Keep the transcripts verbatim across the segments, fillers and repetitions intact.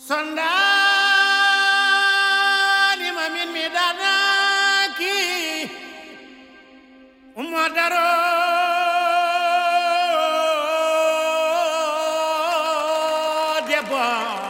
Sondani mamin mi danaki umadaro deba.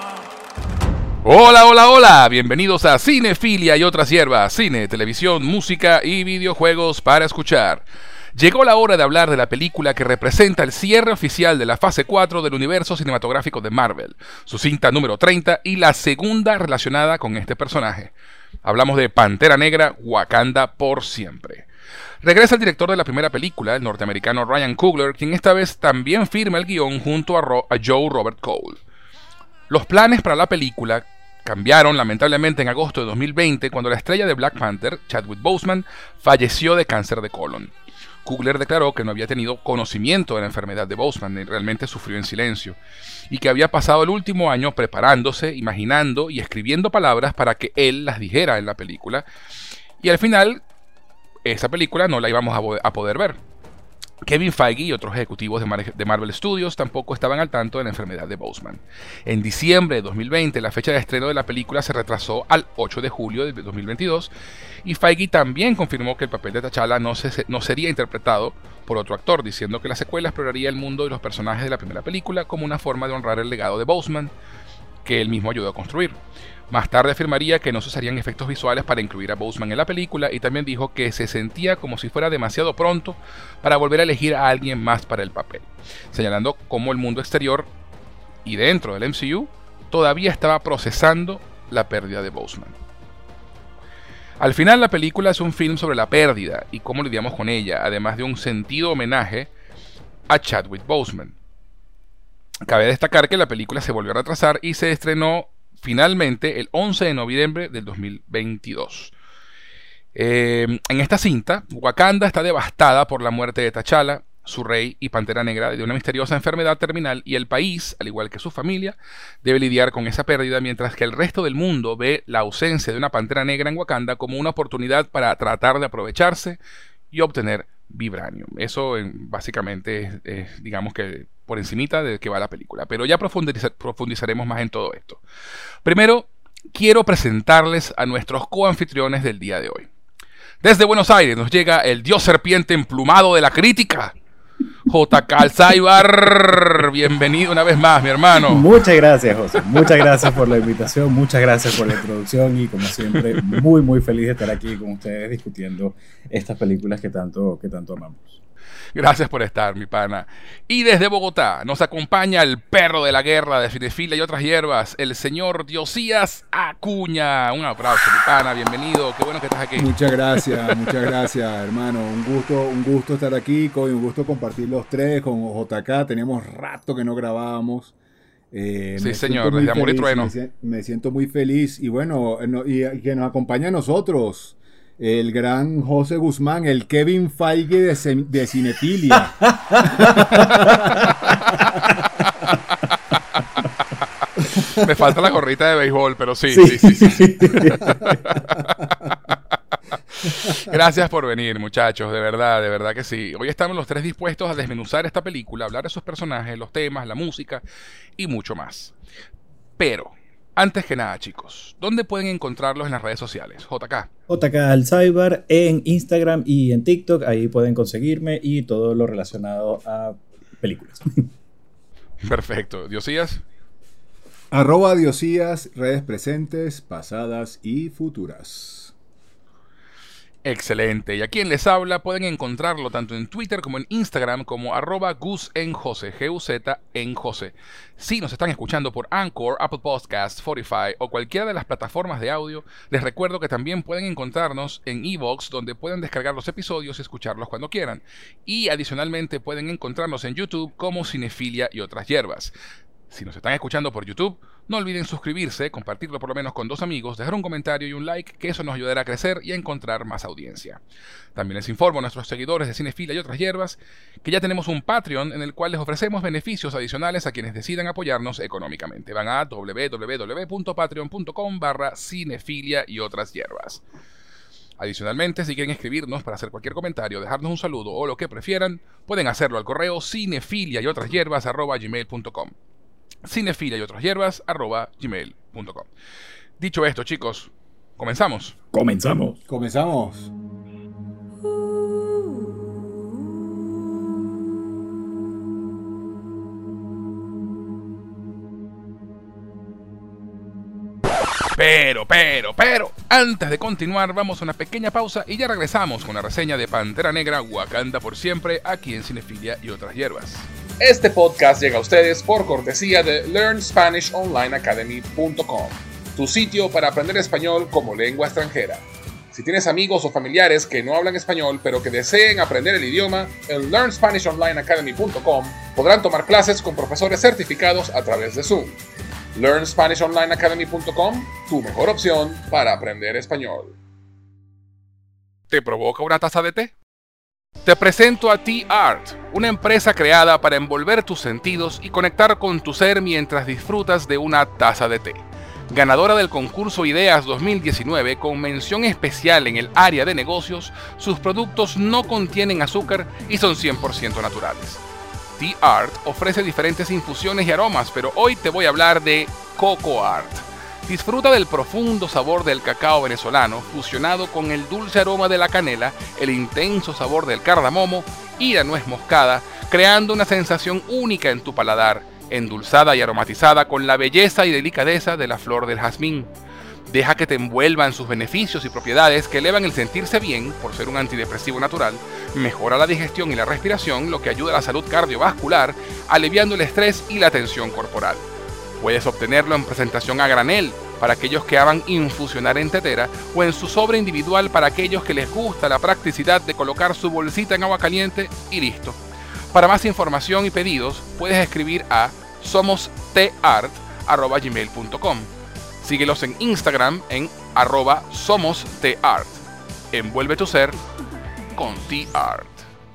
Hola, hola, hola, bienvenidos a Cinefilia y otras hierbas, cine, televisión, música y videojuegos para escuchar. Llegó la hora de hablar de la película que representa el cierre oficial de la fase cuatro del universo cinematográfico de Marvel, su cinta número treinta y la segunda relacionada con este personaje. Hablamos de Pantera Negra, Wakanda por siempre. Regresa el director de la primera película, el norteamericano Ryan Coogler, quien esta vez también firma el guión junto a, Ro- a Joe Robert Cole. Los planes para la película cambiaron lamentablemente en agosto de dos mil veinte cuando la estrella de Black Panther, Chadwick Boseman, falleció de cáncer de colon. Coogler declaró que no había tenido conocimiento de la enfermedad de Boseman y realmente sufrió en silencio, y que había pasado el último año preparándose, imaginando y escribiendo palabras para que él las dijera en la película, y al final esa película no la íbamos a, a poder ver. Kevin Feige y otros ejecutivos de, Mar de Marvel Studios tampoco estaban al tanto de la enfermedad de Boseman. En diciembre de dos mil veinte, la fecha de estreno de la película se retrasó al ocho de julio de dos mil veintidós, y Feige también confirmó que el papel de T'Challa no, se, no sería interpretado por otro actor, diciendo que la secuela exploraría el mundo y los personajes de la primera película como una forma de honrar el legado de Boseman, que él mismo ayudó a construir. Más tarde afirmaría que no se usarían efectos visuales para incluir a Boseman en la película, y también dijo que se sentía como si fuera demasiado pronto para volver a elegir a alguien más para el papel, señalando cómo el mundo exterior y dentro del M C U todavía estaba procesando la pérdida de Boseman. Al final, la película es un film sobre la pérdida y cómo lidiamos con ella, además de un sentido homenaje a Chadwick Boseman. Cabe destacar que la película se volvió a retrasar y se estrenó finalmente el once de noviembre del dos mil veintidós. Eh, en esta cinta, Wakanda está devastada por la muerte de T'Challa, su rey y Pantera Negra, de una misteriosa enfermedad terminal, y el país, al igual que su familia, debe lidiar con esa pérdida, mientras que el resto del mundo ve la ausencia de una Pantera Negra en Wakanda como una oportunidad para tratar de aprovecharse y obtener vibranium. Eso eh, básicamente es, es, digamos que por encimita de que va la película, pero ya profundizar, profundizaremos más en todo esto. Primero, quiero presentarles a nuestros coanfitriones del día de hoy. Desde Buenos Aires nos llega el dios serpiente emplumado de la crítica, J K Alzaibar. Bienvenido una vez más, mi hermano. Muchas gracias, José. Muchas gracias por la invitación, muchas gracias por la introducción, y como siempre, muy muy feliz de estar aquí con ustedes discutiendo estas películas que tanto, que tanto amamos. Gracias por estar, mi pana. Y desde Bogotá nos acompaña el perro de la guerra de Cinefilia y otras hierbas, el señor Diosías Acuña. Un aplauso, mi pana, bienvenido, qué bueno que estás aquí. Muchas gracias, muchas gracias, hermano. Un gusto, un gusto estar aquí, un gusto compartir los tres con J K. Teníamos rato que no grabábamos. Eh, sí, señor, desde Amor y Trueno. Me, me siento muy feliz. Y bueno, no, y que nos acompaña a nosotros el gran José Guzmán, el Kevin Feige de, de Cinefilia. Me falta la gorrita de béisbol, pero sí, sí, sí, sí, sí. Gracias por venir, muchachos, de verdad, de verdad que sí. Hoy estamos los tres dispuestos a desmenuzar esta película, hablar de sus personajes, los temas, la música y mucho más. Pero antes que nada, chicos, ¿dónde pueden encontrarlos en las redes sociales? J K. J K Alzaibar en Instagram y en TikTok, ahí pueden conseguirme y todo lo relacionado a películas. Perfecto. ¿Diosías? Arroba Diosías, redes presentes, pasadas y futuras. Excelente. Y a quien les habla pueden encontrarlo tanto en Twitter como en Instagram como arroba Gus en Jose, G U Z en Jose. Si nos están escuchando por Anchor, Apple Podcasts, Spotify o cualquiera de las plataformas de audio, les recuerdo que también pueden encontrarnos en iVoox, donde pueden descargar los episodios y escucharlos cuando quieran. Y adicionalmente pueden encontrarnos en YouTube como Cinefilia y otras hierbas. Si nos están escuchando por YouTube, no olviden suscribirse, compartirlo por lo menos con dos amigos, dejar un comentario y un like, que eso nos ayudará a crecer y a encontrar más audiencia. También les informo a nuestros seguidores de Cinefilia y otras hierbas que ya tenemos un Patreon en el cual les ofrecemos beneficios adicionales a quienes decidan apoyarnos económicamente. Van a w w w punto patreon punto com barra cinefilia y otras hierbas. Adicionalmente, si quieren escribirnos para hacer cualquier comentario, dejarnos un saludo o lo que prefieran, pueden hacerlo al correo cinefilia y otras hierbas arroba gmail punto com. cinefilia y otras hierbas arroba gmail punto com. Dicho esto, chicos, comenzamos. Comenzamos. Comenzamos. Pero, pero, pero, antes de continuar, vamos a una pequeña pausa y ya regresamos con la reseña de Pantera Negra Wakanda por siempre, aquí en Cinefilia y otras hierbas. Este podcast llega a ustedes por cortesía de learn spanish online academy punto com, tu sitio para aprender español como lengua extranjera. Si tienes amigos o familiares que no hablan español pero que deseen aprender el idioma, en learn spanish online academy punto com podrán tomar clases con profesores certificados a través de Zoom. learn spanish online academy punto com, tu mejor opción para aprender español. ¿Te provoca una taza de té? Te presento a Tea Art, una empresa creada para envolver tus sentidos y conectar con tu ser mientras disfrutas de una taza de té. Ganadora del concurso Ideas dos mil diecinueve con mención especial en el área de negocios, sus productos no contienen azúcar y son cien por ciento naturales. Tea Art ofrece diferentes infusiones y aromas, pero hoy te voy a hablar de Coco Art. Disfruta del profundo sabor del cacao venezolano fusionado con el dulce aroma de la canela, el intenso sabor del cardamomo y la nuez moscada, creando una sensación única en tu paladar, endulzada y aromatizada con la belleza y delicadeza de la flor del jazmín. Deja que te envuelva en sus beneficios y propiedades que elevan el sentirse bien por ser un antidepresivo natural, mejora la digestión y la respiración, lo que ayuda a la salud cardiovascular, aliviando el estrés y la tensión corporal. Puedes obtenerlo en presentación a granel para aquellos que aman infusionar en tetera o en su sobre individual para aquellos que les gusta la practicidad de colocar su bolsita en agua caliente y listo. Para más información y pedidos puedes escribir a somosteart arroba gmail punto com. Síguelos en Instagram en arroba somosteart. Envuelve tu ser con Tea Art.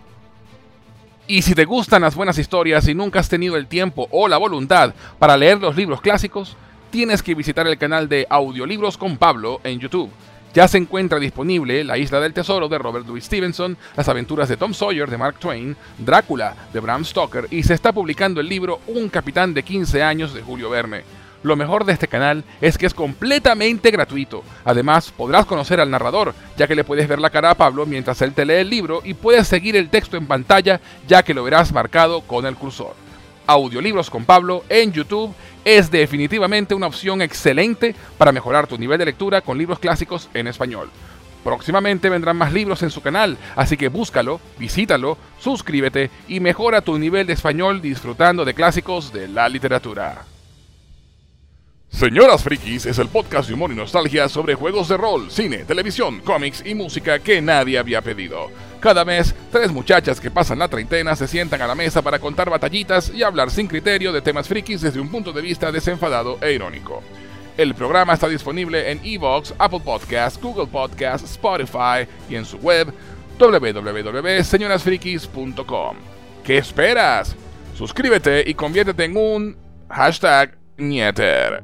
Y si te gustan las buenas historias y nunca has tenido el tiempo o la voluntad para leer los libros clásicos, tienes que visitar el canal de Audiolibros con Pablo en YouTube. Ya se encuentra disponible La Isla del Tesoro de Robert Louis Stevenson, Las aventuras de Tom Sawyer de Mark Twain, Drácula de Bram Stoker y se está publicando el libro Un capitán de quince años de Julio Verne. Lo mejor de este canal es que es completamente gratuito. Además, podrás conocer al narrador, ya que le puedes ver la cara a Pablo mientras él te lee el libro y puedes seguir el texto en pantalla, ya que lo verás marcado con el cursor. Audiolibros con Pablo en YouTube es definitivamente una opción excelente para mejorar tu nivel de lectura con libros clásicos en español. Próximamente vendrán más libros en su canal, así que búscalo, visítalo, suscríbete y mejora tu nivel de español disfrutando de clásicos de la literatura. Señoras Frikis es el podcast de humor y nostalgia sobre juegos de rol, cine, televisión, cómics y música que nadie había pedido. Cada mes, tres muchachas que pasan la treintena se sientan a la mesa para contar batallitas y hablar sin criterio de temas frikis desde un punto de vista desenfadado e irónico. El programa está disponible en iVoox, Apple Podcasts, Google Podcasts, Spotify y en su web w w w punto señoras frikis punto com. ¿Qué esperas? Suscríbete y conviértete en un hashtag Nieter.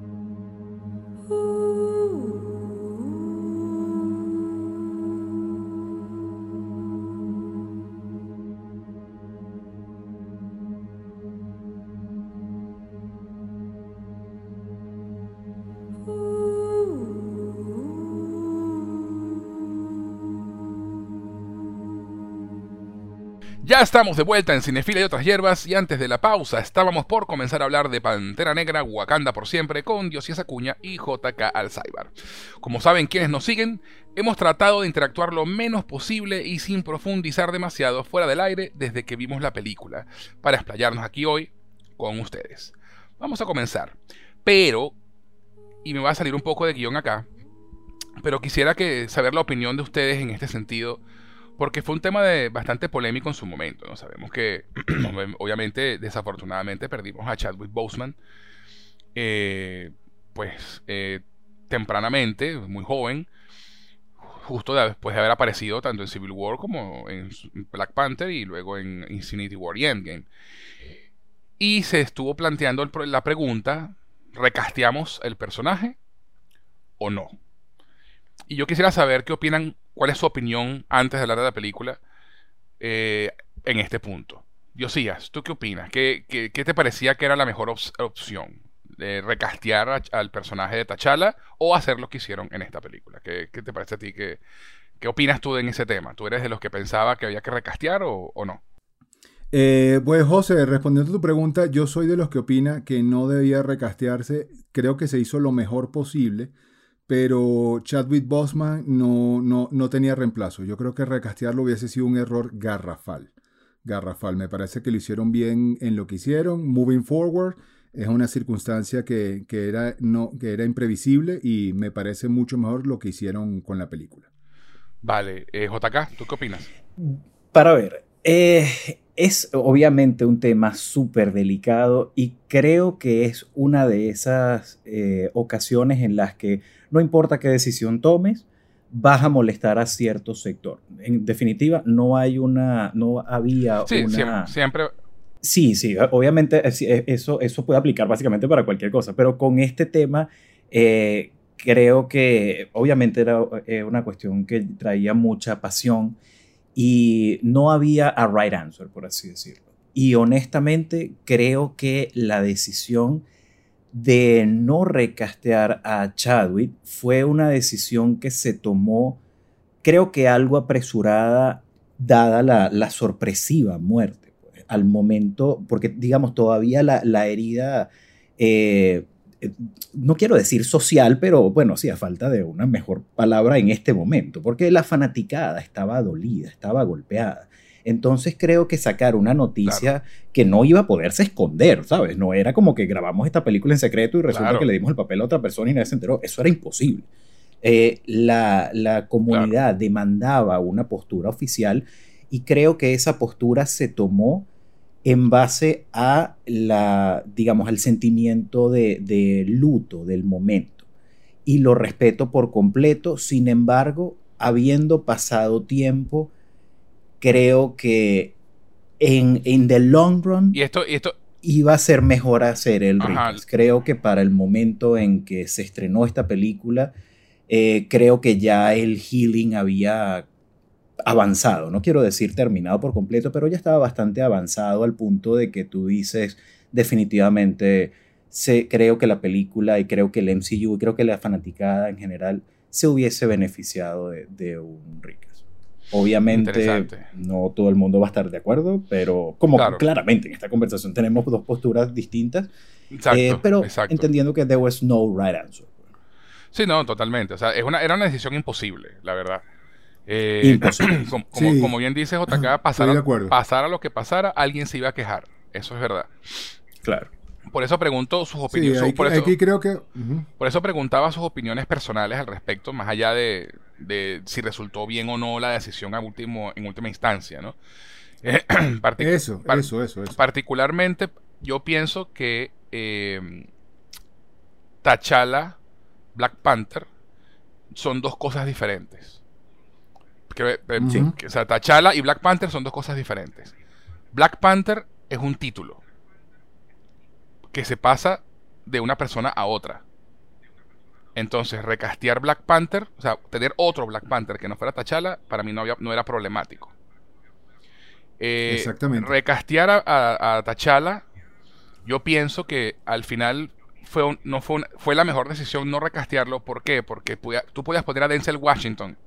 Ya estamos de vuelta en Cinefilia y otras hierbas y antes de la pausa estábamos por comenzar a hablar de Pantera Negra Wakanda por siempre con Diosías Acuña y J K Alzaibar. Como saben quienes nos siguen, hemos tratado de interactuar lo menos posible y sin profundizar demasiado fuera del aire desde que vimos la película, para explayarnos aquí hoy con ustedes. Vamos a comenzar, pero, y me va a salir un poco de guión acá, pero quisiera que saber la opinión de ustedes en este sentido, porque fue un tema de bastante polémico en su momento, ¿no? Sabemos que, obviamente, desafortunadamente, perdimos a Chadwick Boseman, eh, pues, eh, tempranamente, muy joven, justo después de haber aparecido tanto en Civil War como en Black Panther y luego en Infinity War y Endgame. Y se estuvo planteando el, la pregunta, ¿recasteamos el personaje o no? Y yo quisiera saber qué opinan, cuál es su opinión antes de hablar de la película eh, en este punto. Diosías, ¿tú qué opinas? ¿Qué, qué, qué te parecía que era la mejor op opción? Eh, ¿Recastear a, al personaje de T'Challa o hacer lo que hicieron en esta película? ¿Qué, qué te parece a ti? ¿Qué, qué opinas tú en ese tema? ¿Tú eres de los que pensaba que había que recastear o, o no? Eh, pues José, respondiendo a tu pregunta, yo soy de los que opina que no debía recastearse. Creo que se hizo lo mejor posible, pero Chadwick Boseman no, no, no tenía reemplazo. Yo creo que recastearlo hubiese sido un error garrafal. Garrafal. Me parece que lo hicieron bien en lo que hicieron. Moving forward es una circunstancia que, que, era, no, que era imprevisible y me parece mucho mejor lo que hicieron con la película. Vale, eh, J K, ¿tú qué opinas? Para ver, eh, es obviamente un tema súper delicado y creo que es una de esas eh, ocasiones en las que no importa qué decisión tomes, vas a molestar a cierto sector. En definitiva, no hay una, no había sí, una... siempre, siempre... Sí, sí, obviamente eso, eso puede aplicar básicamente para cualquier cosa, pero con este tema eh, creo que obviamente era eh, una cuestión que traía mucha pasión y no había a right answer, por así decirlo. Y honestamente creo que la decisión de no recastear a Chadwick fue una decisión que se tomó, creo que algo apresurada, dada la, la sorpresiva muerte. Pues, al momento, porque digamos todavía la, la herida, eh, no quiero decir social, pero bueno, sí, a falta de una mejor palabra en este momento, porque la fanaticada estaba dolida, estaba golpeada. Entonces creo que sacar una noticia claro. que no iba a poderse esconder, ¿sabes? No era como que grabamos esta película en secreto y resulta claro. que le dimos el papel a otra persona y nadie se enteró. Eso era imposible. Eh, la, la comunidad claro. demandaba una postura oficial y creo que esa postura se tomó en base a la, digamos, al sentimiento de, de luto del momento. Y lo respeto por completo. Sin embargo, habiendo pasado tiempo, creo que en, en the long run y esto, y esto... iba a ser mejor hacer el recast. Creo que para el momento en que se estrenó esta película, eh, creo que ya el healing había avanzado. No quiero decir terminado por completo, pero ya estaba bastante avanzado al punto de que tú dices, definitivamente, se, creo que la película y creo que el M C U y creo que la fanaticada en general se hubiese beneficiado de, de un recast. Obviamente no todo el mundo va a estar de acuerdo, pero como claro. claramente en esta conversación tenemos dos posturas distintas, exacto, eh, pero exacto. entendiendo que there was no right answer. Sí, no, totalmente. O sea, es una, era una decisión imposible, la verdad. Eh, imposible. Como, como, sí. como bien dice J K, pasara, pasara lo que pasara, alguien se iba a quejar. Eso es verdad. Claro. Por eso pregunto sus opiniones. Sí, aquí, por, eso, aquí creo que, uh-huh. por eso preguntaba sus opiniones personales al respecto, más allá de, de si resultó bien o no la decisión a último, en última instancia, ¿no? Eh, partic- eso, par- eso, eso, eso. Particularmente, yo pienso que eh, T'Challa, Black Panther, son dos cosas diferentes. Que, eh, uh-huh. sí, que, o sea, T'Challa y Black Panther son dos cosas diferentes. Black Panther es un título que se pasa de una persona a otra. Entonces, recastear Black Panther, o sea, tener otro Black Panther que no fuera T'Challa, para mí no, había, no era problemático. Eh, Exactamente. Recastear a, a, a T'Challa, yo pienso que al final fue, un, no fue, un, fue la mejor decisión no recastearlo. ¿Por qué? Porque podía, tú podías poner a Denzel Washington.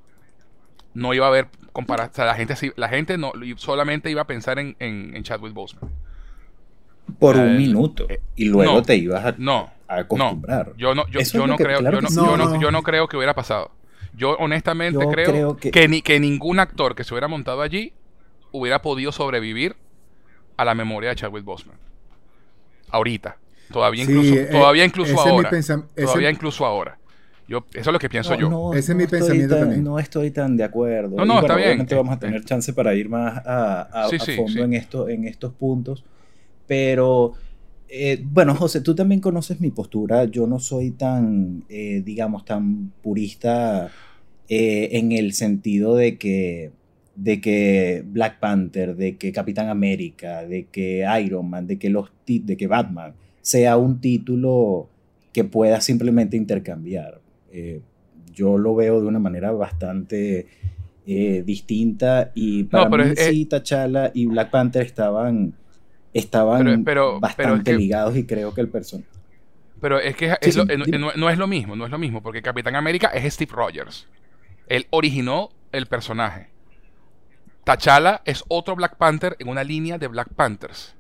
No iba a haber comparación. O sea, la gente, la gente no, solamente iba a pensar en, en, en Chadwick Boseman. Por un eh, minuto eh, y luego no, te ibas a, no, a acostumbrar. No, yo no, yo, yo no que, creo, claro yo, no, sí. yo, no, yo no creo que hubiera pasado. Yo honestamente yo creo, creo que... Que, ni, que ningún actor que se hubiera montado allí hubiera podido sobrevivir a la memoria de Chadwick Boseman. Ahorita, todavía sí, incluso, eh, todavía incluso ahora, pensam- todavía ese... incluso ahora. Yo, eso es lo que pienso no, yo. No, Ese no es mi pensamiento tan, también. No estoy tan de acuerdo. No, no, y bueno, está bien. Obviamente vamos a tener chance para ir más a, a, sí, a sí, fondo sí. En, esto, en estos puntos. Pero, eh, bueno, José, tú también conoces mi postura. Yo no soy tan, eh, digamos, tan purista eh, en el sentido de que, de que Black Panther, de que Capitán América, de que Iron Man, de que, los tit- de que Batman sea un título que pueda simplemente intercambiar. Eh, yo lo veo de una manera bastante eh, distinta y para No, pero mí es- sí T'Challa y Black Panther estaban, estaban Pero- pero- bastante pero es que- ligados y creo que el personaje... Pero es que es Sí, lo- sí, no, dime. no- no es lo mismo, no es lo mismo, porque Capitán América es Steve Rogers. Él originó el personaje. T'Challa es otro Black Panther en una línea de Black Panthers.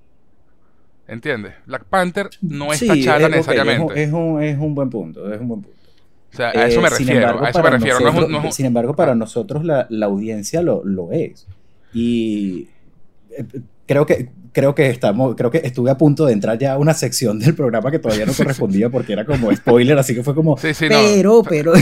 ¿Entiendes? Black Panther no es Sí, T'Challa es- ok, necesariamente. Es un, es, un, es un buen punto, es un buen punto. O sea, a eso me Eh, sin refiero. embargo, A eso me para refiero. No es un- nosotros- no es un- sin embargo, para Ah. nosotros la, la audiencia lo, lo es. Y eh, creo que, creo que estamos, creo que estuve a punto de entrar ya a una sección del programa que todavía no correspondía porque era como spoiler, así que fue como, Sí, sí, no. pero, pero...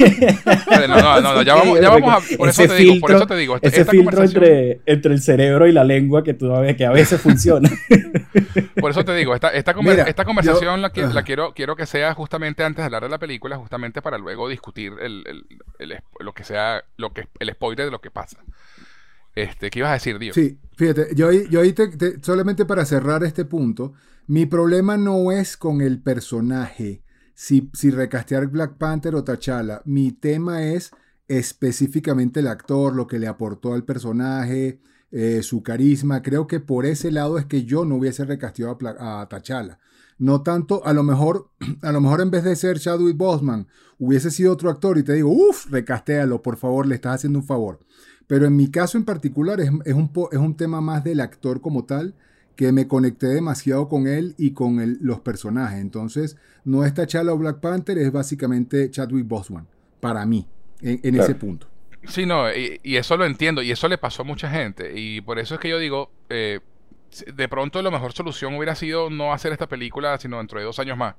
No, no, no, no, ya vamos, ya vamos a. Por eso Ese te digo, por filtro- eso te digo. esta- Ese esta filtro conversación- entre, entre el cerebro y la lengua que tú sabes que a veces funciona. Por eso te digo, esta, esta, conver- Mira, esta conversación yo- la, qui- ajá. la quiero, quiero que sea justamente antes de hablar de la película, justamente para luego discutir el, el- el spo- lo que sea, lo que el spoiler de lo que pasa. Este, ¿qué ibas a decir, Dio? Sí, fíjate, yo ahí, yo ahí te- te- solamente para cerrar este punto, mi problema no es con el personaje, si, si recastear Black Panther o T'Challa, mi tema es específicamente el actor, lo que le aportó al personaje, eh, su carisma. Creo que por ese lado es que yo no hubiese recasteado a, Pla- a T'Challa. No tanto, a lo mejor, a lo mejor en vez de ser Chadwick Boseman, hubiese sido otro actor y te digo, uff, recastéalo, por favor, le estás haciendo un favor. Pero en mi caso en particular es, es, un, po- es un tema más del actor como tal, que me conecté demasiado con él y con el- los personajes. Entonces, no es T'Challa o Black Panther, es básicamente Chadwick Boseman, para mí, en, en Claro. ese punto. Sí, no, y, y eso lo entiendo, y eso le pasó a mucha gente, y por eso es que yo digo, eh, de pronto la mejor solución hubiera sido no hacer esta película, sino dentro de dos años más,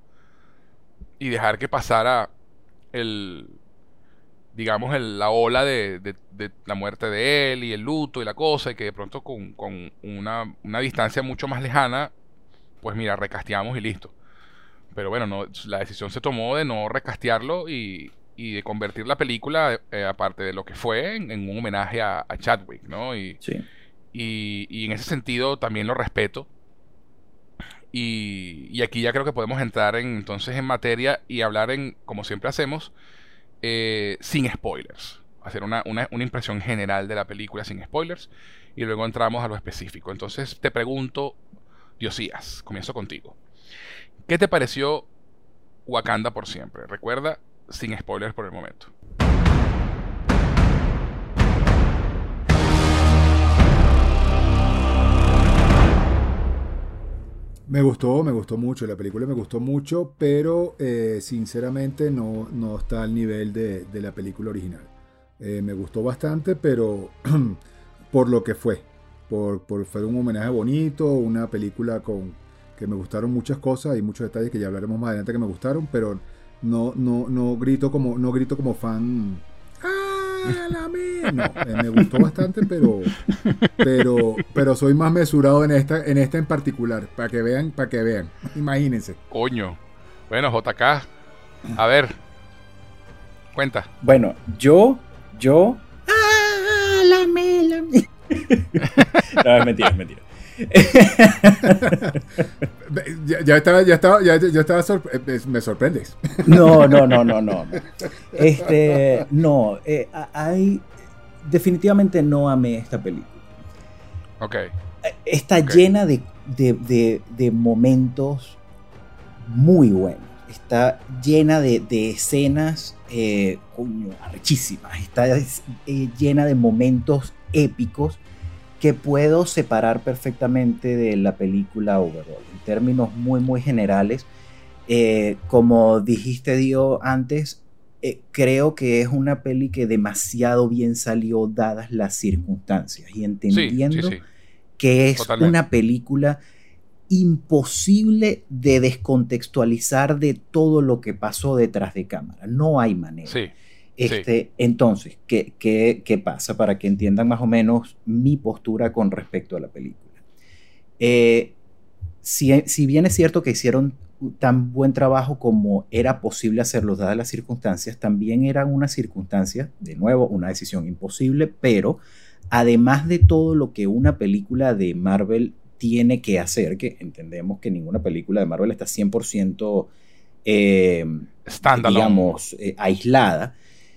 y dejar que pasara el, digamos, el- la ola de, de- de la muerte de él, y el luto, y la cosa, y que de pronto con, con una, una distancia mucho más lejana, pues mira, recasteamos y listo. Pero bueno, no, la decisión se tomó de no recastearlo y, y de convertir la película, eh, aparte de lo que fue, en, en un homenaje a, a Chadwick, ¿no? Y, Sí. y, y en ese sentido también lo respeto. Y, y aquí ya creo que podemos entrar en, entonces en materia y hablar en, como siempre hacemos, eh, sin spoilers. Hacer una, una, una impresión general de la película sin spoilers. Y luego entramos a lo específico. Entonces te pregunto, Diosías, comienzo contigo. ¿Qué te pareció Wakanda por siempre? Recuerda, sin spoilers por el momento. Me gustó, me gustó mucho, la película me gustó mucho, pero eh, sinceramente no, no está al nivel de, de la película original. Eh, me gustó bastante, pero por lo que fue, por, por fue un homenaje bonito, una película con que me gustaron muchas cosas y muchos detalles que ya hablaremos más adelante que me gustaron, pero no, no, no grito como, no grito como fan. ¡Ah, la mía! No, eh, me gustó bastante, pero, pero, pero soy más mesurado en esta, en esta en particular, para que vean, para que vean. Imagínense. Coño. Bueno, J K, a ver, cuenta. Bueno, yo, yo... ¡Ah, la mela! No, es mentira, es mentira. Ya, ya estaba, ya estaba, ya, ya estaba sorpre- eh, me sorprendes. No, no, no, no, no. Este, no, eh, a- hay... Definitivamente no amé esta película. Ok. Está Ok. llena de, de, de- de momentos muy buenos. Está llena de, de escenas, eh, coño, arrechísimas. Está eh, llena de momentos épicos que puedo separar perfectamente de la película overall. En términos muy, muy generales, eh, como dijiste, Dio, antes, eh, creo que es una peli que demasiado bien salió dadas las circunstancias y Sí, entendiendo sí, sí. que es Totalmente. una película imposible de descontextualizar de todo lo que pasó detrás de cámara. No hay manera. Sí. Este, entonces, ¿qué, qué, qué pasa? Para que entiendan más o menos mi postura con respecto a la película. Eh, si, si bien es cierto que hicieron tan buen trabajo como era posible hacerlo dadas las circunstancias, también eran unas circunstancias, de nuevo, una decisión imposible, pero además de todo lo que una película de Marvel tiene que hacer, que entendemos que ninguna película de Marvel está cien por ciento eh, Standalone. digamos, eh, aislada,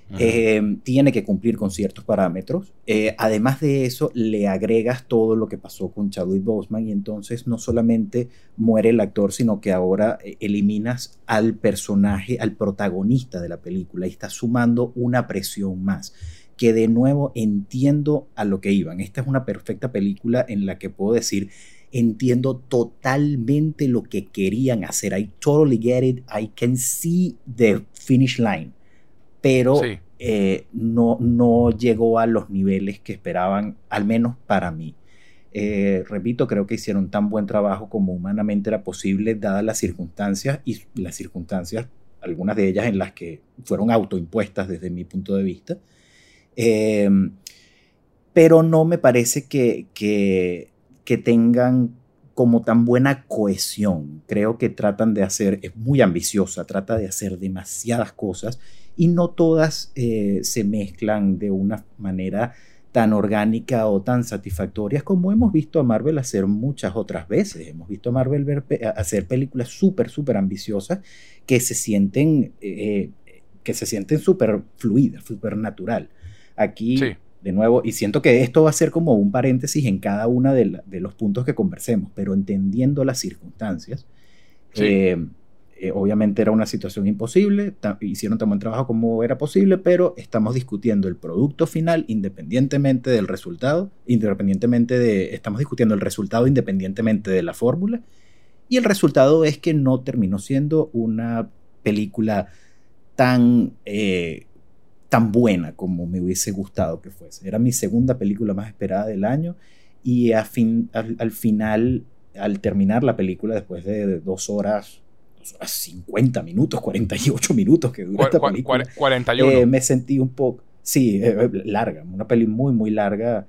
Uh-huh. Eh, tiene que cumplir con ciertos parámetros. Eh, además de eso, le agregas todo lo que pasó con Chadwick Boseman y entonces no solamente muere el actor, sino que ahora eh, eliminas al personaje, al protagonista de la película y estás sumando una presión más. Que de nuevo entiendo a lo que iban. Esta es una perfecta película en la que puedo decir, entiendo totalmente lo que querían hacer. I totally get it. I can see the finish line. Pero sí. eh, no, no llegó a los niveles que esperaban, al menos para mí. Eh, repito, creo que hicieron tan buen trabajo como humanamente era posible, dadas las circunstancias, y las circunstancias, algunas de ellas en las que fueron autoimpuestas desde mi punto de vista. Eh, pero no me parece que, que, que tengan como tan buena cohesión. Creo que tratan de hacer, es muy ambiciosa, trata de hacer demasiadas cosas y no todas eh, se mezclan de una manera tan orgánica o tan satisfactoria como hemos visto a Marvel hacer muchas otras veces. Hemos visto a Marvel ver, hacer películas súper, súper ambiciosas que se sienten eh, que se sienten súper fluidas, súper natural. Aquí, sí. de nuevo, y siento que esto va a ser como un paréntesis en cada uno de, la, de los puntos que conversemos, pero entendiendo las circunstancias, sí. eh, Eh, obviamente era una situación imposible, hicieron tan buen trabajo como era posible, pero estamos discutiendo el producto final independientemente del resultado, independientemente de, estamos discutiendo el resultado independientemente de la fórmula, y el resultado es que no terminó siendo una película tan, eh, tan buena como me hubiese gustado que fuese. Era mi segunda película más esperada del año, y a fin, al, al final, al terminar la película, después de, de dos horas, cincuenta minutos, cuarenta y ocho minutos que dura esta película. cuarenta y uno. Eh, me sentí un poco, sí, eh, larga, una peli muy, muy larga.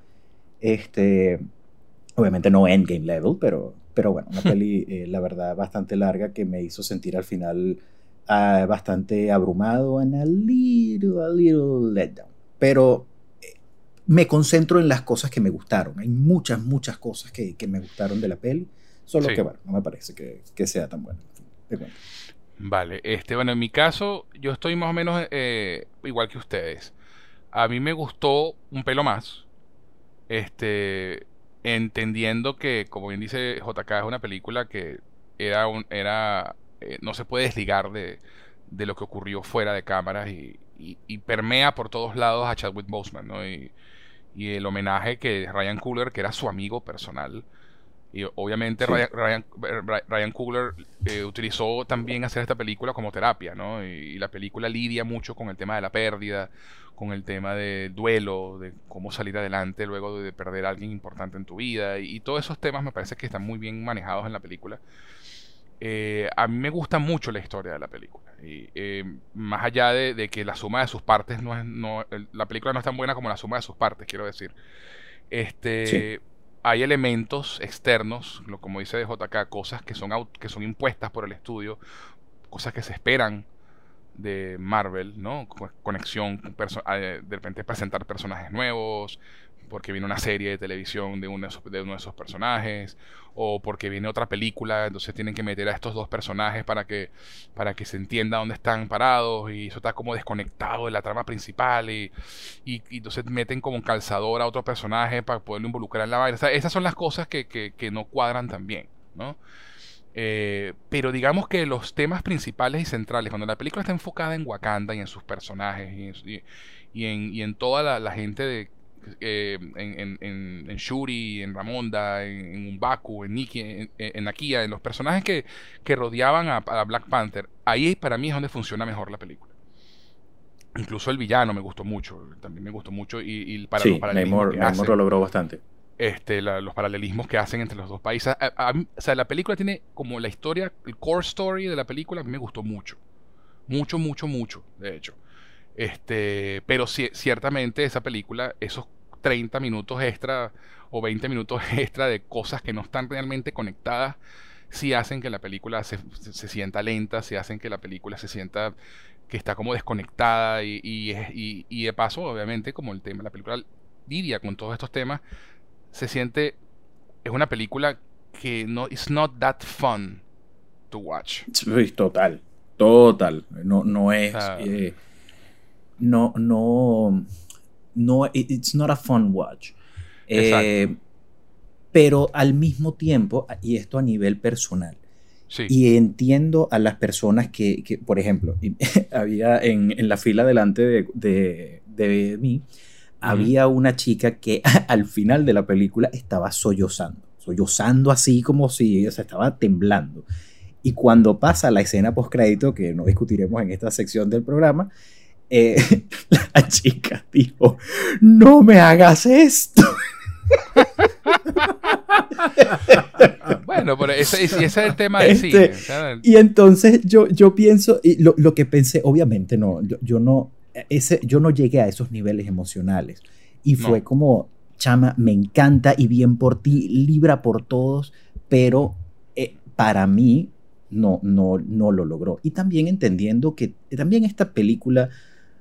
Este, obviamente no Endgame level, pero, pero bueno, una peli, eh, la verdad, bastante larga que me hizo sentir al final uh, bastante abrumado and a little, a little let down. Pero eh, me concentro en las cosas que me gustaron. Hay muchas, muchas cosas que, que me gustaron de la peli, solo sí. que, bueno, no me parece que, que sea tan buena. Vale, este, bueno, en mi caso, yo estoy más o menos eh, igual que ustedes. A mí me gustó un pelo más, este, entendiendo que, como bien dice J K, es una película que era, un, era eh, no se puede desligar de, de lo que ocurrió fuera de cámaras y, y, y permea por todos lados a Chadwick Boseman, ¿no? Y, y el homenaje que Ryan Coogler, que era su amigo personal. Y obviamente sí. Ryan, Ryan, Ryan Coogler eh, utilizó también hacer esta película como terapia, ¿no? Y, y la película lidia mucho con el tema de la pérdida, con el tema del duelo, de cómo salir adelante luego de perder a alguien importante en tu vida. Y, y todos esos temas me parece que están muy bien manejados en la película. Eh, a mí me gusta mucho la historia de la película. Y, eh, más allá de, de que la suma de sus partes no es... No, la película no es tan buena como la suma de sus partes, quiero decir. Este... Sí. Hay elementos externos, como dice J K, cosas que son, que son impuestas por el estudio, cosas que se esperan de Marvel, ¿no? Conexión, de repente presentar personajes nuevos, porque viene una serie de televisión de uno de, esos, de uno de esos personajes, o porque viene otra película, entonces tienen que meter a estos dos personajes para que, para que se entienda dónde están parados, y eso está como desconectado de la trama principal, y, y, y entonces meten como un calzador a otro personaje para poderlo involucrar en la vaina. O sea, esas son las cosas que, que, que no cuadran tan bien, ¿no? Eh, pero digamos que los temas principales y centrales, cuando la película está enfocada en Wakanda y en sus personajes, y, y, y, en, y en toda la, la gente de Eh, en, en, en Shuri, en Ramonda, en, en M'Baku, en Nikki, en, en Nakia, en los personajes que, que rodeaban a, a Black Panther, ahí para mí es donde funciona mejor la película. Incluso el villano me gustó mucho, también me gustó mucho, y, y para sí, los paralelismos Namor, que Namor hacen, lo logró bastante. Este, la, los paralelismos que hacen entre los dos países. A, a, o sea, la película tiene como la historia, el core story de la película, a mí me gustó mucho, mucho, mucho, mucho, de hecho. Este, pero si, ciertamente esa película, esos treinta minutos extra o veinte minutos extra de cosas que no están realmente conectadas, sí hacen que la película se, se, se sienta lenta, sí hacen que la película se sienta que está como desconectada, y, y, y, y de paso, obviamente, como el tema, la película lidia con todos estos temas, se siente, es una película que no, it's not that fun to watch. Total, total, no, no es... Ah. Eh, no, no, no, it's not a fun watch. Eh, pero al mismo tiempo, y esto a nivel personal, Sí. y entiendo a las personas que, que por ejemplo, había en, en la fila delante de, de, de mí, uh-huh. había una chica que al final de la película estaba sollozando, sollozando así como si, o sea, estaba temblando. Y cuando pasa la escena postcrédito, que no discutiremos en esta sección del programa, eh, la chica dijo, no me hagas esto. Bueno, pero ese, ese es el tema del este, cine. O sea, y entonces yo, yo pienso, y lo, lo que pensé, obviamente no, yo, yo no, ese, yo no llegué a esos niveles emocionales. Y fue no. como, chama, me encanta y bien por ti, libra por todos, pero eh, para mí no, no, no lo logró. Y también entendiendo que también esta película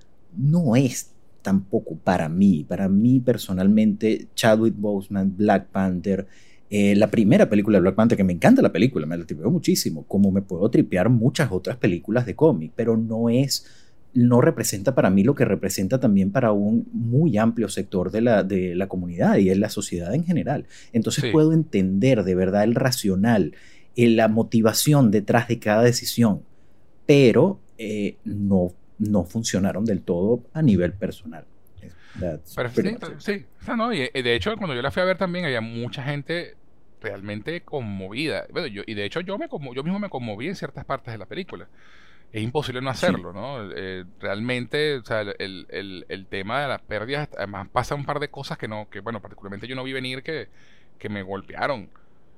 no es tampoco para mí, para mí personalmente, Chadwick Boseman, Black Panther, eh, la primera película de Black Panther, que me encanta la película, me la tripeo muchísimo, como me puedo tripear muchas otras películas de cómic, pero no es, no representa para mí lo que representa también para un muy amplio sector de la, de la comunidad y en la sociedad en general. Entonces sí. puedo entender de verdad el racional, eh, la motivación detrás de cada decisión, pero eh, no no funcionaron del todo a nivel personal. Pero sí, sí. O sea, no, y de hecho, cuando yo la fui a ver también había mucha gente realmente conmovida. Bueno, yo, y de hecho yo, me conmo- yo mismo me conmoví en ciertas partes de la película. Es imposible no hacerlo, sí. ¿no? Eh, realmente, o sea, el, el, el tema de las pérdidas, además pasa un par de cosas que no, que bueno, particularmente yo no vi venir que, que me golpearon.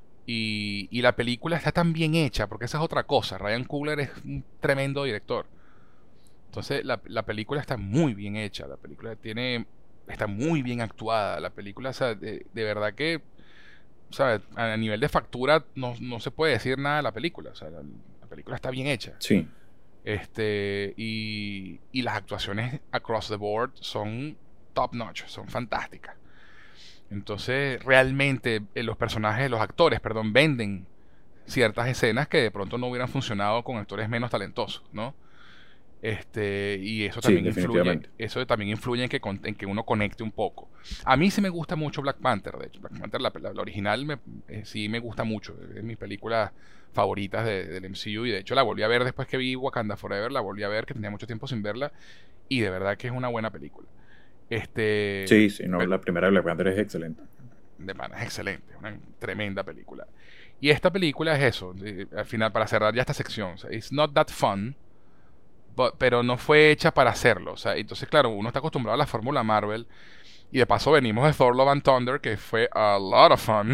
Y, y la película está tan bien hecha, porque esa es otra cosa. Ryan Coogler es un tremendo director. Entonces la, la película está muy bien hecha, la película tiene, está muy bien actuada, la película, o sea, de, de verdad que, o sea, a nivel de factura no, no se puede decir nada de la película, o sea, la, la película está bien hecha. Sí. Este, y, y las actuaciones across the board son top notch, son fantásticas. Entonces, realmente eh, los personajes, los actores, perdón, venden ciertas escenas que de pronto no hubieran funcionado con actores menos talentosos, ¿no? Este, y eso también sí, influye eso también influye en que, en que uno conecte un poco. A mí sí me gusta mucho Black Panther, de hecho Black Panther, la, la, la original me, eh, sí me gusta mucho, es de mis películas favoritas de, del M C U, y de hecho la volví a ver después que vi Wakanda Forever, la volví a ver, que tenía mucho tiempo sin verla, y de verdad que es una buena película. Este, sí, sí, no, pero, la primera de Black Panther es excelente. De pana, es excelente, una tremenda película. Y esta película es eso, de, al final, para cerrar ya esta sección, o sea, it's not that fun, but, pero no fue hecha para hacerlo. O sea, entonces, claro, uno está acostumbrado a la fórmula Marvel, y de paso venimos de Thor Love and Thunder, que fue a lot of fun.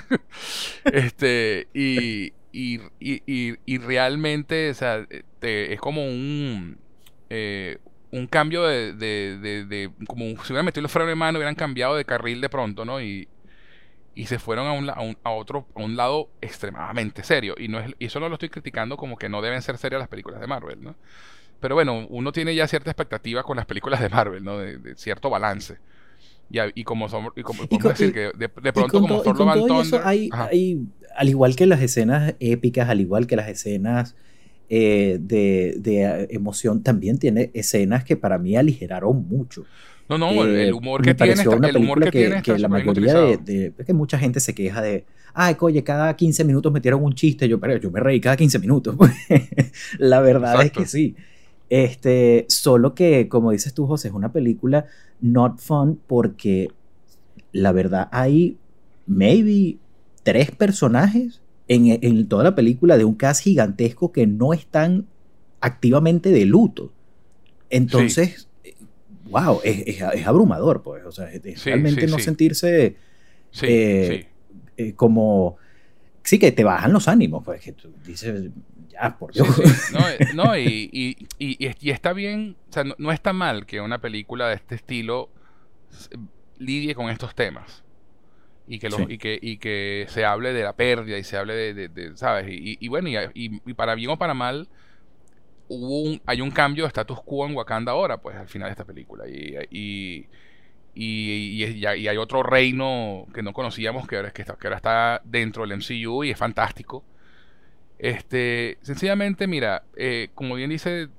este, y, y, y, y, y realmente, o sea, te, es como un... Eh, un cambio de, de, de, de como si hubieran metido el freno de mano, hubieran cambiado de carril de pronto, ¿no? Y, y se fueron a un, a un a otro a un lado extremadamente serio, y no es, y eso no lo estoy criticando como que no deben ser serias las películas de Marvel, ¿no? Pero bueno, uno tiene ya cierta expectativa con las películas de Marvel, ¿no? De, de cierto balance. Y, y como somos, y como podemos decir que de, de pronto como Thor Love and Thunder, hay, hay, al igual que las escenas épicas, al igual que las escenas Eh, de, de emoción, también tiene escenas que para mí aligeraron mucho. No, no, eh, el humor que tiene está, una el humor que, que, tiene que está la mayoría de, de, de que mucha gente se queja de, ay, oye, cada quince minutos metieron un chiste, yo, pero yo me reí cada quince minutos. La verdad Exacto. es que sí. Este, solo que, como dices tú, José, es una película not fun porque la verdad hay maybe tres personajes En, en toda la película de un cast gigantesco que no están activamente de luto. Entonces, sí. wow, es, es, es abrumador, pues. O sea, es sí, realmente sí, no sí. sentirse sí, eh, sí. Eh, como... Sí, que te bajan los ánimos, pues, que tú dices, ya, por Dios. Sí, sí. No, no y, y, y, y está bien, o sea, no, no está mal que una película de este estilo lidie con estos temas. Y que, los, sí. y, que, y que se hable de la pérdida y se hable de, de, de ¿sabes? Y, y bueno, y, y, y para bien o para mal, hubo un, hay un cambio de status quo en Wakanda ahora, pues, al final de esta película. Y, y, y, y, y hay otro reino que no conocíamos que ahora, que, está, que ahora está dentro del M C U y es fantástico. Este, sencillamente, mira, eh, como bien dice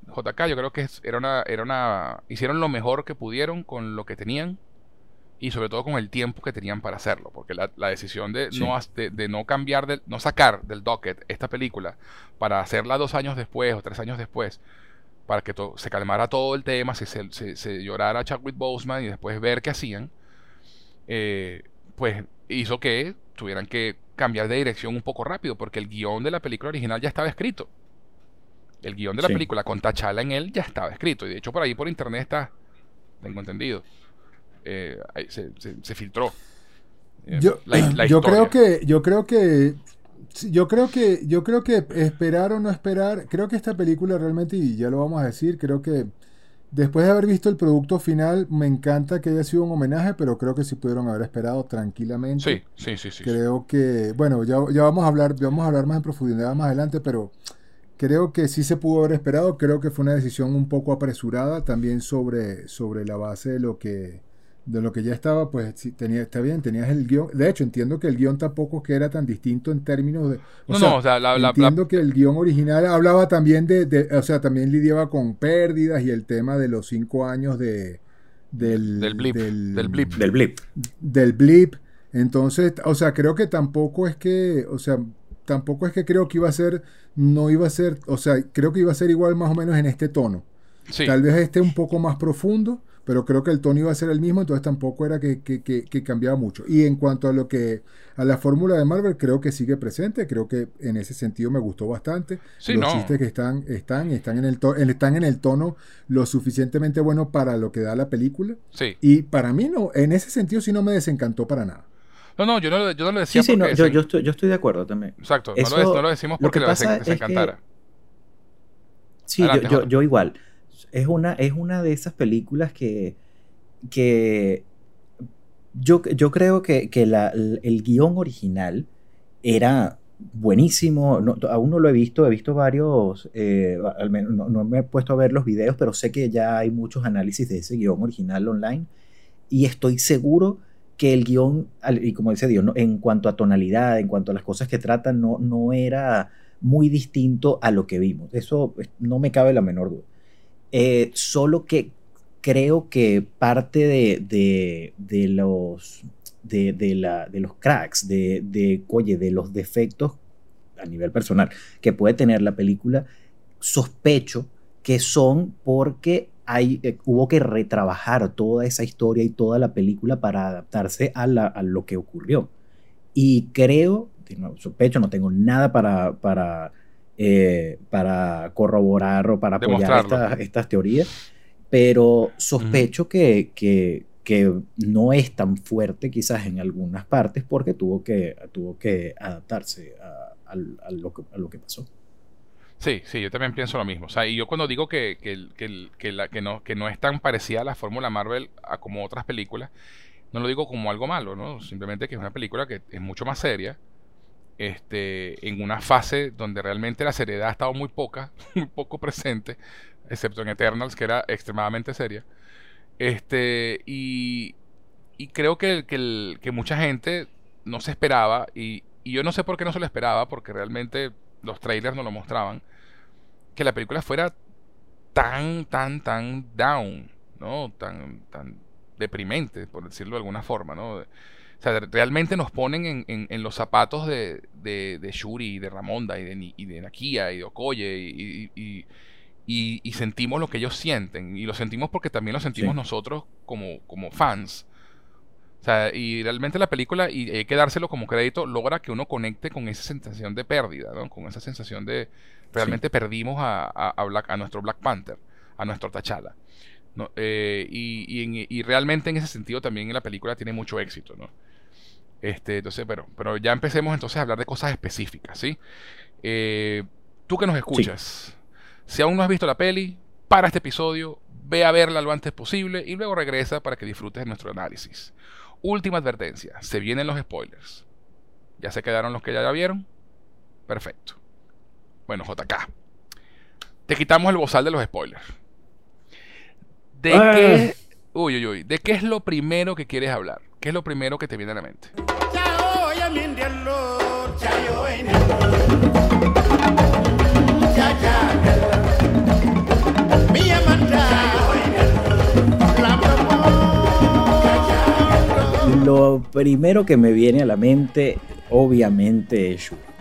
J K, yo creo que es- era una, era una, hicieron lo mejor que pudieron con lo que tenían y sobre todo con el tiempo que tenían para hacerlo, porque la, la decisión de, Sí. no, has- de, de no cambiar, de, no sacar del docket esta película para hacerla dos años después o tres años después, para que to- se calmara todo el tema, se, se, se- se llorara a Chadwick Boseman y después ver qué hacían, eh, pues hizo que tuvieran que cambiar de dirección un poco rápido, porque el guión de la película original ya estaba escrito. El guión de la Sí. película con T'Challa en él ya estaba escrito. Y de hecho por ahí por internet está, tengo entendido. Eh, ahí se, se- se filtró. Eh, Yo, la, la yo historia. creo que, yo creo que, sí, yo creo que, yo creo que esperar o no esperar, creo que esta película realmente, y ya lo vamos a decir, creo que después de haber visto el producto final, me encanta que haya sido un homenaje, pero creo que sí pudieron haber esperado tranquilamente. Sí, sí, sí, sí. sí. Creo que, bueno, ya, ya vamos a hablar, vamos a hablar más en profundidad más adelante, pero creo que sí se pudo haber esperado. Creo que fue una decisión un poco apresurada también sobre, sobre la base de lo que de lo que ya estaba, pues sí, tenía, está bien, tenías el guión. De hecho, entiendo que el guión tampoco que era tan distinto en términos de... O No, sea, no, o sea, la, la- entiendo la- que el guión original hablaba también de, de- o sea, también lidiaba con pérdidas y el tema de los cinco años de... Del, Del blip, del blip. Del blip. del blip. Entonces, o sea, creo que tampoco es que, o sea, tampoco es que creo que iba a ser, no iba a ser, o sea, creo que iba a ser igual más o menos en este tono. sí. Tal vez esté un poco más profundo, pero creo que el tono iba a ser el mismo, entonces tampoco era que, que, que, que cambiaba mucho. Y en cuanto a lo que, a la fórmula de Marvel, creo que sigue presente, creo que en ese sentido me gustó bastante. Sí, Los no. chistes que están, están, están en el to- están en el tono lo suficientemente bueno para lo que da la película. Sí. Y para mí no, en ese sentido sí no me desencantó para nada. No, no, yo no, lo- yo no lo decía Sí, sí, no, porque... yo, se- yo, estoy, yo estoy de acuerdo también. Exacto, no, Eso- lo, no lo decimos lo porque que le pasa se, se es que- encantara. Sí, Adelante, yo, yo, Jorge. yo igual. Es una, es una de esas películas que, que yo, yo creo que, que la- el, el guión original era buenísimo. No, aún no lo he visto, he visto varios, eh, al menos no, no me he puesto a ver los videos, pero sé que ya hay muchos análisis de ese guión original online y estoy seguro que el guión, al- y como dice Dios, ¿no? En cuanto a tonalidad, en cuanto a las cosas que tratan, no, no era muy distinto a lo que vimos. Eso eh, no me cabe la menor duda. Eh, solo que creo que parte de, de, de los de, de, la, de los cracks, de, de, oye, de los defectos a nivel personal que puede tener la película, sospecho que son porque hay, eh, hubo que retrabajar toda esa historia y toda la película para adaptarse a, la, a lo que ocurrió. Y creo, no, sospecho, no tengo nada para, para, eh, para corroborar o para apoyar Demostrarlo. estas, estas teorías, pero sospecho que, que, que no es tan fuerte quizás en algunas partes porque tuvo que, tuvo que adaptarse a, a, a, lo, que, a lo que pasó. Sí, sí, yo también pienso lo mismo. O sea, y yo cuando digo que, que, el- que, el- que, la, que, no, que no es tan parecida a la fórmula Marvel a como otras películas, no lo digo como algo malo, ¿no? Simplemente que es una película que es mucho más seria, este, en una fase donde realmente la seriedad ha estado muy poca, muy poco presente, excepto en Eternals, que era extremadamente seria. Este, y, y creo que, que, el- que mucha gente no se esperaba, y, y yo no sé por qué no se lo esperaba, porque realmente los trailers no lo mostraban, que la película fuera tan, tan, tan down, ¿no? Tan, tan deprimente, por decirlo de alguna forma, ¿no? O sea, realmente nos ponen en, en, en los zapatos de, de, de Shuri, y de Ramonda, y de, Ni- y de Nakia, y de Okoye, y, y, y, y- y sentimos lo que ellos sienten, y lo sentimos porque también lo sentimos Sí. nosotros como, como fans. O sea, y realmente la película, y hay que dárselo como crédito, logra que uno conecte con esa sensación de pérdida, ¿no? Con esa sensación de realmente perdimos a, a, a Black- a nuestro Black Panther, a nuestro T'Challa, ¿no? Eh, y, y, en- y realmente en ese sentido también la película tiene mucho éxito, ¿no? Este, entonces, pero, pero ya empecemos entonces a hablar de cosas específicas, ¿sí? Eh, tú que nos escuchas, si aún no has visto la peli, para este episodio, ve a verla lo antes posible y luego regresa para que disfrutes de nuestro análisis. Última advertencia, se vienen los spoilers. ¿Ya se quedaron los que ya la vieron? Perfecto. Bueno, J K, te quitamos el bozal de los spoilers. ¿De Ah. qué? Uy, uy, uy. ¿De qué es lo primero que quieres hablar? ¿Qué es lo primero que te viene a la mente? Chao, ya me entiendo. Chayo, en el- Ya, ya, primero que me viene a la mente, obviamente, es Shuri.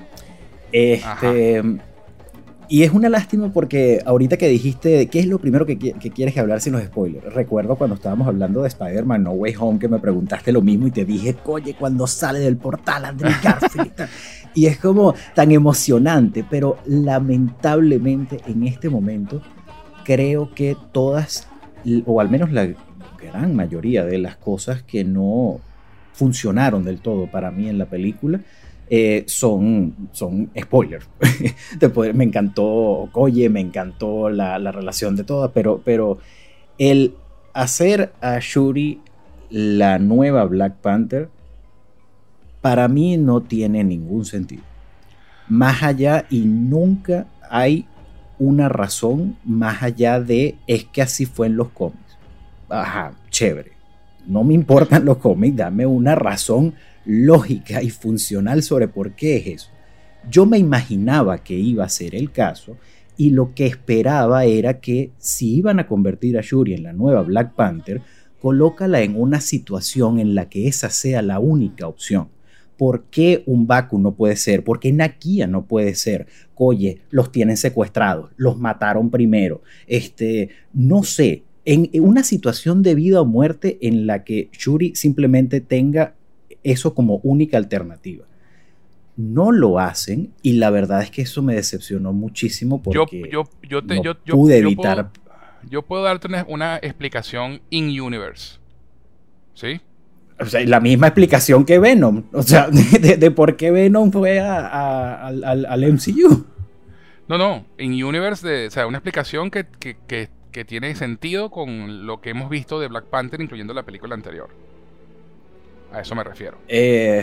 Este, y es una lástima porque ahorita que dijiste qué es lo primero que, que quieres que hablar sin los spoilers. Recuerdo cuando estábamos hablando de Spider-Man No Way Home que me preguntaste lo mismo y te dije, oye, cuando sale del portal Andrew Garfield. Y es como tan emocionante, pero lamentablemente en este momento creo que todas, o al menos la gran mayoría de las cosas que no funcionaron del todo para mí en la película, Eh, son, son spoilers. Después me encantó Okoye, me encantó la, la relación de todas, pero, pero el hacer a Shuri la nueva Black Panther para mí no tiene ningún sentido. Más allá, y nunca hay una razón más allá de es que así fue en los cómics. Ajá, chévere. No me importan los cómics, dame una razón lógica y funcional sobre por qué es eso. Yo me imaginaba que iba a ser el caso y lo que esperaba era que si iban a convertir a Shuri en la nueva Black Panther, colócala en una situación en la que esa sea la única opción. ¿Por qué un M'Baku no puede ser? ¿Por qué Nakia no puede ser? Oye, los tienen secuestrados, los mataron primero. Este, no sé, en una situación de vida o muerte en la que Shuri simplemente tenga eso como única alternativa. No lo hacen y la verdad es que eso me decepcionó muchísimo porque yo, yo, yo te, no yo, yo, pude yo evitar. Puedo, yo puedo darte una, una explicación in-universe. ¿Sí? O sea, la misma explicación que Venom. O sea, de, de, de por qué Venom fue a, a, al, al, al M C U. No, no. In-universe, de, o sea, una explicación que, que, que, que tiene sentido con lo que hemos visto de Black Panther, incluyendo la película anterior. A eso me refiero. Eh,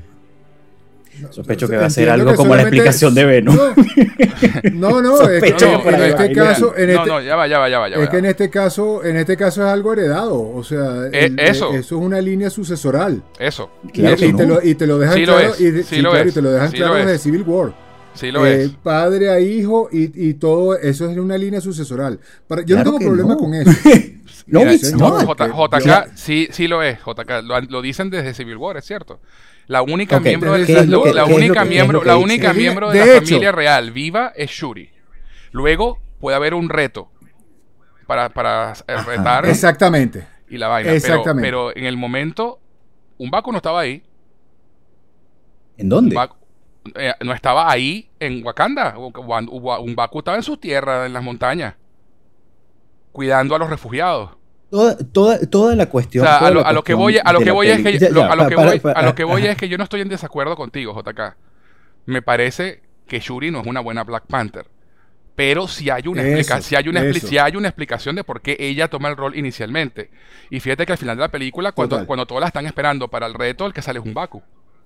No, sospecho no, que va a ser entiendo algo que como la solamente- explicación de Venom. No, no, no, es que, Sospecho que no, por en ahí este va, caso, en no, este, no, ya va, ya va, ya va. Ya es va. que en este caso, en este caso es algo heredado, o sea, Eh, el- eso. eh, eso es una línea sucesoral. Eso. Claro y, que y no. te lo, y te lo dejan Sí lo claro, es, y, de- sí sí, lo claro, es, y te lo dejan sí claro lo desde es. Civil War. Sí lo Eh, es. Padre a hijo y, y todo eso es una línea sucesoral. Para, yo Claro no que tengo problema no. con eso. No, Mira, it's señor, not. J- que J K, yo- sí, sí lo es, J K, lo, lo dicen desde Civil War, es cierto. La única Ok, miembro de ¿qué la, es lo que- la qué es lo única que- miembro, qué es lo la que única dice? miembro de, De la hecho. familia real viva es Shuri. Luego puede haber un reto para, para eh, Ajá. retar Exactamente. y la vaina. Pero, Exactamente. pero en el momento, un M'Baku no estaba ahí. ¿En dónde? M'Baku, eh, no estaba ahí en Wakanda. Un M'Baku estaba en sus tierras, en las montañas, cuidando a los refugiados. Toda, toda, toda la cuestión. O sea, toda a lo, la a lo que cuestión voy, a lo de que la voy es peli- que Ya, lo- ya, a lo pa- que para- voy, para- a lo que voy ajá. es que yo no estoy en desacuerdo contigo, J K. Me parece que Shuri no es una buena Black Panther. Pero si hay una Eso, explica- si hay una expli- eso. si hay una explicación de por qué ella toma el rol inicialmente. Y fíjate que al final de la película, cuando, Total. cuando todos la están esperando para el reto, el que sale es un M'Baku.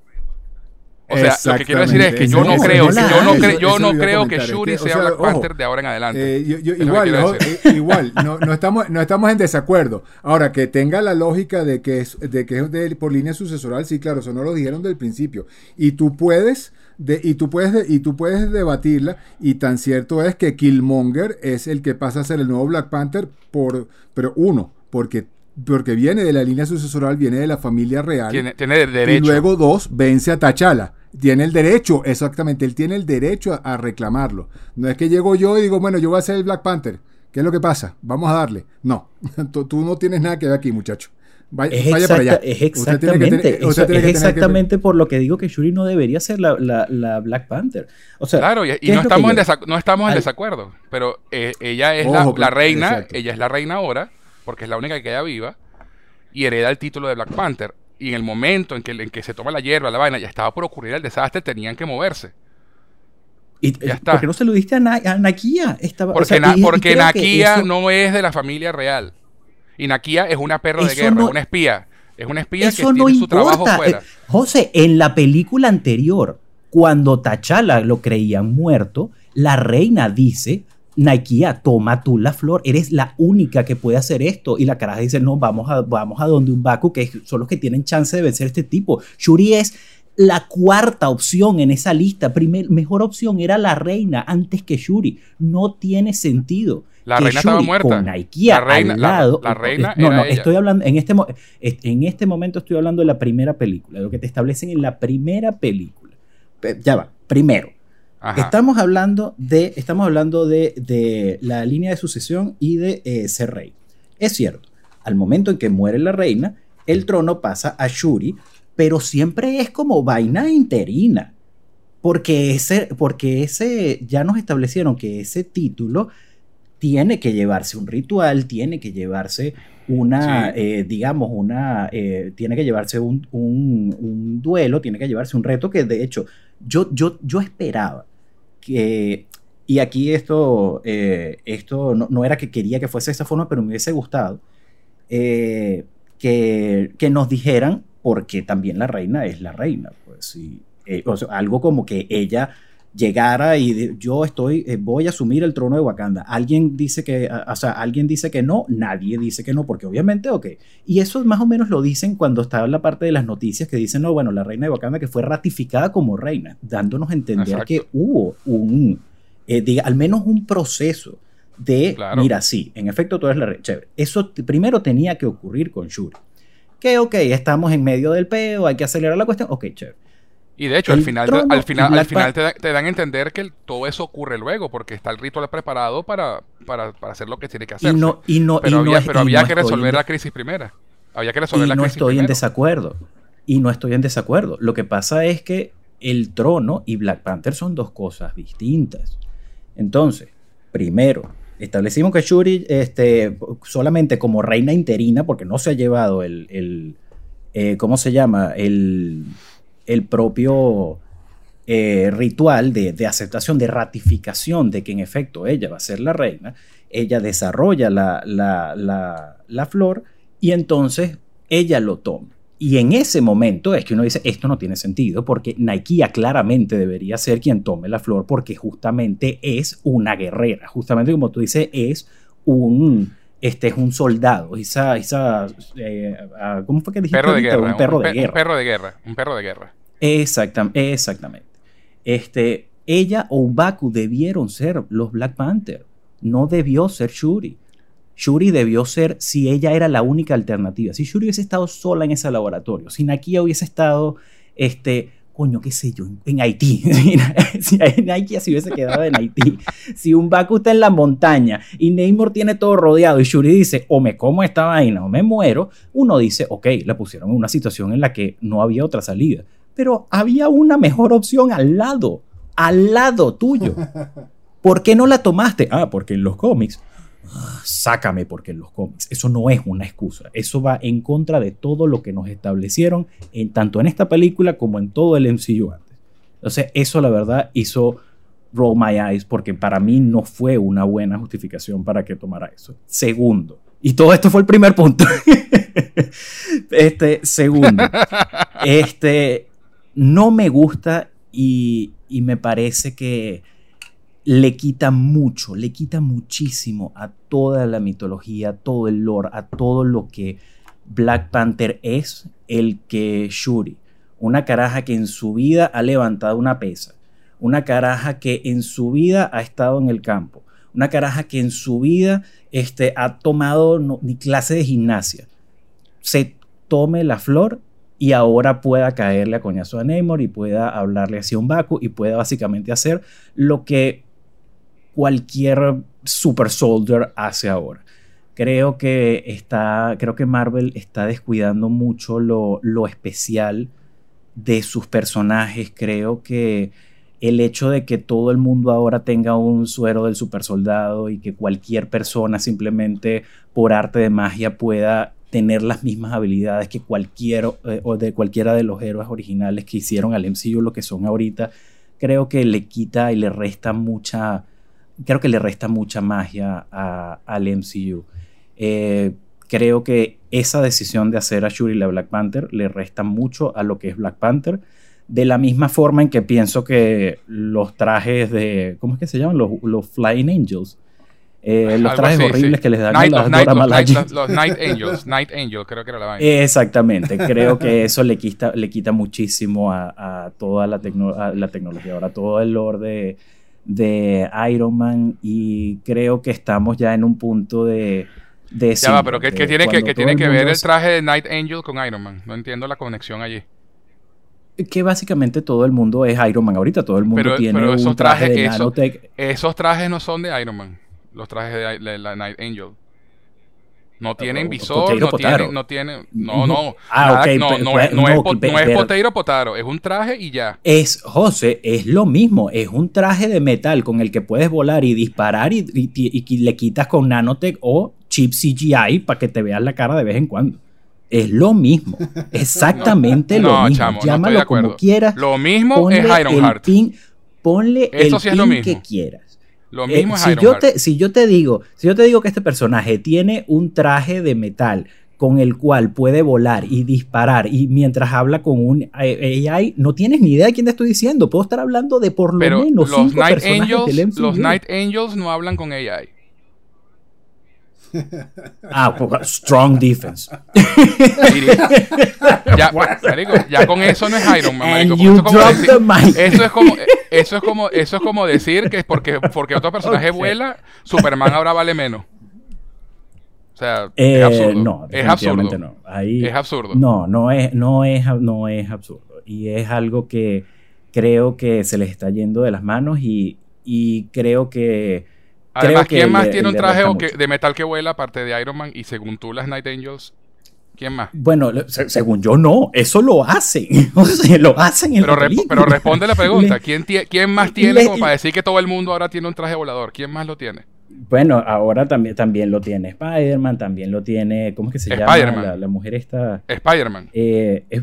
O sea, lo que quiero decir es que Exactamente. yo no Eso, creo, no la yo no, hay. cre- Eso- yo eso no iba a creo que comentar, es Shuri que, o sea sea, Black ojo, Panther de ahora en adelante. Eh, yo- yo- Es lo que igual, quiero no, decir. eh, igual no, no estamos, no estamos en desacuerdo. Ahora, que tenga la lógica de que es, de que es de- por línea sucesoral, sí, claro, eso no lo dijeron del principio. Y tú puedes, de, y tú puedes, de- y tú puedes debatirla, y tan cierto es que Killmonger es el que pasa a ser el nuevo Black Panther, por, pero uno, porque, porque viene de la línea sucesoral, viene de la familia real. Tiene, tiene derecho. Y luego dos, vence a T'Challa. Tiene el derecho, exactamente, él tiene el derecho a, a reclamarlo. No es que llego yo y digo, bueno, yo voy a ser el Black Panther. ¿Qué es lo que pasa? Vamos a darle. No, tú, tú no tienes nada que ver aquí, muchacho. Vaya, Es, vaya para exacta- allá. es Usted tiene que exactamente, tener- usted eso- tiene es que tener que- exactamente por lo que digo que Shuri no debería ser la, la, la Black Panther. O sea, Claro, y, y ¿qué es no, lo que estamos en yo- desac- no estamos en Al- desacuerdo, pero eh, ella es la, Ojo, la pero- reina, exacto. ella es la reina ahora, porque es la única que queda viva, y hereda el título de Black Panther. Y en el momento en que, en que se toma la hierba, la vaina, ya estaba por ocurrir el desastre, tenían que moverse. Y, Ya está. ¿Por qué no se lo diste a, Na- a Nakia? Estaba, o Porque, sea, Na- y- y porque creo que Nakia eso- no es de la familia real. Y Nakia es una perro de Eso guerra, no- es una espía. Es una espía Eso que no tiene su trabajo importa. fuera. Eh, José, en la película anterior, cuando T'Challa lo creían muerto, la reina dice, Nakia, toma tú la flor, eres la única que puede hacer esto. Y la caraja dice, no, vamos a, vamos a donde un M'Baku, que son los que tienen chance de vencer a este tipo. Shuri es la cuarta opción en esa lista. Primer, mejor opción era la reina antes que Shuri. No tiene sentido. La que reina Shuri, estaba muerta. Con Naikía la reina, al lado. La, la reina no, era no, ella. estoy hablando en este, en este momento estoy hablando de la primera película, de lo que te establecen en la primera película. Ya va, primero. Ajá. Estamos hablando de, estamos hablando de, de la línea de sucesión y de eh, ser rey. Es cierto, al momento en que muere la reina, el trono pasa a Shuri, pero siempre es como vaina interina. Porque ese, porque ese, ya nos establecieron que ese título tiene que llevarse un ritual, tiene que llevarse una, sí. eh, digamos, una, eh, tiene que llevarse un, un, un duelo, tiene que llevarse un reto que de hecho yo, yo, yo esperaba que, y aquí esto, eh, esto no, no era que quería que fuese de esa forma, pero me hubiese gustado eh, que, que nos dijeran, porque también la reina es la reina, pues sí. Eh, o sea, algo como que ella llegara y de, yo estoy, eh, voy a asumir el trono de Wakanda. Alguien dice que, o sea, alguien dice que no, nadie dice que no, porque obviamente, ok. Y eso más o menos lo dicen cuando está en la parte de las noticias que dicen, no, bueno, la reina de Wakanda que fue ratificada como reina, dándonos a entender Exacto. que hubo un, eh, diga, al menos un proceso de, claro. mira, sí, en efecto tú eres la reina. Chévere. Eso t- primero tenía que ocurrir con Shuri. Que, ok, estamos en medio del peo, hay que acelerar la cuestión, ok, chévere. Y de hecho, al final, trono, al final, al final te, da, te dan a entender que el, todo eso ocurre luego, porque está el ritual preparado para, para, para hacer lo que tiene que hacer. Y no, y no, pero y había, no es, pero había no que resolver en, la crisis primera. Había que resolver y la no crisis estoy primero. en desacuerdo. Y no estoy en desacuerdo. Lo que pasa es que el trono y Black Panther son dos cosas distintas. Entonces, primero, establecimos que Shuri este, solamente como reina interina, porque no se ha llevado el, el eh, ¿cómo se llama? El, el propio... Eh, ritual de, de aceptación, de ratificación de que en efecto ella va a ser la reina. Ella desarrolla la, la, la, la flor y entonces ella lo toma. Y en ese momento es que uno dice, esto no tiene sentido porque Naikía claramente debería ser quien tome la flor porque justamente es una guerrera. Justamente como tú dices, es un... Este es un soldado, esa, esa, eh, uh, ¿cómo fue que dijiste? Perro de guerra, un perro un, de pe- guerra. Un perro de guerra, un perro de guerra. Exactamente, exactamente. Este, ella o M'Baku debieron ser los Black Panther. No debió ser Shuri. Shuri debió ser si ella era la única alternativa. Si Shuri hubiese estado sola en ese laboratorio, si Naikía hubiese estado, este, coño, qué sé yo, en, en Haití. Si Naikía se hubiese quedado en Haití. Si M'Baku está en la montaña y Namor tiene todo rodeado y Shuri dice, o me como esta vaina o me muero, uno dice, ok, la pusieron en una situación en la que no había otra salida. Pero había una mejor opción al lado, al lado tuyo. ¿Por qué no la tomaste? Ah, porque en los cómics. Ah, sácame porque en los cómics. Eso no es una excusa. Eso va en contra de todo lo que nos establecieron, en, tanto en esta película como en todo el M C U antes. Entonces, eso la verdad hizo roll my eyes porque para mí no fue una buena justificación para que tomara eso. Segundo. Y todo esto fue el primer punto. Este, segundo. Este... No me gusta y, y me parece que le quita mucho, le quita muchísimo a toda la mitología, a todo el lore, a todo lo que Black Panther es, el que Shuri, una caraja que en su vida ha levantado una pesa, una caraja que en su vida ha estado en el campo, una caraja que en su vida este, ha tomado no, ni clase de gimnasia, se tome la flor y ahora pueda caerle a coñazo a Namor y pueda hablarle hacia un M'Baku y pueda básicamente hacer lo que cualquier super soldier hace ahora. Creo que, está, creo que Marvel está descuidando mucho lo, lo especial de sus personajes. Creo que el hecho de que todo el mundo ahora tenga un suero del super soldado y que cualquier persona simplemente por arte de magia pueda tener las mismas habilidades que cualquier eh, o de cualquiera de los héroes originales que hicieron al M C U lo que son ahorita, creo que le quita y le resta mucha, creo que le resta mucha magia a, al M C U. Eh, creo que esa decisión de hacer a Shuri la Black Panther le resta mucho a lo que es Black Panther, de la misma forma en que pienso que los trajes de, ¿cómo es que se llaman? Los, los Flying Angels. Eh, los Algo trajes así, horribles sí. que les dan Night, a los, las Night, Dora los, Night, Milaje. los Night Angels. Night Angel, creo que era la vaina. Exactamente, creo que eso le quita, le quita muchísimo a, a toda la, tecno, a la tecnología, ahora todo el lore de, de Iron Man, y creo que estamos ya en un punto de... de Ya va, pero ¿qué, qué tiene que, cuando que, todo tiene que ver mundo el traje de Night Angel con Iron Man? No entiendo la conexión allí. que básicamente todo el mundo es Iron Man ahorita, todo el mundo Pero, tiene pero esos un traje trajes, de eso- nanotech. esos trajes no son de Iron Man. Los trajes de, de la Night Angel. No tienen Oh, visor, Potato no Potaro. tienen, no tienen, no, no, Ah, nada, ok, no, pe- no, pe- es, no, es, no, po- pe- no es pero- Potato Potaro, es un traje y ya. Es, José, es lo mismo, es un traje de metal con el que puedes volar y disparar y, y- y- y le quitas con nanotech o chip C G I para que te veas la cara de vez en cuando. Es lo mismo, exactamente No, lo mismo. chamo, no estoy Llámalo de acuerdo. como quieras. Lo mismo Ponle es Iron el Heart. pin- ponle Eso el sí es lo pin mismo. que quieras. Lo Eh, mismo es si Iron yo Heart. te, si yo te digo, si yo te digo que este personaje tiene un traje de metal con el cual puede volar y disparar y mientras habla con un A I, no tienes ni idea de quién te estoy diciendo. Puedo estar hablando de por lo Pero menos los cinco Night personajes del Angels, M C U. los Night Angels no hablan con A I. Ah, pues, strong defense. ya, marico, ya con eso no es Iron Man, marico, And porque you eso es como drop decir- the mic. eso es como eso es como eso es como decir que porque porque otro personaje Ok. vuela, Superman ahora vale menos. O sea, Eh, es absurdo. no, es absurdo. definitivamente no. Ahí, Es absurdo. No, no es, no, es, no es absurdo. Y es algo que creo que se les está yendo de las manos y, y creo que... Además, creo que ¿quién más le- tiene un le traje resta o que- mucho. de metal que vuela aparte de Iron Man y según tú las Night Angels? ¿Quién más? Bueno, se- según yo no, eso lo hacen. O sea, lo hacen en Pero, la re- película. pero responde la pregunta. Le- ¿Quién, tie- ¿Quién más tiene le- como para decir que todo el mundo ahora tiene un traje volador? ¿Quién más lo tiene? Bueno, ahora también, también lo tiene Spider-Man, también lo tiene... ¿Cómo es que se llama? Spider-Man. La, la mujer esta... Spider-Man. Eh, es-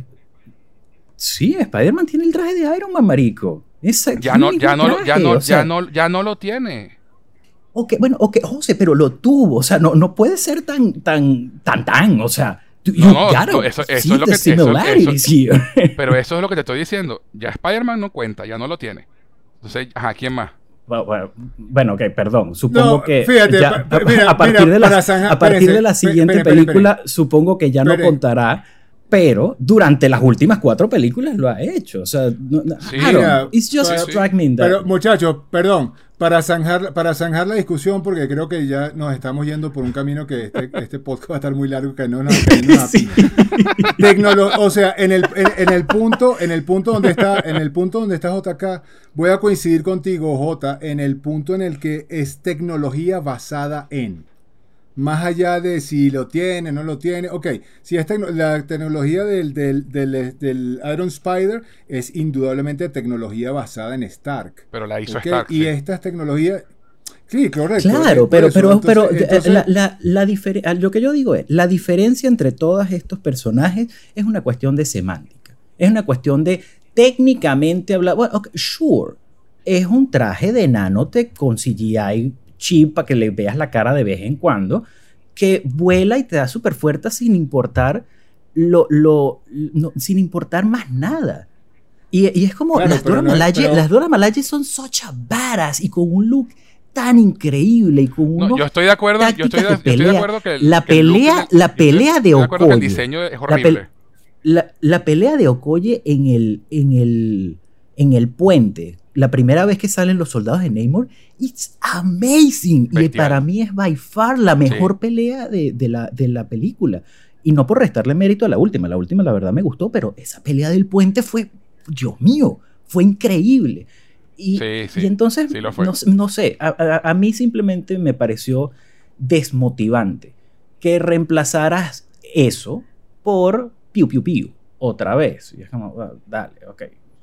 sí, Spider-Man tiene el traje de Iron Man, marico. Esa- Ya tiene no, el ya no, lo- ya traje, no, o sea, ya no, ya no lo tiene. Ok, bueno, ok, José, pero lo tuvo, o sea, no, no puede ser tan, tan, tan, tan, o sea, you No, no, gotta no, eso- eso see es lo the que- eso- similarities here. Pero eso es lo que te estoy diciendo. Ya Spider-Man no cuenta, ya no lo tiene. Entonces, ajá, ¿quién más? Bueno, bueno, bueno, ok, perdón, supongo No, que fíjate, ya- pa- a, mira, a partir, mira, de, la, para zanjar- a partir espérese, de la siguiente espere, espere, película, espere. supongo que ya no Espere. contará, pero durante las últimas cuatro películas lo ha hecho, o sea, no, no, Sí. I don't know, it's just Mira, sí, sí. fragmenting that. Pero muchachos, perdón, para zanjar, para zanjar la discusión, porque creo que ya nos estamos yendo por un camino que este, este podcast va a estar muy largo, que no nos nos- Sí. Tecnolo- o sea, en el, en, en el punto, en el punto donde está, en el punto donde está J K, voy a coincidir contigo, J, en el punto en el que es tecnología basada en. Más allá de si lo tiene, no lo tiene. Ok, si es tecno- la tecnología del, del, del, del Iron Spider es indudablemente tecnología basada en Stark. Pero la hizo Ok, Stark. Y sí. estas tecnologías... Sí, correcto. Claro, por pero, eso. pero, Entonces- pero eh, entonces- la, la, la difere- lo que yo digo es, la diferencia entre todos estos personajes es una cuestión de semántica. Es una cuestión de técnicamente hablar. Bueno, ok, sure, es un traje de nanotech con C G I chip para que le veas la cara de vez en cuando, que vuela y te da súper fuerza sin importar lo, lo, no, sin importar más nada. Y, y es como, Claro, las, pero Dora no es- Milaje, pero- las Dora Milaje son such a badass y con un look tan increíble y con No, unos yo estoy de acuerdo, yo estoy de, yo tácticas de estoy de pelea. acuerdo que el, La que el look pelea- de- la yo estoy- pelea de estoy de acuerdo que el Okoye. diseño es La, horrible. pel- la- la pelea de Okoye en el, en, el, en el puente, la primera vez que salen los soldados de Namor, it's amazing. Y Bestial. para mí es by far la mejor Sí. pelea de, de, la, de la película. Y no por restarle mérito a la última, la última la verdad me gustó, pero esa pelea del puente fue, Dios mío, fue increíble. Y, Sí, sí, y entonces, sí lo fue. no, no sé, a, a- a mí simplemente me pareció desmotivante que reemplazaras eso por piu piu piu otra vez. Y es como, well, dale, ok.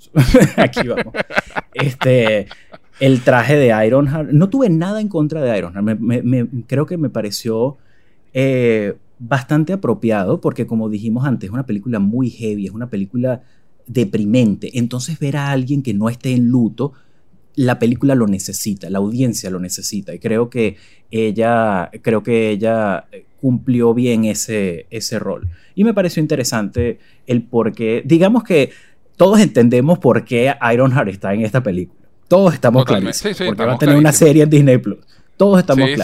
Aquí vamos. Este, el traje de Ironheart. No tuve nada en contra de Ironheart. Me, me- me- creo que me pareció eh, bastante apropiado porque, como dijimos antes, es una película muy heavy, es una película deprimente. Entonces, ver a alguien que no esté en luto, la película lo necesita, la audiencia lo necesita. Y creo que ella, creo que ella cumplió bien ese, ese rol. Y me pareció interesante el por qué. Digamos que todos entendemos por qué Ironheart está en esta película. Todos estamos Totalmente. clarísimos. Sí, sí, porque va a estamos tener una clarísimos. serie en Disney Plus. Todos estamos Sí, claros. sí.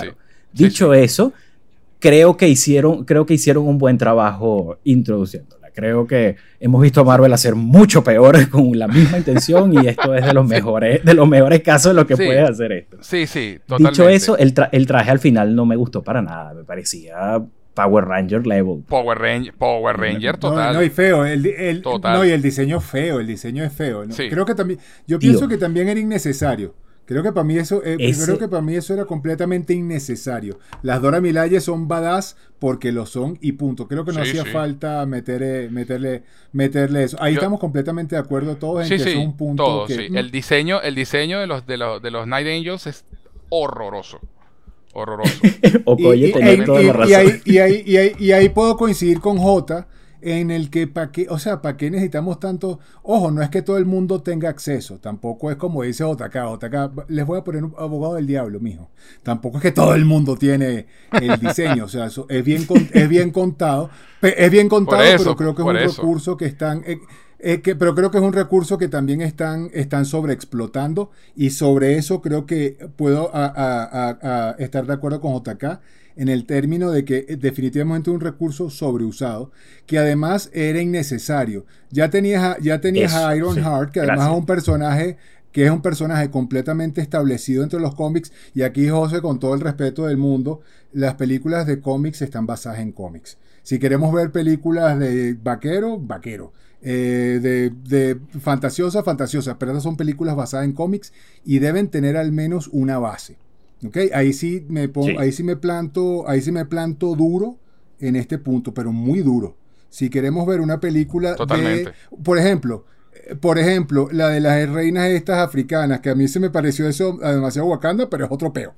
Dicho sí, sí. eso, creo que hicieron, creo que hicieron un buen trabajo introduciéndola. Creo que hemos visto a Marvel hacer mucho peor con la misma intención y esto es de los mejores, de los mejores casos de lo que Sí. puede hacer esto. Sí, sí, totalmente. Dicho eso, el, tra- el traje al final no me gustó para nada. Me parecía Power Ranger level. Power Ranger, Power Ranger total. No, no, y feo. El, el, Total. No, y el diseño es feo. El diseño es feo. ¿no? Sí. Creo que también. Yo Tío. pienso que también era innecesario. Creo que para mí eso, eh, Ese- creo que para mí eso era completamente innecesario. Las Dora Milaje son badass porque lo son y punto. Creo que no Sí, hacía sí. falta meter, meterle, meterle eso. Ahí Yo- estamos completamente de acuerdo todos en Sí, que sí, eso es un punto todo, que sí. mm, El diseño, el diseño de los, de los, de los Night Angels es horroroso. Horroroso. Okoye y, tenía y- toda y- la y razón. ahí, y, ahí, y, ahí, y ahí puedo coincidir con J en el que para qué, o sea, para qué necesitamos tanto. Ojo, no es que todo el mundo tenga acceso, tampoco es como dice J K. J K, les voy a poner un abogado del diablo, mijo. Tampoco es que todo el mundo tiene el diseño, o sea, eso es bien con- es bien contado, pe- es bien contado, Por eso, pero creo que es por un eso. recurso que están eh, eh, que, pero creo que es un recurso que también están, están sobreexplotando y sobre eso creo que puedo a, a, a, a estar de acuerdo con J K en el término de que definitivamente es un recurso sobreusado que además era innecesario. Ya tenías a, ya tenías Eso, a Ironheart, sí, que además gracias. es un personaje que es un personaje completamente establecido entre los cómics, y aquí José, con todo el respeto del mundo, las películas de cómics están basadas en cómics. Si queremos ver películas de vaquero, vaquero. Eh, de, de fantasiosa, fantasiosa, pero estas son películas basadas en cómics y deben tener al menos una base. ¿Okay? Ahí sí me pongo, Sí. ahí sí me planto, ahí sí me planto duro en este punto, pero muy duro. Si queremos ver una película Totalmente. de, por ejemplo, eh, por ejemplo, la de las reinas estas africanas, que a mí se me pareció eso demasiado Wakanda, pero es otro peo.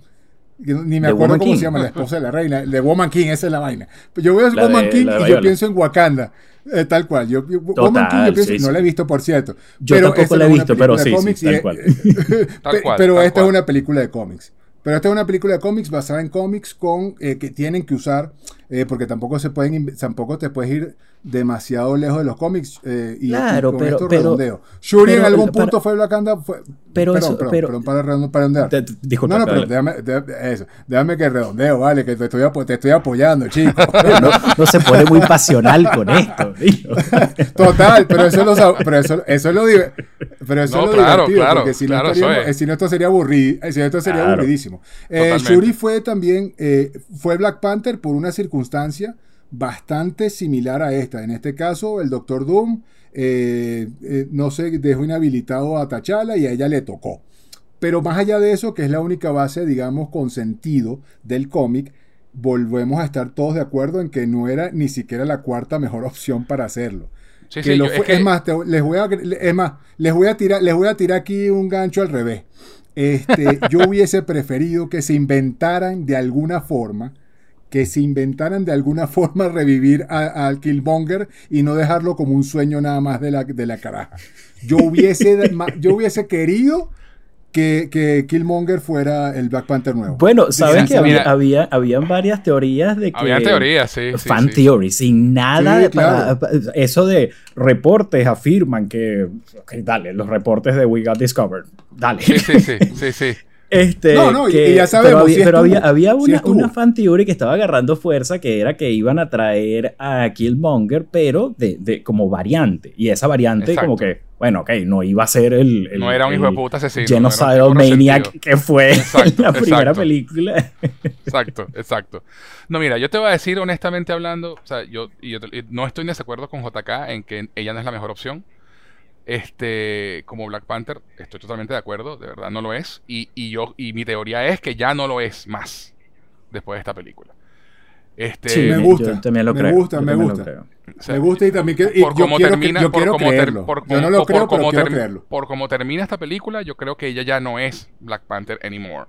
Ni me The acuerdo Woman cómo King. se llama la esposa de la reina. De Woman King, esa es la vaina. Yo veo La Woman de- King la de y yo Viola. pienso en Wakanda. Eh, tal cual. Yo, yo- Total, Woman King, yo pienso, sí, no sí. la he visto, por cierto. Yo pero tampoco esta la he no es una visto, pero película de sí, sí, cómics y tal es- cual. Tal cual, pero tal esta cual. es una película de cómics. Pero esta es una película de cómics basada en cómics con eh, que tienen que usar, eh, porque tampoco se pueden, inv- tampoco te puedes ir demasiado lejos de los cómics. Eh, y, Claro, y con pero- esto pero- redondeo. Shuri pero- en algún para- punto fue Black Panther. Fue, Pero perdón, eso- perdón, pero- perdón, para, redonde- para redondear. Te- te- disculpa, no, no, pero dale. déjame, déjame- eso, déjame que redondeo, vale, que te estoy, apo- te estoy apoyando, chico. No, no se pone muy pasional con esto. tío. Total, pero eso es lo, sab- pero eso, eso es lo, div- pero eso No, es lo claro, divertido, claro, porque si claro, no, eso estaríamos- es. eh, si no esto sería aburrido, si no esto sería Claro. aburridísimo. Eh, Totalmente. Shuri fue también, eh, fue Black Panther por una circunstancia bastante similar a esta. En este caso, el Doctor Doom, eh, eh, no sé, dejó inhabilitado a T'Challa y a ella le tocó. Pero más allá de eso, que es la única base, digamos, con sentido del cómic, volvemos a estar todos de acuerdo en que no era ni siquiera la cuarta mejor opción para hacerlo. Sí, Que sí, lo yo- es fue- que- es más, te- les voy a, es más, les voy a tirar, les voy a tirar aquí un gancho al revés. Este, yo hubiese preferido que se inventaran de alguna forma, que se inventaran de alguna forma revivir a- al Killmonger y no dejarlo como un sueño nada más de la, de la caraja. Yo hubiese, ma- yo hubiese querido que, que Killmonger fuera el Black Panther nuevo. Bueno, sabes Sí, que sí, había, mira. había, habían varias teorías de que... Habían teorías, sí, sí, fan sí. theory, sin nada Sí, de- para, claro. para- eso de reportes afirman que... Ok, dale, los reportes de We Got Discovered. Dale. Sí, sí, sí, sí, sí. Este, No, no, y- que- y ya sabemos, pero había, sí pero estuvo, había, había sí una, estuvo. una fan theory que estaba agarrando fuerza, que era que iban a traer a Killmonger, pero de, de como variante. Y esa variante Exacto. como que, bueno, ok, no iba a ser el... el- No era un el hijo de puta asesino. Genocidal no era un tipo Maniac resentido. que fue Exacto, la primera exacto. película. Exacto, exacto. No, mira, yo te voy a decir honestamente hablando, o sea, yo, y yo te- y no estoy en desacuerdo con J K en que ella no es la mejor opción. Este, como Black Panther, estoy totalmente de acuerdo, de verdad no lo es. Y, y yo, y mi teoría es que ya no lo es más después de esta película. Este, Sí, me yo gusta, también lo me creo, gusta, yo me también lo gusta. creo. o sea, Me gusta y también que, y por yo cómo quiero, que- termina, yo por quiero cómo ter- creerlo. por yo cómo- no lo por creo, pero cómo quiero termi- creerlo. por cómo termina esta película, yo creo que ella ya no es Black Panther anymore.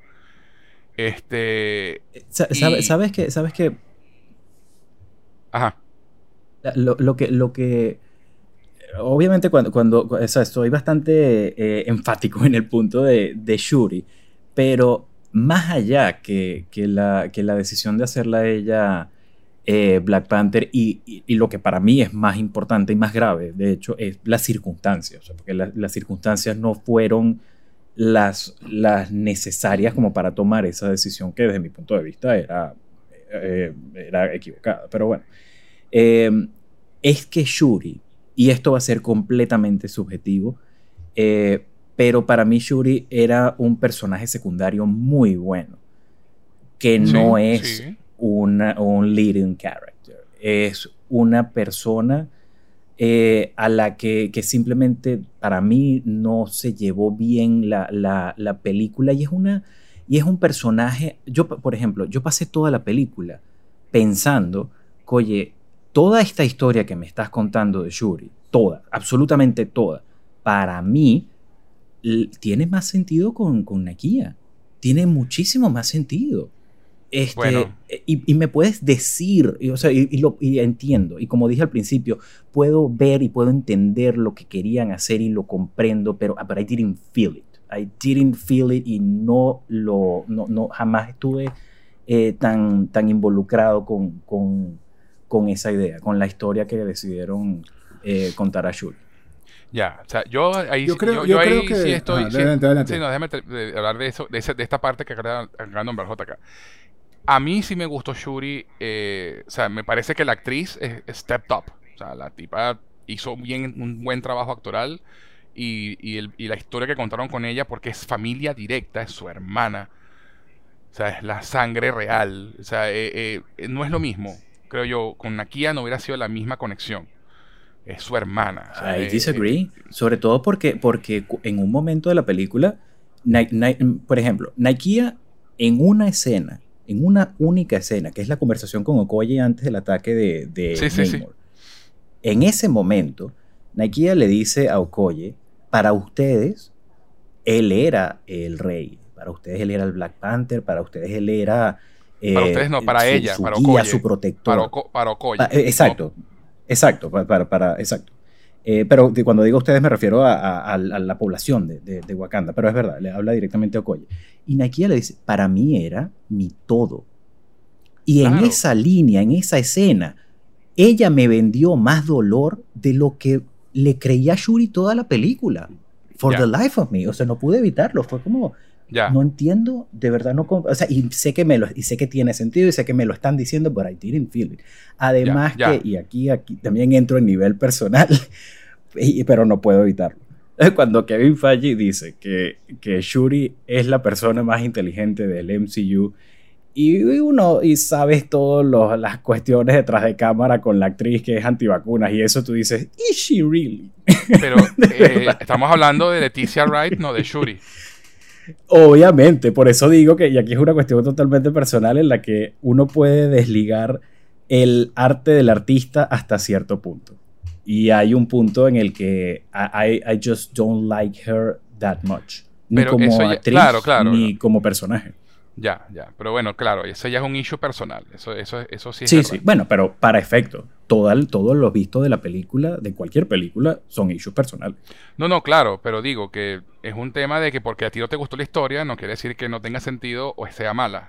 Este, Sa- Y- sabe- ¿Sabes qué? ¿Sabes qué? ajá, Lo, lo que, lo que, obviamente cuando, cuando o sea, estoy bastante eh, enfático en el punto de, de Shuri, pero más allá que, que, la, que la decisión de hacerla a ella eh, Black Panther y, y, y lo que para mí es más importante y más grave, de hecho, es las circunstancias, o sea, porque la- las circunstancias no fueron las, las necesarias como para tomar esa decisión que desde mi punto de vista era, eh, era equivocada. Pero bueno, eh, es que Shuri, y esto va a ser completamente subjetivo, eh, pero para mí Shuri era un personaje secundario muy bueno, que no Sí, es sí. una, un leading character, es una persona eh, a la que, que simplemente para mí no se llevó bien la, la, la película, y es, una, y es un personaje, yo por ejemplo, yo pasé toda la película pensando, oye, toda esta historia que me estás contando de Shuri, toda, absolutamente toda, para mí l- tiene más sentido con, con Nakia, tiene muchísimo más sentido. Este, Bueno. y, y me puedes decir, y, o sea, y, y lo y entiendo, y como dije al principio, puedo ver y puedo entender lo que querían hacer y lo comprendo, pero but I didn't feel it. I didn't feel it y no lo, no, no jamás estuve eh, tan, tan involucrado con, con, con esa idea, con la historia que decidieron eh, contar a Shuri. Ya, o sea, yo ahí, Yo sí- creo- yo, yo yo creo ahí que- sí estoy. ajá, sí, adelante, adelante. sí, no, déjame te- de- hablar de eso, de, ese- de esta parte que acaba acaba de nombrar J K. A mí sí me gustó Shuri, eh, o sea, me parece que la actriz es, es stepped up. O sea, la tipa hizo bien, un buen trabajo actoral y, y, el- y la historia que contaron con ella, porque es familia directa, es su hermana. O sea, es la sangre real. O sea, eh, eh, no es lo mismo. Creo yo, con Nakia no hubiera sido la misma conexión. Es su hermana. O sea, I eh, eh, disagree, sobre todo porque, porque cu- en un momento de la película, Ni- Ni- por ejemplo, Nakia en una escena, en una única escena, que es la conversación con Okoye antes del ataque de, de Sí, sí, sí. Namor, en ese momento, Nakia le dice a Okoye, para ustedes, él era el rey, para ustedes él era el Black Panther, para ustedes él era eh, para ustedes no, para su, ella, su para guía, Okoye. su protector. Para, Oko- para Okoye. Pa- eh, exacto, exacto, para, para, para- exacto. Eh, pero de- cuando digo ustedes me refiero a, a- a la a la población de, de- de Wakanda, pero es verdad, le habla directamente a Okoye. Y Nakia le dice, para mí era mi todo. Y en Claro. esa línea, en esa escena, ella me vendió más dolor de lo que le creía a Shuri toda la película. For Ya. the life of me. O sea, no pude evitarlo. Fue como, Ya. no entiendo, de verdad no... comp- O sea, y sé que me lo, y sé que tiene sentido y sé que me lo están diciendo, but I didn't feel it. Además Ya, ya. que, y aquí, aquí también entro en nivel personal, y- pero no puedo evitarlo. Cuando Kevin Feige dice que, que Shuri es la persona más inteligente del M C U y uno y sabes todas los- las cuestiones detrás de cámara con la actriz que es antivacunas y eso tú dices, ¿is she really? Pero eh, estamos hablando de Leticia Wright, no de Shuri. Obviamente, por eso digo que, y aquí es una cuestión totalmente personal en la que uno puede desligar el arte del artista hasta cierto punto. Y hay un punto en el que I, I- I just don't like her that much. Ni Pero como eso ya- actriz, claro, claro. ni como personaje. Ya, ya. Pero bueno, claro, eso ya es un issue personal. Eso, eso, eso sí es Sí, verdad. sí. Bueno, pero para efecto, todo, el- todo lo visto de la película, de cualquier película, son issues personales. No, no, claro, pero digo que es un tema de que porque a ti no te gustó la historia, no quiere decir que no tenga sentido o sea mala.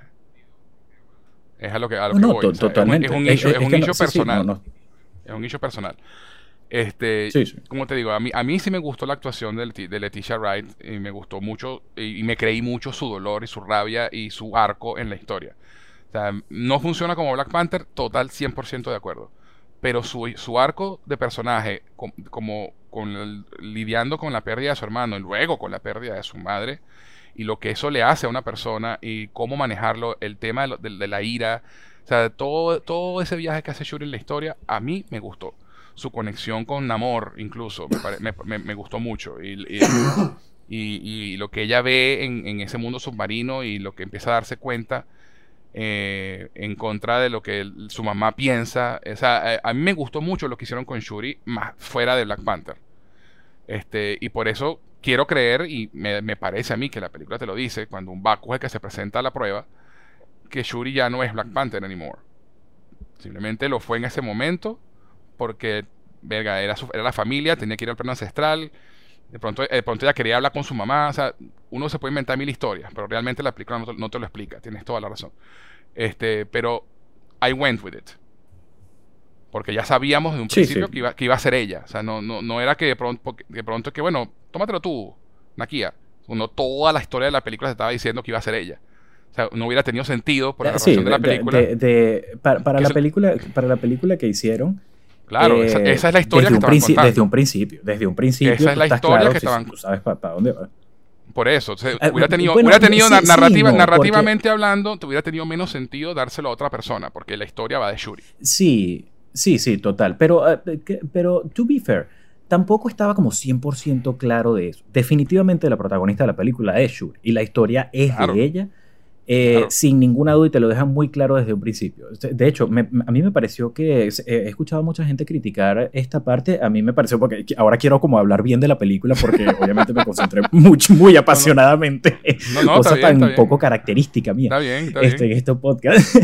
Es a lo que, a lo No, que no, voy. to- O sea, totalmente. Es un, es un Es- issue, es es un que no- issue sí, sí, no, personal. no. Es un issue personal. Este, Sí, sí. como te digo, a mí, a mí sí me gustó la actuación de, Leti- de Leticia Wright y me gustó mucho y, y me creí mucho su dolor y su rabia y su arco en la historia. O sea, no funciona como Black Panther, total cien por ciento de acuerdo. Pero su, su arco de personaje, com- como con el- lidiando con la pérdida de su hermano y luego con la pérdida de su madre, y lo que eso le hace a una persona y cómo manejarlo, el tema de, lo- de- de la ira, o sea, todo, todo ese viaje que hace Shuri en la historia, a mí me gustó. Su conexión con Namor, incluso, me, pare- me, me- me gustó mucho. Y, y- y- y lo que ella ve en, en ese mundo submarino y lo que empieza a darse cuenta eh, en contra de lo que el- su mamá piensa. O sea, eh, a mí me gustó mucho lo que hicieron con Shuri, más fuera de Black Panther. Este, y por eso quiero creer, y me, me parece a mí que la película te lo dice, cuando un Baku es el que se presenta a la prueba, que Shuri ya no es Black Panther anymore. Simplemente lo fue en ese momento porque, verga, era, su- era la familia, tenía que ir al plano ancestral. De pronto, de pronto ella quería hablar con su mamá. O sea, uno se puede inventar mil historias, pero realmente la película no te, no te lo explica. Tienes toda la razón. Este, pero I went with it. Porque ya sabíamos de un Sí, principio sí. Que, iba, que iba a ser ella. O sea, no, no, no era que de pronto, porque- de pronto que, bueno, tómatelo tú, Nakia. No toda la historia de la película se estaba diciendo que iba a ser ella. O sea, no hubiera tenido sentido por la Sí, narración de la de- película. de- de- para, para la eso- película, para la película que hicieron. Claro, eh, esa, esa es la historia desde que un estaban princi- contando. Desde un principio. Desde un principio. Esa es tú la estás historia claro, que sí, estaban- sí, tú sabes para dónde va. Por eso, o sea, Eh, hubiera tenido, bueno, hubiera tenido sí, na- sí, narrativa, no, narrativamente hablando, te hubiera tenido menos sentido dárselo a otra persona, porque la historia va de Shuri. Sí, sí, sí, total. Pero, eh, que- pero, to be fair, tampoco estaba como cien por ciento claro de eso. Definitivamente la protagonista de la película es Shuri y la historia es Claro. de ella. eh, Claro. Sin ninguna duda, y te lo dejan muy claro desde un principio. De hecho, me- a mí me pareció que eh, he escuchado a mucha gente criticar esta parte. A mí me pareció, porque ahora quiero como hablar bien de la película, porque obviamente me concentré mucho, muy apasionadamente. No, no, cosa está bien, tan está bien. poco característica mía Está bien, está este, en bien. este podcast.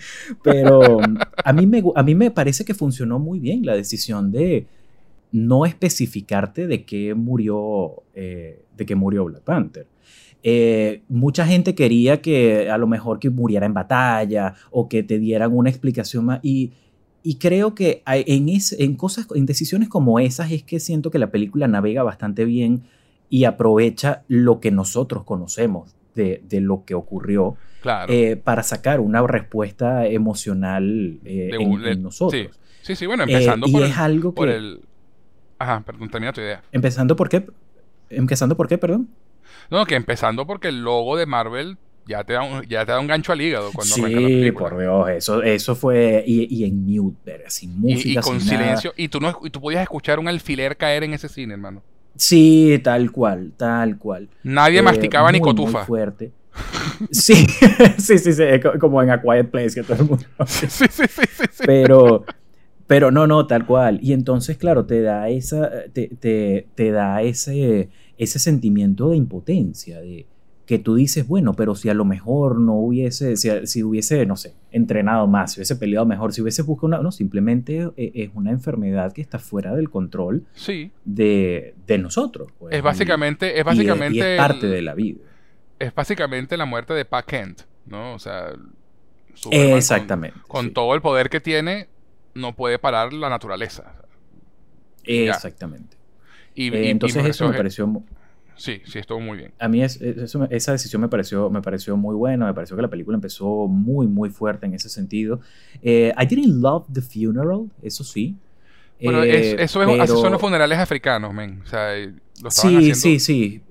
Pero a mí, me, gu- a mí me parece que funcionó muy bien la decisión de no especificarte de qué murió, eh, de qué murió Black Panther. Eh, mucha gente quería que a lo mejor que muriera en batalla o que te dieran una explicación más. Y, y creo que hay- en, es, en cosas, en decisiones como esas es que siento que la película navega bastante bien y aprovecha lo que nosotros conocemos de, de lo que ocurrió. Claro. Eh, para sacar una respuesta emocional eh, De en, un- en nosotros. Sí, sí, sí, bueno, empezando Eh, y por, es el, algo por que... el... Ajá, perdón, termina tu idea. Empezando por qué... Empezando por qué, perdón. No, que empezando porque el logo de Marvel ya te da un, ya te da un gancho al hígado cuando arranca la Sí, película. por Dios, eso, eso fue... Y, y en mute, ver, sin Y, música, y con sin nada. silencio. Y tú, no, y tú podías escuchar un alfiler caer en ese cine, hermano. Sí, tal cual, tal cual. Nadie Eh, masticaba ni muy, cotufa. Muy fuerte. Sí, sí, sí, sí, co- como en A Quiet Place, que todo el mundo... Sí, sí, sí, sí, sí. Pero, pero no, no, tal cual. Y entonces, claro, te da esa, te, te, te da ese, ese sentimiento de impotencia, de que tú dices, bueno, pero si a lo mejor no hubiese, si, si hubiese, no sé, entrenado más, si hubiese peleado mejor, si hubiese buscado una, no, simplemente e- es una enfermedad que está fuera del control Sí. de, de nosotros. Pues, Es básicamente, es y- y básicamente, y es parte el- de la vida. es básicamente la muerte de Pa Kent, ¿no? O sea, Superman con- Exactamente. Con, sí. todo el poder que tiene, no puede parar la naturaleza. Ya. Exactamente. Y, Eh, y- y entonces me eso me pareció- pareció... mu- Sí, sí, estuvo muy bien. A mí es, eso- esa decisión me pareció, me pareció muy buena, me pareció que la película empezó muy, muy fuerte en ese sentido. Eh, I didn't love the funeral, eso sí. Bueno, Eh, es- eso es, pero- así son los funerales africanos, men. O sea, eh, lo estaban Sí, haciendo. sí, sí.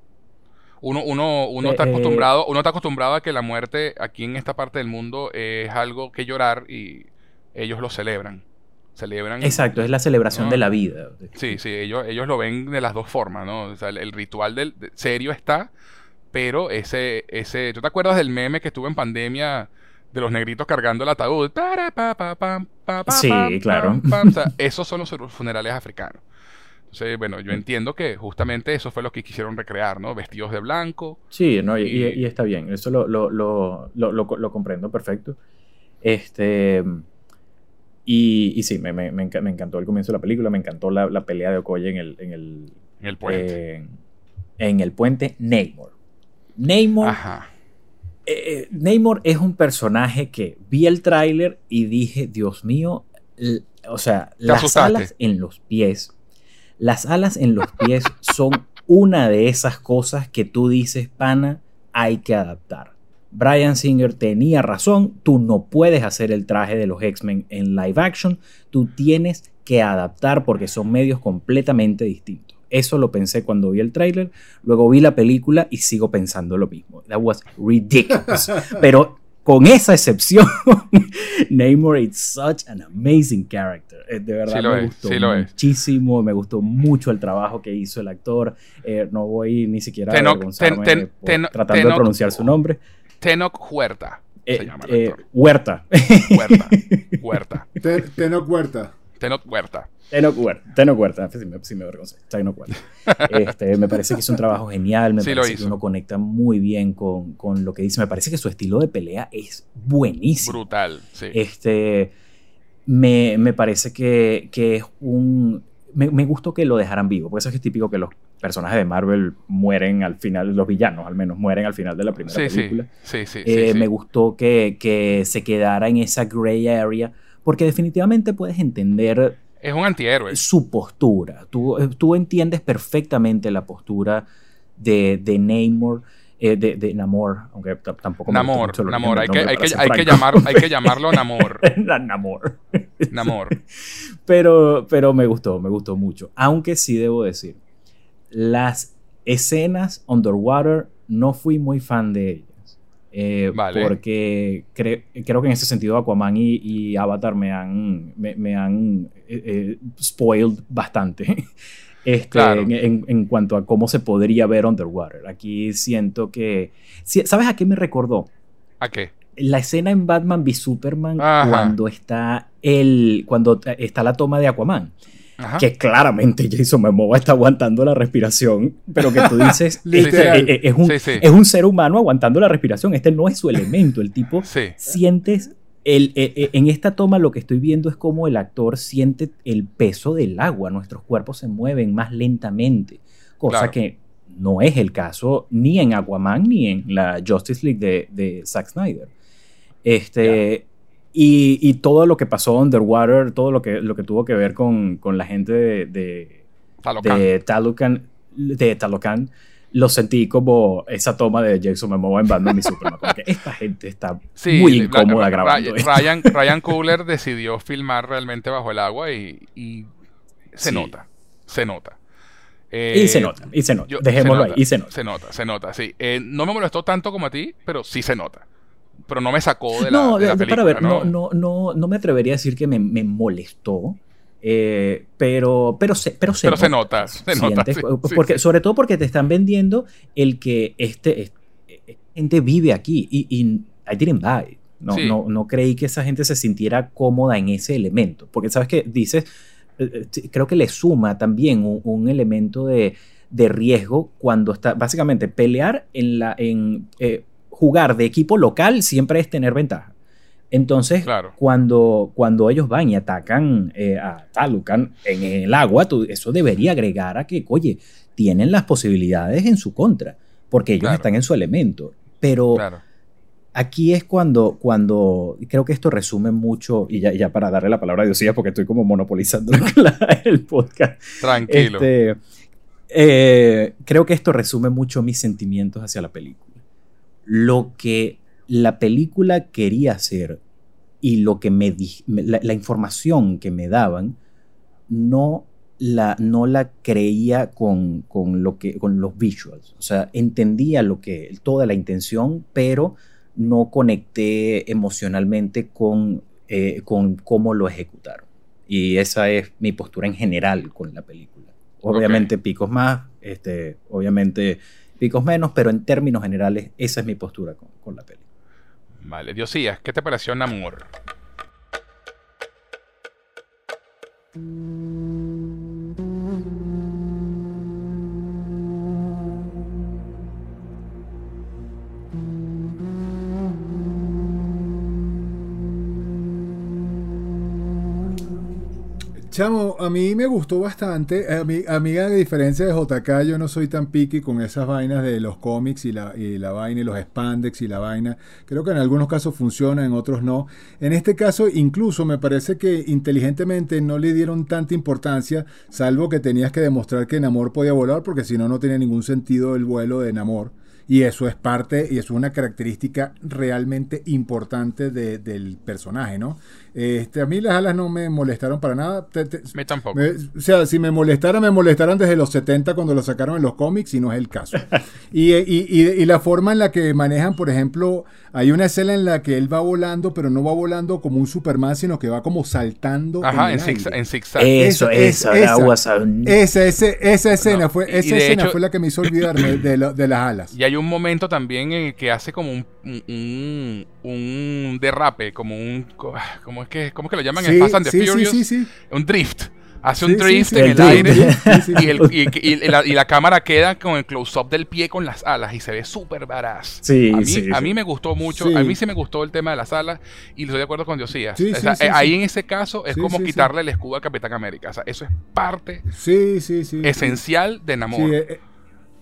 Uno, uno, uno Eh, está eh, acostumbrado, uno está acostumbrado a que la muerte aquí en esta parte del mundo es algo que llorar y ellos lo celebran. Celebran. Exacto, es la celebración No. de la vida. Sí, sí, ellos, ellos lo ven de las dos formas, ¿no? O sea, el, el ritual del de- serio está, pero ese, ese, ¿tú te acuerdas del meme que estuvo en pandemia de los negritos cargando el ataúd? Para, pa, pa, pam, pa, pa, Sí, pam, claro. pam, pam. O sea, esos son los funerales africanos. Entonces, bueno, yo entiendo que justamente eso fue lo que quisieron recrear, ¿no? Vestidos de blanco. Sí, no, y, y- Y- y está bien, eso lo, lo, lo, lo, lo- lo comprendo perfecto. Este, y, y sí, me, me, me enca- me encantó el comienzo de la película, me encantó la, la pelea de Okoye en el, en el, En el puente. en, en el puente Namor. Namor, Ajá. eh, Namor es un personaje que vi el tráiler y dije, Dios mío, l- o sea, las asustaste. alas en los pies, las alas en los pies son una de esas cosas que tú dices, pana, hay que adaptar. Bryan Singer tenía razón, tú no puedes hacer el traje de los X-Men en live action, tú tienes que adaptar porque son medios completamente distintos. Eso lo pensé cuando vi el tráiler, luego vi la película y sigo pensando lo mismo. That was ridiculous. Pero con esa excepción, Namor is such an amazing character. Eh, De verdad Sí lo me es, gustó sí lo es. muchísimo, me gustó mucho el trabajo que hizo el actor. Eh, no voy ni siquiera a Tenoch- avergonzarme ten- ten- por- ten- tratando de Tenoch- pronunciar su nombre. Tenoch Huerta Eh, se llama el eh, actor. Huerta. Huerta. Huerta. Te- Tenoch Huerta. Tenoch Huerta. Tenoch Huerta. Tenoch Huerta. Sí me, sí me avergoncé. Tenoch Huerta. Este, me parece que hizo un trabajo genial. Me Sí, lo parece que hizo. uno conecta muy bien con, con lo que dice. Me parece que su estilo de pelea es buenísimo. Brutal. Sí. Este, me, me parece que, que es un... Me, me gustó que lo dejaran vivo, porque eso es típico que los personajes de Marvel mueren al final, los villanos al menos, mueren al final de la primera Sí, sí. película. Sí, sí, Eh, sí, sí. Me gustó que, que se quedara en esa gray area, porque definitivamente puedes entender Es un antihéroe. su postura. Tú, eh, tú entiendes perfectamente la postura de, de Namor, eh, de, de Namor, aunque t- tampoco me Namor, gusta mucho el Namor, hay que, nombre, hay, para que, ser hay, que franco. llamar, hay que llamarlo Namor. La Namor. Namor. Pero, pero me gustó, me gustó mucho. Aunque sí debo decir, las escenas underwater no fui muy fan de ellas. Eh, Vale. Porque cre- creo que en ese sentido Aquaman y, y Avatar me han, me, me han eh, eh, spoiled bastante. Este, Claro. en, en, en cuanto a cómo se podría ver underwater. Aquí siento que... si- ¿Sabes a qué me recordó? ¿A qué? La escena en Batman v Superman Ajá. cuando está el cuando está la toma de Aquaman, Ajá. que claramente Jason Momoa está aguantando la respiración, pero que tú dices Literal. este, eh, eh, es, un, Sí, sí. es un ser humano aguantando la respiración. Este no es su elemento. El tipo Sí. sientes el, eh, eh, en esta toma lo que estoy viendo es como el actor siente el peso del agua. Nuestros cuerpos se mueven más lentamente, cosa Claro. que no es el caso ni en Aquaman ni en la Justice League de, de Zack Snyder. Este, y, y todo lo que pasó underwater, todo lo que, lo que tuvo que ver con, con la gente de, de, Talocan. de Talocan, de Talocan, lo sentí como esa toma de Jason Momoa en Batman y Superman. Como que esta gente está Sí, muy la- incómoda Ra- grabando Ryan, esto. Ryan, Ryan Coogler decidió filmar realmente bajo el agua y, y se Sí. nota, se nota. Y Eh, se nota, y se nota. yo- Dejémoslo se nota, ahí, y se nota. Se nota, se nota, sí. Eh, no me molestó tanto como a ti, pero sí se nota. Pero no me sacó de la, No, de la de- película, para ver, ¿no? no, no, no, no me atrevería a decir que me, me molestó. Eh, pero, pero, se, pero se Pero se nota. nota, se nota, Sientes- sí, sí, porque, sí. Sobre todo porque te están vendiendo el que este, este- gente vive aquí y, y I didn't buy it. No, Sí. no, no creí que esa gente se sintiera cómoda en ese elemento. Porque sabes que dices, eh, eh, creo que le suma también un, un elemento de, de riesgo cuando está, básicamente, pelear en la, en eh, jugar de equipo local siempre es tener ventaja. Entonces, Claro. cuando, cuando ellos van y atacan eh, a Talocan en el agua, tú- eso debería agregar a que, oye, tienen las posibilidades en su contra, porque ellos Claro. están en su elemento. Pero Claro. aquí es cuando, cuando creo que esto resume mucho, y ya, ya para darle la palabra a Diosías, porque estoy como monopolizando la- el podcast. Tranquilo. Este, eh, creo que esto resume mucho mis sentimientos hacia la película. Lo que la película quería hacer y lo que me di- me- la, la información que me daban no la, no la creía con, con, lo que, con los visuals. O sea, entendía lo que, toda la intención, pero no conecté emocionalmente con, eh, con cómo lo ejecutaron. Y esa es mi postura en general con la película. Obviamente picos más, este, obviamente picos menos, pero en términos generales esa es mi postura con, con la película. Vale, Diosías, ¿qué te pareció Namor? Chamo, a mí me gustó bastante. A mí, a mí, a diferencia de J K, yo no soy tan picky con esas vainas de los cómics y la, y la vaina y los spandex y la vaina. Creo que en algunos casos funciona, en otros no. En este caso, incluso me parece que inteligentemente no le dieron tanta importancia, salvo que tenías que demostrar que Namor podía volar, porque si no, no tenía ningún sentido el vuelo de Namor. Y eso es parte, y eso es una característica realmente importante de, del personaje, ¿no? Este, a mí las alas no me molestaron para nada. Te, te, Me tampoco. me, o sea, si me molestaran, me molestaran desde los setenta cuando lo sacaron en los cómics y no es el caso. y, y, y, y la forma en la que manejan, por ejemplo, hay una escena en la que él va volando, pero no va volando como un Superman, sino que va como saltando. Ajá, en en, el zigza- aire. en zigzag. Eso, Esa- eso, esa- that was a- Esa, ese- esa escena, No, fue, y- y esa de escena hecho- fue la que me hizo olvidarme de, lo- de las alas. Y hay un momento también en el que hace como un, un, un derrape, como un... ¿Cómo es que, cómo es que lo llaman en Sí, Fast and the sí, sí, Furious? sí, sí. Un drift. Hace Sí, un sí, drift sí. en El el, drift. aire Sí, sí. y, el, y, y- y la, y la cámara queda con el close-up del pie con las alas y se ve súper varaz. Sí, a mí, sí, a sí. mí me gustó mucho, Sí. a mí sí me gustó el tema de las alas y estoy de acuerdo con Diosías. Sí, O sí, sea, sí, eh, sí. ahí en ese caso es Sí, como sí, sí. quitarle el escudo al Capitán América. O sea, eso es parte Sí, sí, sí. esencial de Namor. Sí, eh,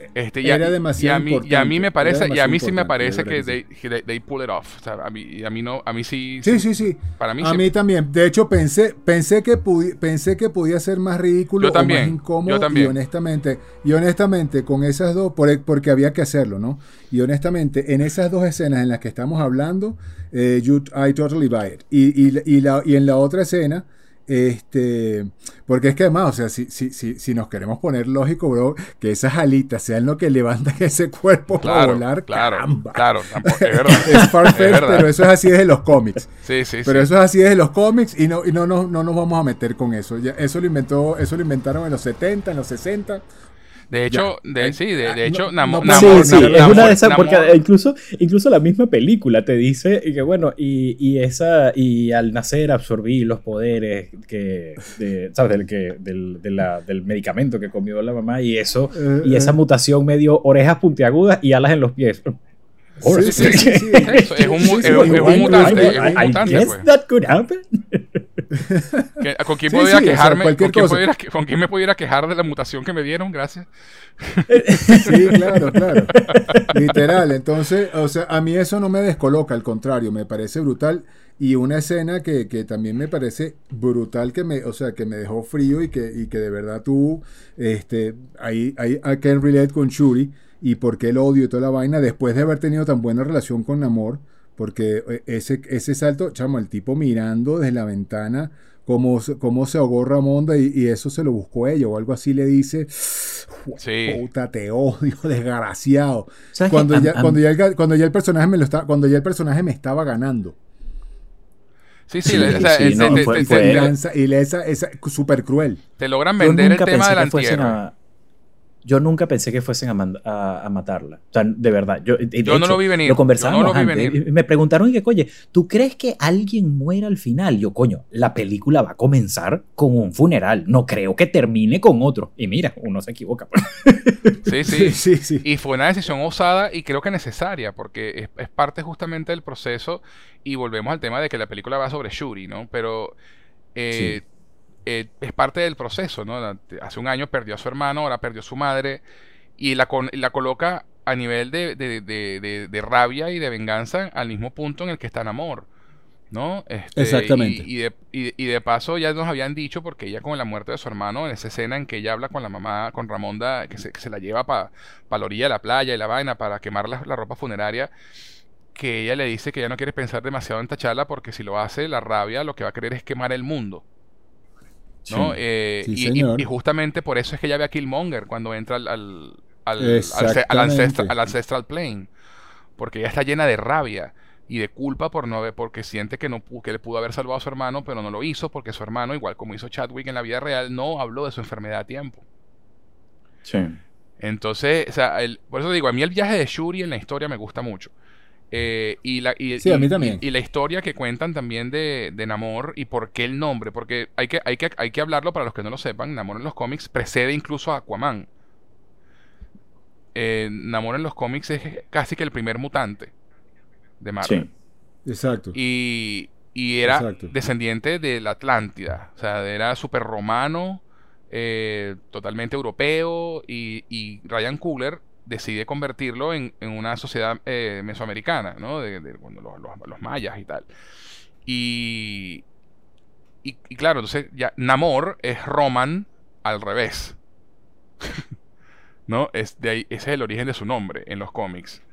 Este, y, a, era y, demasiado a mí, importante. y a mí me parece, y a mí sí me parece que, que they, que they, they pull it off. O sea, a mí, y a mí no, a mí sí. Sí, sí, sí. Para mí a sí. mí también. De hecho, pensé, pensé que pudi- pensé que podía ser más ridículo Yo también, o más incómodo. yo también. Y honestamente, y honestamente, con esas dos, por, porque había que hacerlo, ¿no? Y honestamente, en esas dos escenas en las que estamos hablando, eh, you, I totally buy it. Y, y, y, la, y en la otra escena. Este, porque es que además, o sea, si, si, si, si nos queremos poner lógico, bro, que esas alitas sean lo que levantan ese cuerpo claro, para volar, claro, caramba. claro, tampoco, es verdad. Es farfetched, Es verdad. pero eso es así desde los cómics. Sí, sí, Pero sí. eso es así desde los cómics y no, y no, no, no nos vamos a meter con eso. Ya, eso lo inventó, eso lo inventaron en los setenta, en los sesenta. De hecho, Ya. de, sí, de, de hecho, No, Namor, no Sí, Namor, sí, Namor, es una de esas, Namor- porque incluso, incluso la misma película te dice que bueno, y, y esa, y al nacer absorbí los poderes que, de, ¿sabes? Del, que, del, de la, del medicamento que comió la mamá, y eso, Eh, y esa eh. mutación me dio orejas puntiagudas y alas en los pies. Ahora Sí, sí. sí, sí, sí. Eso es un, mu- Sí, sí, es un- sí, es un sí, mutante, sí, es un I, I mutante, guess pues. that could happen. Que- ¿Con quién Sí, podría sí, o sea, quejarme? cualquier ¿Con quién, cosa. pudiera que- ¿Con quién me pudiera quejar de la mutación que me dieron? Gracias. Sí, claro, claro. Literal. Entonces, o sea, a mí eso no me descoloca, al contrario, me parece brutal. Y una escena que, que también me parece brutal, que me, o sea, que me dejó frío y que, y que de verdad tú, este, ahí, ahí I can relate con Shuri y por qué el odio y toda la vaina, después de haber tenido tan buena relación con Namor, porque ese, ese salto, chamo, el tipo mirando desde la ventana cómo, cómo se ahogó Ramonda y, y eso se lo buscó ella o algo así le dice, Sí. puta, te odio, desgraciado. ¿Sabes Cuando qué? ya, Am- am- cuando, ya el, cuando ya el personaje me lo está, cuando ya el personaje me estaba ganando. Sí, sí, Sí, o sea, sí, el- no, te, fue- te- fue- te- Y, lanza, y le esa, esa súper cruel. te logran Yo vender el nunca tema pensé del que fuesen antierro. a, yo nunca pensé que fuesen a, man- a, a matarla. O sea, de verdad. Yo, de Yo no hecho, lo vi venir, Lo conversábamos yo no lo vi antes. venir. Y me preguntaron y que, oye, ¿tú crees que alguien muera al final? Yo, coño, la película va a comenzar con un funeral. No creo que termine con otro. Y mira, uno se equivoca. Pues. Sí, sí. Sí, sí. Y fue una decisión osada y creo que necesaria, porque es, es parte justamente del proceso. Y volvemos al tema de que la película va sobre Shuri, ¿no? Pero eh, eh, es parte del proceso, ¿no? Hace un año perdió a su hermano, ahora perdió a su madre. Y la, con- la coloca a nivel de, de, de, de, de rabia y de venganza al mismo punto en el que está Namor, ¿no? Este, Exactamente. Y, y, de, y, y de paso ya nos habían dicho, porque ella con la muerte de su hermano, en esa escena en que ella habla con la mamá, con Ramonda, que se, que se la lleva para pa la orilla de la playa y la vaina para quemar la, la ropa funeraria, que ella le dice que ya no quiere pensar demasiado en T'Challa porque si lo hace, la rabia lo que va a querer es quemar el mundo, ¿no? Sí. Eh, Sí, y, señor. y- y justamente por eso es que ella ve a Killmonger cuando entra al, al, al, al, Exactamente. al ancestral, al ancestral plane, porque ella está llena de rabia y de culpa por no haber, porque siente que no pu- que le pudo haber salvado a su hermano, pero no lo hizo porque su hermano, igual como hizo Chadwick en la vida real, no habló de su enfermedad a tiempo. Sí. Entonces, o sea, el- por eso digo, a mí el viaje de Shuri en la historia me gusta mucho. Eh, y, la, y, Sí, a mí y- también. y- y la historia que cuentan también de, de Namor y por qué el nombre, porque hay que, hay, que, hay que hablarlo para los que no lo sepan, Namor en los cómics precede incluso a Aquaman. Eh, Namor en los cómics es casi que el primer mutante de Marvel. Sí. Exacto. Y, y era Exacto. descendiente de la Atlántida. O sea, era súper romano, eh, totalmente europeo. Y, y Ryan Coogler decide convertirlo en, en una sociedad eh, mesoamericana, ¿no? De, de, bueno, los, los- los mayas y tal. Y, y, y claro, entonces ya Namor es Roman al revés. ¿No? Es de ahí, ese es el origen de su nombre en los cómics.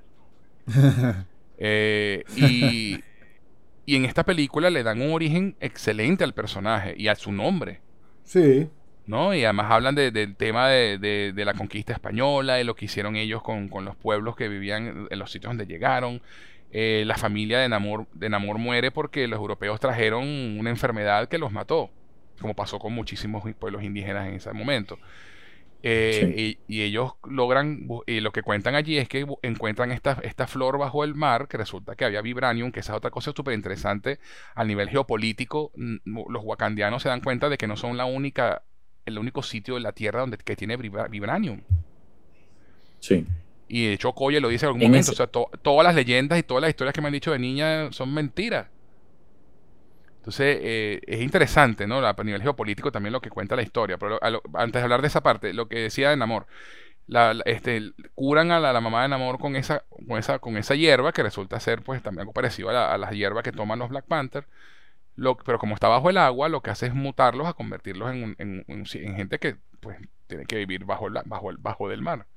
Eh, y, y en esta película le dan un origen excelente al personaje y a su nombre, Sí. ¿no? Y además hablan de- del tema de, de- de la conquista española, de lo que hicieron ellos con, con los pueblos que vivían en los sitios donde llegaron. Eh, la familia de Namor, de Namor muere porque los europeos trajeron una enfermedad que los mató, como pasó con muchísimos pueblos indígenas en ese momento. Eh, y, y ellos logran, bu- y lo que cuentan allí es que bu- encuentran esta, esta flor bajo el mar, que resulta que había vibranium, que esa es otra cosa súper interesante a nivel geopolítico. mm, Los wakandianos se dan cuenta de que no son la única, el único sitio de la Tierra donde que tiene vibra- vibranium. Sí. Y de hecho Koye lo dice en algún En momento, ese- o sea, to- todas las leyendas y todas las historias que me han dicho de niña son mentiras. Entonces, eh, es interesante, ¿no? A nivel geopolítico también lo que cuenta la historia. Pero lo- a lo- antes de hablar de esa parte, lo que decía de Namor, la, la- este, curan a la, la mamá de Namor con esa, con esa, con esa hierba que resulta ser pues también algo parecido a la, a las hierbas que toman los Black Panther. Lo, pero como está bajo el agua, lo que hace es mutarlos a convertirlos en, en, en- en gente que pues tiene que vivir bajo, la, bajo, el, bajo del mar.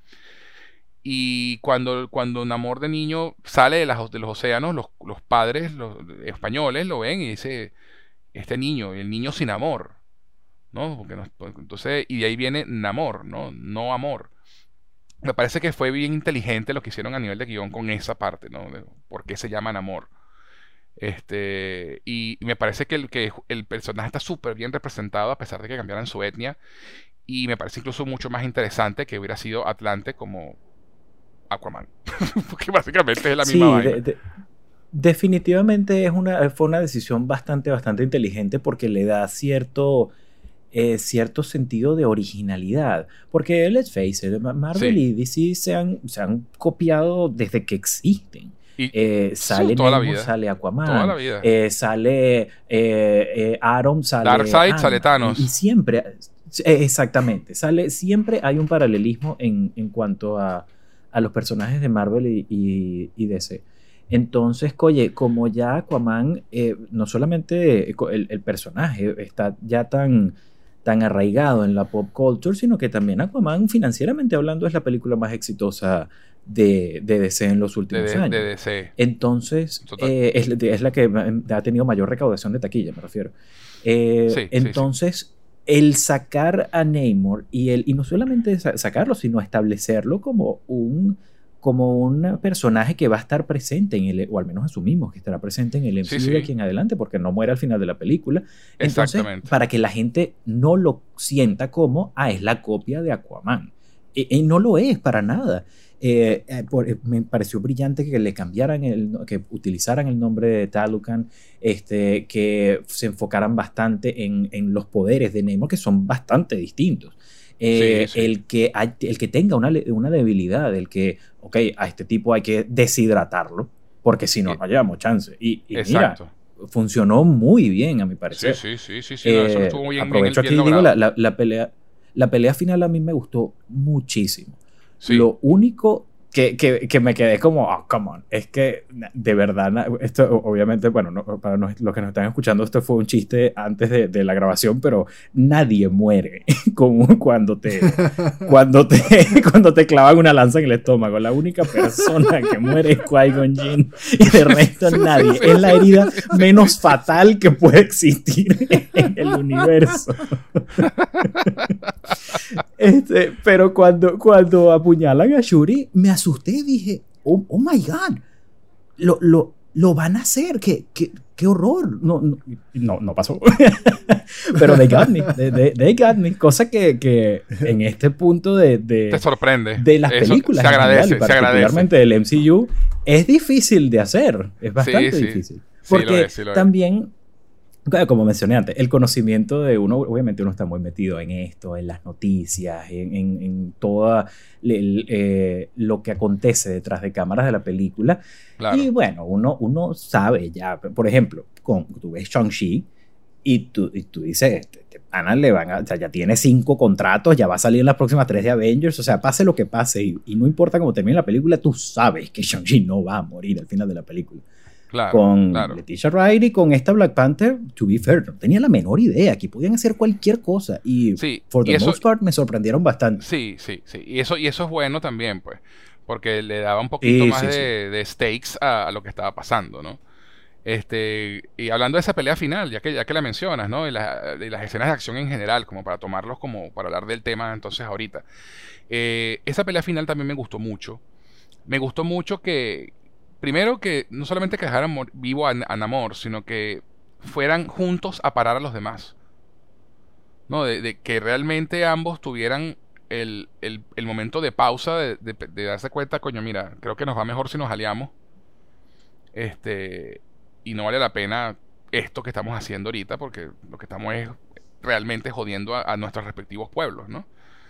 Y cuando, cuando Namor de niño sale de, las, de los océanos, los, los padres los españoles lo ven y dice, este niño, el niño sin amor, ¿no? Porque no- pues, entonces, y de ahí viene Namor, ¿no? No amor. Me parece que fue bien inteligente lo que hicieron a nivel de guión con esa parte, ¿no? De por qué se llama Namor. Este, y me parece que el, que el personaje está súper bien representado a pesar de que cambiaran su etnia. Y me parece incluso mucho más interesante que hubiera sido Atlante como Aquaman. Porque básicamente es la Sí, misma vaina. de- de- definitivamente es una, fue una decisión bastante, bastante inteligente porque le da cierto, eh, cierto sentido de originalidad. Porque, let's face it, Ma- Marvel Sí. y D C se han, se han copiado desde que existen. Y Eh, sale toda la Namor, vida. sale Aquaman, Toda la vida. eh, sale eh, eh, Atom, sale Darkseid, sale Ant-Man, Thanos. Y, y siempre, eh, exactamente, sale, siempre hay un paralelismo en, en cuanto a, a los personajes de Marvel y, y, y D C. Entonces, oye, como ya Aquaman, eh, no solamente el, el personaje está ya tan, tan arraigado en la pop culture, sino que también Aquaman, financieramente hablando, es la película más exitosa de, de D C en los de, últimos de, años. de D C. Entonces, Total. eh, es, es la que ha tenido mayor recaudación de taquilla, me refiero. Eh, Sí, sí, entonces, el sacar a Namor y, el, y no solamente sa- sacarlo, sino establecerlo como un, como un personaje que va a estar presente en el, o al menos asumimos que estará presente en el M C U Sí, sí. de aquí en adelante, porque no muere al final de la película. Entonces, Exactamente. para que la gente no lo sienta como, ah, es la copia de Aquaman. Y, y no lo es para nada. Eh, eh, por- eh, me pareció brillante que le cambiaran el, no- que utilizaran el nombre de Talocan, este, que se enfocaran bastante en, en los poderes de Namor, que son bastante distintos. Eh, Sí, sí. El, que hay- el que tenga una, le- una debilidad, el que, ok, a este tipo hay que deshidratarlo, porque si no, Eh, no llevamos chance. Y, y mira, Exacto. funcionó muy bien, a mi Sí, parecer. sí, sí, sí, sí, no, eso Eh, estuvo bien, bien, aprovecho bien aquí y digo, logrado. la, la- la pelea, la pelea final a mí me gustó muchísimo. Sí. Lo único que, que, que me quedé como, oh, come on, es que de verdad, na- esto o- obviamente, bueno, no- para nos- los que nos están escuchando, esto fue un chiste antes de, de la grabación, pero nadie muere con, cuando, te, cuando, te, cuando te clavan una lanza en el estómago. La única persona que muere es Qui-Gon Jinn y de resto nadie. Es la herida menos fatal que puede existir en el universo. Este, pero cuando, cuando apuñalan a Shuri, me asusté, dije, oh, oh my God, lo, lo, lo van a hacer, qué, qué, qué horror. No, no, no, no pasó. Pero they got me, they, they- they got me, cosa que, que en este punto de, de, Te sorprende. de las Eso películas, se en general, agradece, y se agradece. particularmente del M C U, es difícil de hacer, es bastante Sí, sí. difícil. Sí, lo Porque es, sí, lo es. también, claro, como mencioné antes, el conocimiento de uno, obviamente uno está muy metido en esto, en las noticias, en, en, en todo eh, lo que acontece detrás de cámaras de la película. Claro. Y bueno, uno, uno sabe ya, por ejemplo, con, tú ves Shang-Chi y tú, y tú dices, este, este pana le van a, o sea, ya tiene cinco contratos, ya va a salir las próximas tres de Avengers, o sea, pase lo que pase y, y no importa cómo termine la película, tú sabes que Shang-Chi no va a morir al final de la película. Claro, Con claro. Leticia Wright y con esta Black Panther, to be fair, no tenía la menor idea, aquí podían hacer cualquier cosa y Sí, for y the eso- most part me sorprendieron bastante. Sí, sí, sí. Y eso, y eso es bueno también, pues. Porque le daba un poquito Sí, más sí, de, de stakes a, a lo que estaba pasando, ¿no? Este, y hablando de esa pelea final, ya que, ya que la mencionas, ¿no? Y, la- y las escenas de acción en general, como para tomarlos como para hablar del tema entonces ahorita. Eh, esa pelea final también me gustó mucho. Me gustó mucho que, primero que no solamente que dejaran mor- vivo a, a Namor, sino que fueran juntos a parar a los demás. ¿No? De, de que realmente ambos tuvieran el, el, el momento de pausa, de, de, de darse cuenta, coño, mira, creo que nos va mejor si nos aliamos. Este, y no vale la pena esto que estamos haciendo ahorita, porque lo que estamos es realmente jodiendo a, a nuestros respectivos pueblos, ¿no?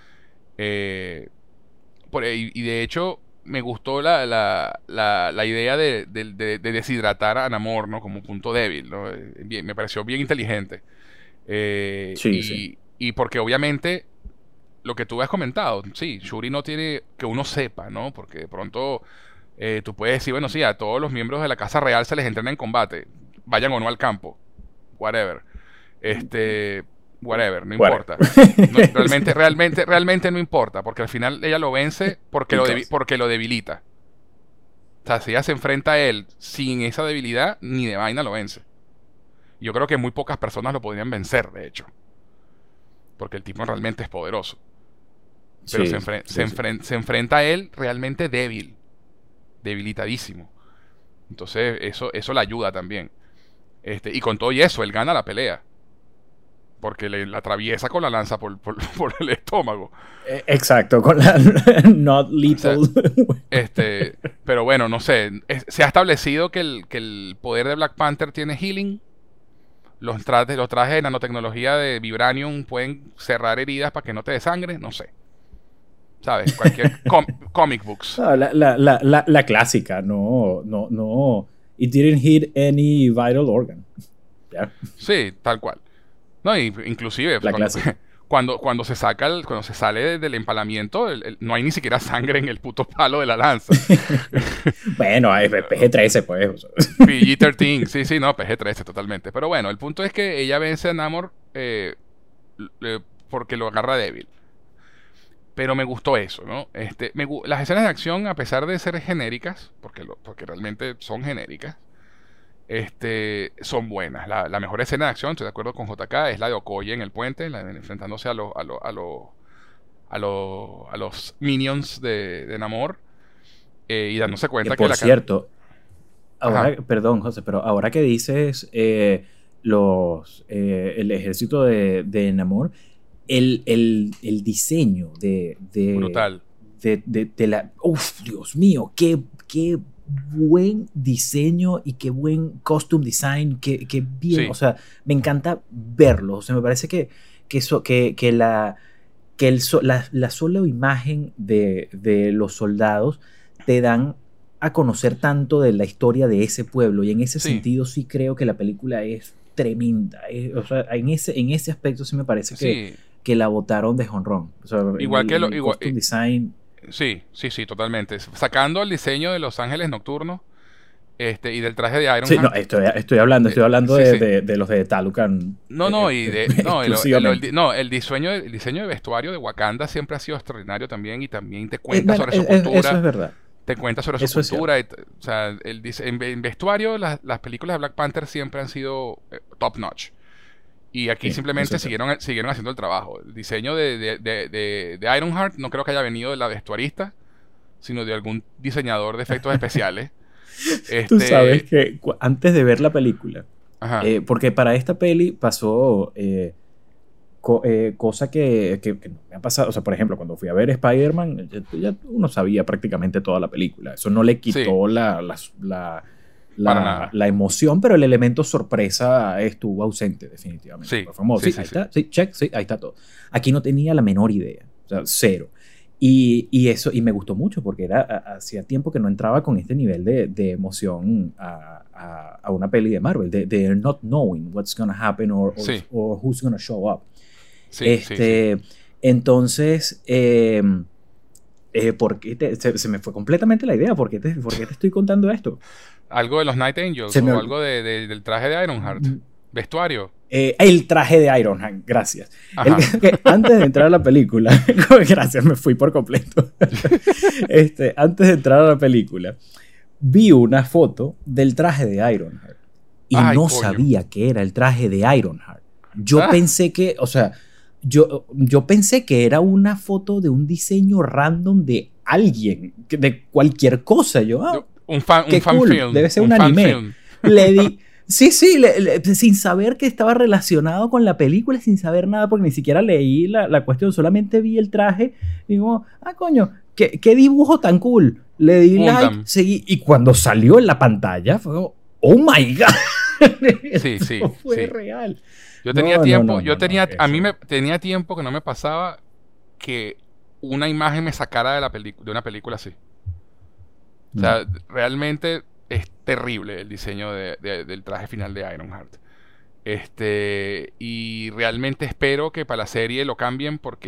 Eh, por, y, y de hecho, me gustó la, la, la, la idea de, de, de, de deshidratar a Namor, ¿no? Como punto débil, ¿no? Eh, bien, me pareció bien inteligente. Eh, Sí, y, sí. y porque obviamente lo que tú has comentado, sí, Shuri no tiene que uno sepa, ¿no? Porque de pronto eh, tú puedes decir, bueno, sí, a todos los miembros de la Casa Real se les entrena en combate, vayan o no al campo, whatever. Este, whatever, no importa. No, realmente, realmente, realmente no importa, porque al final ella lo vence porque lo, debi- porque lo debilita. O sea, si ella se enfrenta a él sin esa debilidad, ni de vaina lo vence. Yo creo que muy pocas personas lo podrían vencer, de hecho. Porque el tipo realmente es poderoso. Pero Sí, se, enfre- sí, se, sí. enfren- se enfrenta a él realmente débil. Debilitadísimo. Entonces, eso, eso le ayuda también. Este, y con todo y eso, él gana la pelea. Porque le la atraviesa con la lanza por, por, por el estómago. Eh, Exacto, con la not lethal. O sea, Este, pero bueno, no sé. Es- se ha establecido que el, que el poder de Black Panther tiene healing. Los trajes, los trajes de nanotecnología de Vibranium pueden cerrar heridas para que no te desangre. No sé. ¿Sabes? Cualquier com- comic books. Ah, la, la, la, la, la clásica, no, no, no. It didn't hit any vital organ. Ya. Sí, tal cual. No, y inclusive La cuando, clásica. cuando, cuando se saca el- cuando se sale de- del empalamiento, el- el- no hay ni siquiera sangre en el puto palo de la lanza. Bueno, es P G trece, pues. O sea. P G trece, sí, sí, no, P G trece totalmente. Pero bueno, el punto es que ella vence a Namor eh, eh, porque lo agarra débil. Pero me gustó eso, ¿no? Este, me gu- las escenas de acción, a pesar de ser genéricas, porque, lo- porque realmente son genéricas, este, son buenas. La, la mejor escena de acción, estoy de acuerdo con J K, es la de Okoye en el puente, la de- enfrentándose a los a los a los a los a los minions de, de Namor eh, y dándose cuenta Que que por la ca- cierto, ahora, Ajá. perdón, José, pero ahora que dices eh, los, eh, el ejército de, de Namor, el, el, el diseño de, de, brutal. de, de, de la... Uf, Dios mío, qué, qué buen diseño y qué buen costume design, qué, qué bien, Sí. o sea, me encanta verlo, o sea, me parece que, que, eso, que, que, la, que el, so- la, la sola imagen de, de los soldados te dan a conocer tanto de la historia de ese pueblo, y en ese Sí. sentido sí creo que la película es tremenda, es- o sea, en ese, en ese aspecto sí me parece que, Sí, que la botaron de jonrón. O sea, Igual el- que lo- el igual- costume design. sí, sí, sí, totalmente. Sacando el diseño de Los Ángeles Nocturnos este, y del traje de Ironheart. Sí, no, estoy, estoy hablando, estoy hablando Sí, de, sí. de- de los de Talucan. No, no, eh, y eh, de, no, el, el- el- exclusivamente. el- no, el diseño, el diseño de vestuario de Wakanda siempre ha sido extraordinario también y también te Eh, cuenta bueno, sobre su eh, eh, cultura. Eso es verdad. Te cuenta sobre su Eso es cultura. y t- o sea, el, dise- en, en vestuario, las, las películas de Black Panther siempre han sido eh, top notch. Y aquí Sí, simplemente eso es siguieron, siguieron haciendo el trabajo. El diseño de, de, de, de, de Ironheart no creo que haya venido de la vestuarista, sino de algún diseñador de efectos especiales. Tú Este, sabes que cu- antes de ver la película, Ajá. eh, porque para esta peli pasó eh, co- eh, cosa que, que- que no me ha pasado. O sea, por ejemplo, cuando fui a ver Spider-Man, ya, ya uno sabía prácticamente toda la película. Eso no le quitó la, la, la, la- Para nada. la emoción, pero el elemento sorpresa estuvo ausente, definitivamente. Sí, Fue como, sí, sí, sí, ahí sí. está, sí, check, sí, ahí está todo. Aquí no tenía la menor idea, o sea, cero. Y, y eso, y me gustó mucho porque era, a- hacía tiempo que no entraba con este nivel de, de emoción a, a- a una peli de Marvel, de, de not knowing what's gonna happen or, or, Sí. or who's gonna show up. Sí, sí, este, Entonces, eh, eh, ¿por qué te- se, se me fue completamente la idea. ¿Por qué te, por qué te estoy contando esto? Algo de los Night Angels Se me o ol- algo de, de- del traje de Ironheart. Vestuario. Eh, el traje de Ironheart, gracias. Ajá. El- que antes de entrar a la película, gracias, me fui por completo. este, antes de entrar a la película, vi una foto del traje de Ironheart y Ay, no coño. sabía que era el traje de Ironheart. Yo Ah. pensé que, o sea, yo, yo pensé que era una foto de un diseño random de alguien, que- de cualquier cosa. Yo, ah, Un fan, qué un fan cool, film. debe ser un fan anime. film. le di. Sí, sí, le- le- sin saber que estaba relacionado con la película, sin saber nada, porque ni siquiera leí la, la cuestión, solamente vi el traje y digo, ah, coño, qué, qué dibujo tan cool. Le di Gundam. like, seguí, y cuando salió en la pantalla fue como, oh my god. Sí, sí, Esto fue sí. real. Yo tenía No, no, tiempo, no, yo no, tenía, no, a mí eso. me tenía tiempo que no me pasaba que una imagen me sacara de la película, de una película así. O sea, realmente es terrible el diseño de- de- del traje final de Ironheart. Este, y realmente espero que para la serie lo cambien porque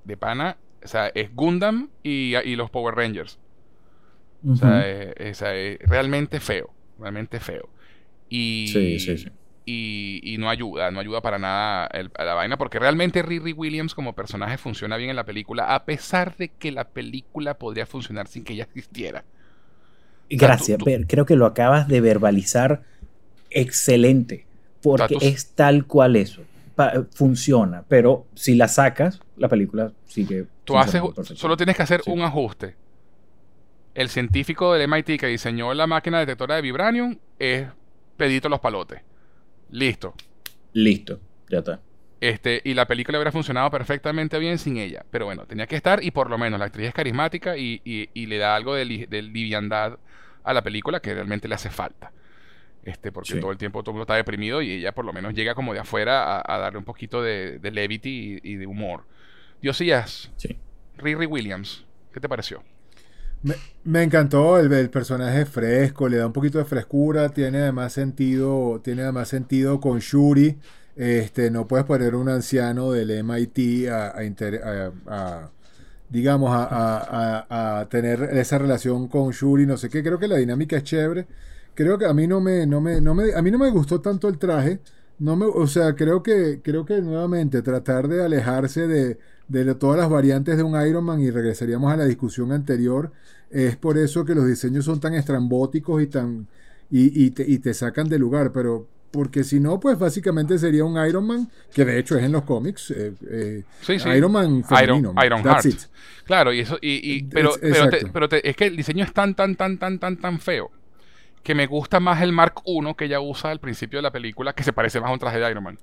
de pana, o sea, es Gundam y, y los Power Rangers. Uh-huh. O sea, es, es, es realmente feo, realmente feo. Y, sí, sí, sí. Y, y no ayuda, no ayuda para nada el, a la vaina, porque realmente Riri Williams como personaje funciona bien en la película, a pesar de que la película podría funcionar sin que ella existiera. Gracias, o sea, tú, tú, creo que lo acabas de verbalizar excelente, porque o sea, tú, es tal cual eso. Pa- funciona, pero si la sacas, la película sigue. Tú haces, solo tienes que hacer sí. un ajuste. El científico del M I T que diseñó la máquina detectora de vibranium es Pedito Los Palotes. Listo. Listo, ya está. Este, y la película hubiera funcionado perfectamente bien sin ella. Pero bueno, tenía que estar y por lo menos la actriz es carismática y, y, y le da algo de, li, de liviandad a la película que realmente le hace falta. Este, porque sí. todo el tiempo todo el mundo está deprimido y ella por lo menos llega como de afuera a, a darle un poquito de, de levity y, y de humor. Diosías, sí. Riri Williams, ¿qué te pareció? Me, me encantó el, el personaje fresco, le da un poquito de frescura, tiene además sentido, tiene además sentido con Shuri. Este, no puedes poner un anciano del M I T a, a, inter, a, a digamos a, a, a, a tener esa relación con Shuri, no sé qué. Creo que la dinámica es chévere. Creo que a mí no me, no me, no me, a mí no me gustó tanto el traje. No me, o sea, creo que, creo que nuevamente tratar de alejarse de, de todas las variantes de un Iron Man, y regresaríamos a la discusión anterior. Es por eso que los diseños son tan estrambóticos y tan y, y, te, y te sacan de lugar, pero porque si no, pues básicamente sería un Iron Man, que de hecho es en los cómics, eh, eh, sí, sí. Iron Man femenino. Iron, Iron Heart. It. Claro, y eso, y, y pero, pero, te, pero te, es que el diseño es tan, tan, tan, tan, tan, tan feo que me gusta más el Mark uno que ella usa al principio de la película, que se parece más a un traje de Iron Man.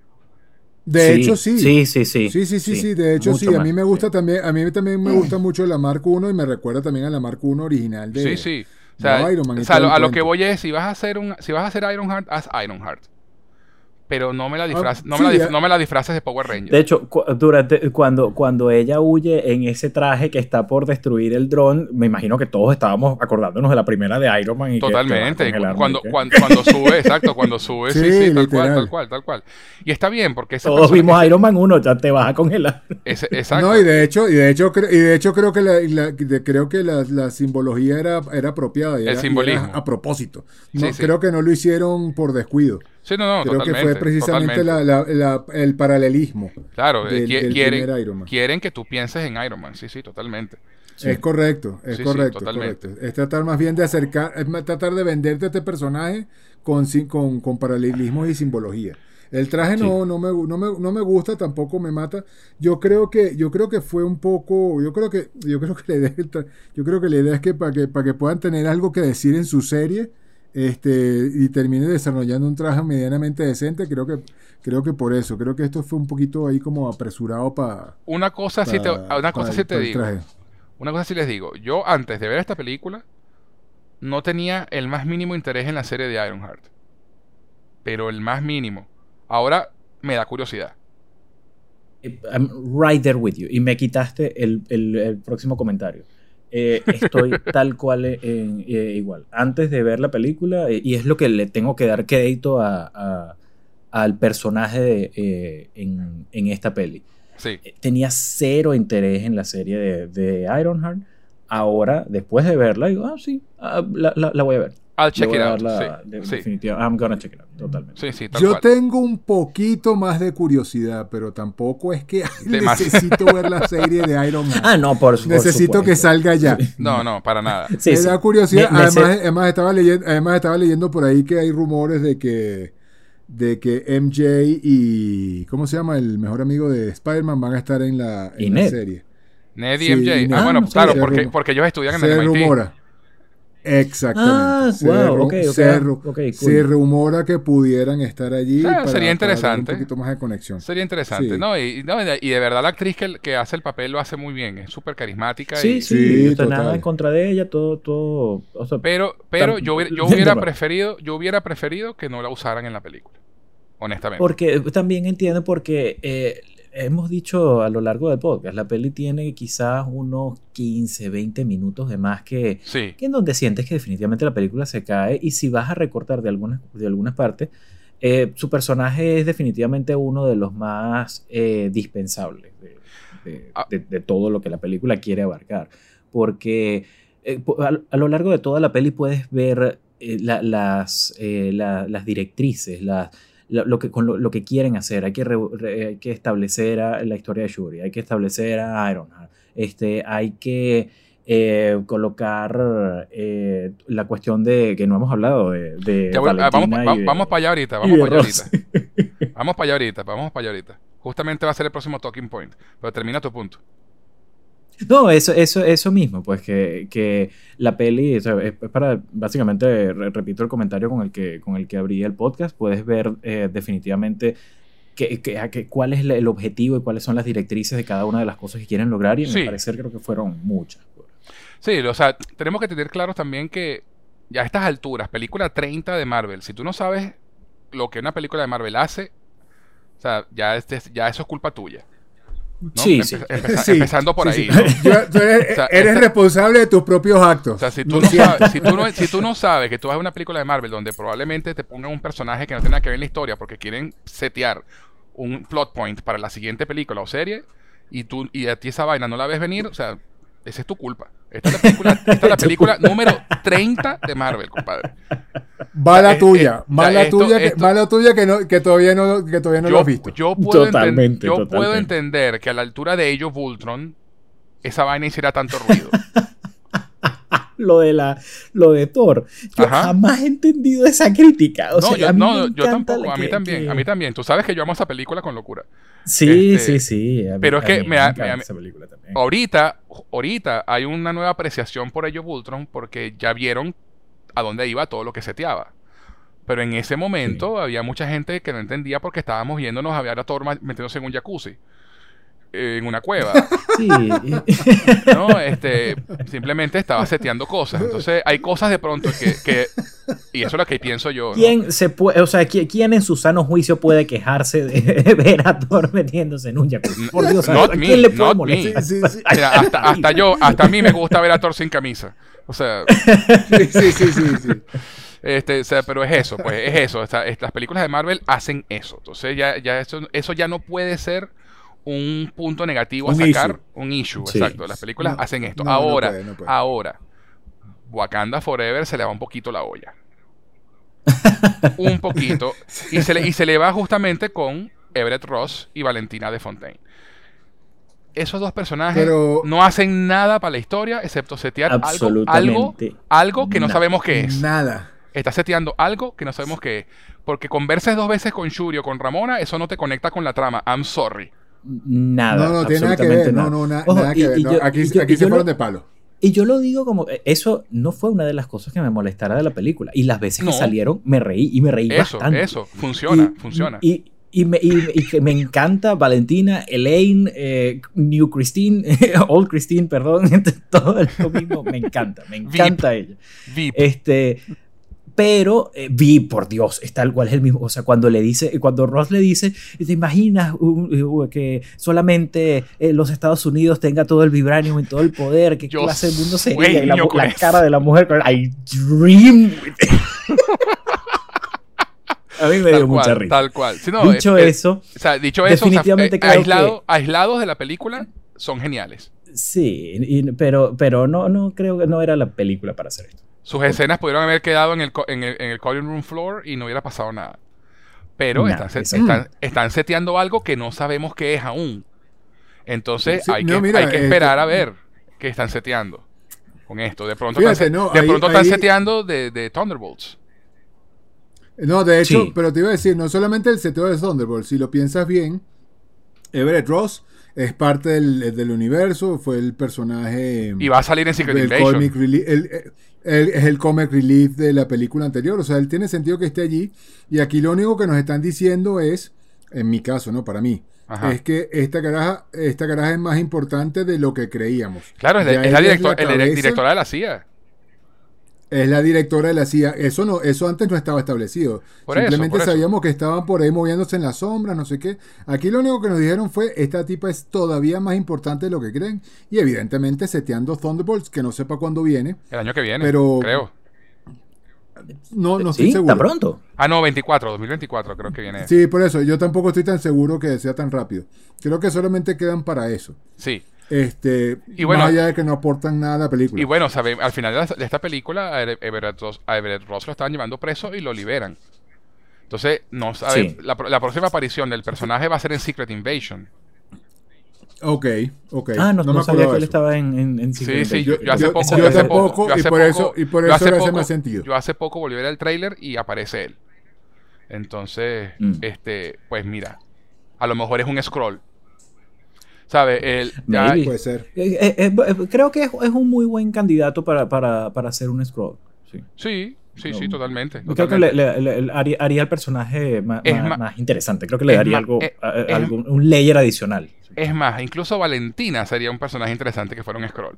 De sí, hecho, sí. Sí, sí, sí. Sí, sí, sí, sí. sí. De hecho, mucho sí. Más, a mí me gusta sí. también, a mí también me gusta mucho la Mark uno y me recuerda también a la Mark uno original de Sí, sí. O sea, Iron Man. O sea, a lo que voy es, si vas a hacer un, si vas a hacer Iron Heart, haz Iron Heart. Pero no me la disfraces, ah, no, sí, no me la disfraces de Power Ranger. De hecho, cu durante, cuando, cuando ella huye en ese traje que está por destruir el dron, me imagino que todos estábamos acordándonos de la primera de Iron Man. Y totalmente. Que, que cuando, cuando, cuando sube, exacto, cuando sube, sí, sí, sí tal cual, tal cual, tal cual. Y está bien, porque ese todos vimos que... Iron Man uno, ya te vas a congelar. Ese, exacto. No, y de hecho, y de hecho, y de hecho creo que la, la, de, creo que la, la simbología era, era apropiada. Y el era, simbolismo. Y era a propósito. No, sí, sí. Creo que no lo hicieron por descuido. Sí, no, no, creo totalmente, que fue precisamente la, la, la, el paralelismo. Claro, del, quieren, del primer Iron Man. Quieren que tú pienses en Iron Man, sí, sí, totalmente. Sí. Es correcto, es sí, correcto, sí, es correcto. Es tratar más bien de acercar, es tratar de venderte a este personaje con, con, con paralelismos y simbología. El traje sí. no, no, me, no, me, no me gusta, tampoco me mata. Yo creo que, yo creo que fue un poco, yo creo que, yo creo que la idea, yo creo que la idea es que para que, para que puedan tener algo que decir en su serie. Este, y termine desarrollando un traje medianamente decente, creo que creo que por eso, creo que esto fue un poquito ahí como apresurado para una cosa sí te, una cosa sí te digo, una cosa sí les digo, yo antes de ver esta película no tenía el más mínimo interés en la serie de Ironheart, pero el más mínimo, ahora me da curiosidad. I'm right there with you, y me quitaste el, el, el próximo comentario. Eh, estoy tal cual eh, eh, igual. Antes de ver la película, eh, y es lo que le tengo que dar crédito a, a, al personaje de, eh, en, en esta peli. Sí. Eh, tenía cero interés en la serie de, de Ironheart. Ahora, después de verla, digo, ah, sí, ah, la, la, la voy a ver. I'll check it out. La, sí, de, sí. Definitivamente. I'm gonna check it out. Totalmente. Sí, sí, tal Yo cual. tengo un poquito más de curiosidad, pero tampoco es que necesito ver la serie de Iron Man. Ah, no, por, por Necesito supuesto. que salga ya. No, no, para nada. Sí, Me sí. da curiosidad. Me, me además, sé... además, estaba leyendo, además estaba leyendo por ahí que hay rumores de que de que M J y ¿cómo se llama? El mejor amigo de Spider-Man van a estar en la, en la serie. Ned y sí, M J. Y ah, ah, bueno, no, claro, sí, porque, porque ellos estudian en se el M I T. rumora. Exactamente. Ah, se, wow, okay, okay, se, okay, cool. se rumora que pudieran estar allí. Ah, para, sería interesante. Para dar un poquito más de conexión. Sería interesante. Sí. No, y, no, y de verdad la actriz que, que hace el papel lo hace muy bien. Es súper carismática. Sí, y, sí, sí, no está total. nada en contra de ella, todo, todo. O sea, pero, pero tan, yo hubiera, yo hubiera preferido, yo hubiera preferido que no la usaran en la película. Honestamente. Porque también entiendo porque eh, hemos dicho a lo largo del podcast, la peli tiene quizás unos quince, veinte minutos de más que, sí. que en donde sientes que definitivamente la película se cae, y si vas a recortar de algunas, de algunas partes, eh, su personaje es definitivamente uno de los más eh, dispensables. De, de, de, de todo lo que la película quiere abarcar. Porque eh, a, a lo largo de toda la peli puedes ver eh, la, las, eh, la, las directrices, la, la, lo, que, con lo, lo que quieren hacer. Hay que, re, re, hay que establecer a, la historia de Shuri, hay que establecer a Ironheart, este, hay que eh, colocar eh, la cuestión de que no hemos hablado de, de ya, bueno, vamos, vamos, de, vamos para allá ahorita, vamos para allá ahorita. Vamos para allá ahorita, vamos para allá ahorita. Justamente va a ser el próximo talking point, pero termina tu punto. No, eso, eso, eso mismo, pues que, que la peli, o sea, es para, básicamente, re, repito el comentario con el que, con el que abrí el podcast, puedes ver eh, definitivamente que, que, que, cuál es el objetivo y cuáles son las directrices de cada una de las cosas que quieren lograr, y sí. Me parece creo que fueron muchas. Sí, o sea, tenemos que tener claro también que ya a estas alturas, película treinta de Marvel, si tú no sabes lo que una película de Marvel hace, o sea, ya, este, ya eso es culpa tuya. ¿no? Sí, Empe sí. empeza sí. Empezando por sí, ahí. sí. ¿no? Yo, tú eres, o sea, eres este, responsable de tus propios actos. O sea, si tú, no sabes, si, tú no, si tú no sabes que tú vas a una película de Marvel donde probablemente te pongan un personaje que no tiene nada que ver en la historia porque quieren setear un plot point para la siguiente película o serie y, tú, y a ti esa vaina no la ves venir, o sea, esa es tu culpa. Esta es la película, esta es la película número treinta de Marvel, compadre. Mala tuya, eh, mala esto, tuya, que, esto, mala tuya que, no, que todavía no, que todavía no yo, lo has visto. Yo, puedo, totalmente, enten yo totalmente. puedo entender que a la altura de Age of Ultron esa vaina hiciera tanto ruido. Lo de la lo de Thor. Yo Ajá. jamás he entendido esa crítica. O no, sea, yo, a mí no, me yo encanta tampoco. A mí que, también. que... A mí también. Tú sabes que yo amo esa película con locura. Sí, este, sí, sí. A mí, pero es que me, me, ha, me me ha, esa película también. ahorita, ahorita hay una nueva apreciación por Age of Ultron porque ya vieron a dónde iba todo lo que seteaba. Pero en ese momento sí. había mucha gente que no entendía porque estábamos viéndonos a ver a Thor metiéndose en un jacuzzi. En una cueva. Sí. No, este, simplemente estaba seteando cosas. Entonces, hay cosas de pronto que, que y eso es lo que pienso yo, ¿no? ¿Quién se puede, o sea, quién en su sano juicio puede quejarse de ver a Thor metiéndose en un jacuzzi? Por Dios, not ¿a me, quién le puede not molestar? Sí, sí, sí. Mira, hasta, hasta yo, hasta a mí me gusta ver a Thor sin camisa. O sea, sí, sí, sí, sí, sí. Este, o sea, pero es eso, pues es eso. O sea, las películas de Marvel hacen eso. Entonces, ya, ya eso, eso ya no puede ser un punto negativo a un sacar, issue. un issue, Sí. exacto. Las películas No, hacen esto. no, ahora, no puede, no puede. ahora, Wakanda Forever se le va un poquito la olla. Un poquito. Y se, le, y se le va justamente con Everett Ross y Valentina de Fontaine. Esos dos personajes Pero- no hacen nada para la historia, excepto setear algo, algo, Absolutamente algo que no nada. sabemos qué es. Nada. Está seteando algo que no sabemos qué es. Porque converses dos veces con Shuri o con Ramona, eso no te conecta con la trama. I'm sorry. Nada. No, no tiene nada que absolutamente ver. nada. No, no, na- Ojo, nada que y- ver. y No, yo- aquí y yo- aquí y se yo fueron lo- de palo. Y yo lo digo como, eso no fue una de las cosas que me molestara de la película. Y las veces No. que salieron, me reí y me reí Eso, bastante. eso. Funciona, Y- funciona. Y, y, me, y, y que me encanta Valentina, Elaine, eh, New Christine, Old Christine, perdón, todo lo mismo. Me encanta, me encanta ella. V I P. Este, pero eh, vi, por Dios, es tal cual es el mismo. O sea, cuando le dice, cuando Ross le dice, ¿te imaginas uh, uh, que solamente eh, los Estados Unidos tenga todo el vibranium y todo el poder? ¿Qué Yo clase de mundo sería? Y la, sueño con la eso. cara de la mujer, I dream with it. A mí me dio Tal mucha cual, risa. tal cual. Sí, no, Dicho eh, eh, eso, o sea, dicho eso, o sea, definitivamente eh, creo aislado- que- aislados de la película son geniales. sí, y- pero, pero no, no creo que no era la película para hacer esto. Sus escenas pudieron haber quedado en el, co- en el, en el cutting room floor y no hubiera pasado nada. Pero Nada, están, se- exacto. están, están seteando algo que no sabemos qué es aún. Entonces Sí, hay, no, que, mira, hay que este- esperar a ver qué están seteando con esto. De pronto Fíjate, están, no, de ahí- pronto están ahí- seteando de, de Thunderbolts. No, de hecho, Sí. pero te iba a decir, no solamente el seteo de Thunderbolt, si lo piensas bien, Everett Ross es parte del, del universo, fue el personaje Y va a salir en Secret del Invasion. comic relief, el- el- es el comic relief de la película anterior, o sea, él tiene sentido que esté allí, y aquí lo único que nos están diciendo es, en mi caso, no para mí, Ajá. es que esta caraja, esta caraja es más importante de lo que creíamos. Claro, es, de- Ya es la, ella director- el- cabeza, directora de la C I A. es la directora de la C I A. Eso no, eso antes no estaba establecido. Por eso, Simplemente por eso. sabíamos que estaban por ahí moviéndose en las sombras, no sé qué. Aquí lo único que nos dijeron fue, esta tipa es todavía más importante de lo que creen. Y evidentemente seteando Thunderbolts, que no sepa cuándo viene. El año que viene, Pero- creo. No, no Sí, estoy seguro. tan pronto. Ah, no, veinticuatro, dos mil veinticuatro creo que viene. Sí, por eso. Yo tampoco estoy tan seguro que sea tan rápido. Creo que solamente quedan para eso. Sí. Este, Y bueno, más allá de que no aportan nada a la película. Y bueno, sabe, al final de, la- de esta película, a Everett Ross, a Everett Ross lo estaban llevando preso y lo liberan. Entonces, no sabe, Sí. la, la próxima aparición del personaje va a ser en Secret Invasion. Ok, ok. Ah, no, no, me sabía acordaba que él eso. estaba en, en, en Sí, Secret sí, Invasion. yo, yo hace yo- poco. yo yo hace tampoco, poco- yo y hace por eso- poco- y por yo eso hace le hace poco- más sentido. Yo hace poco volví a ver el tráiler y aparece él. Entonces, Mm. este, pues mira, a lo mejor es un scroll. ¿Sabes? El, ya- Maybe. Puede ser. Eh, eh, eh, eh, creo que es, es un muy buen candidato para, para, para hacer un scroll. Sí. sí, sí, No, sí, totalmente. Creo que totalmente. le, le- le- haría, haría el personaje más, Es más- ma- más interesante. Creo que le es daría ma- algo, es- a- a- es- algún- un layer adicional. Es más, incluso Valentina sería un personaje interesante que fuera un scroll.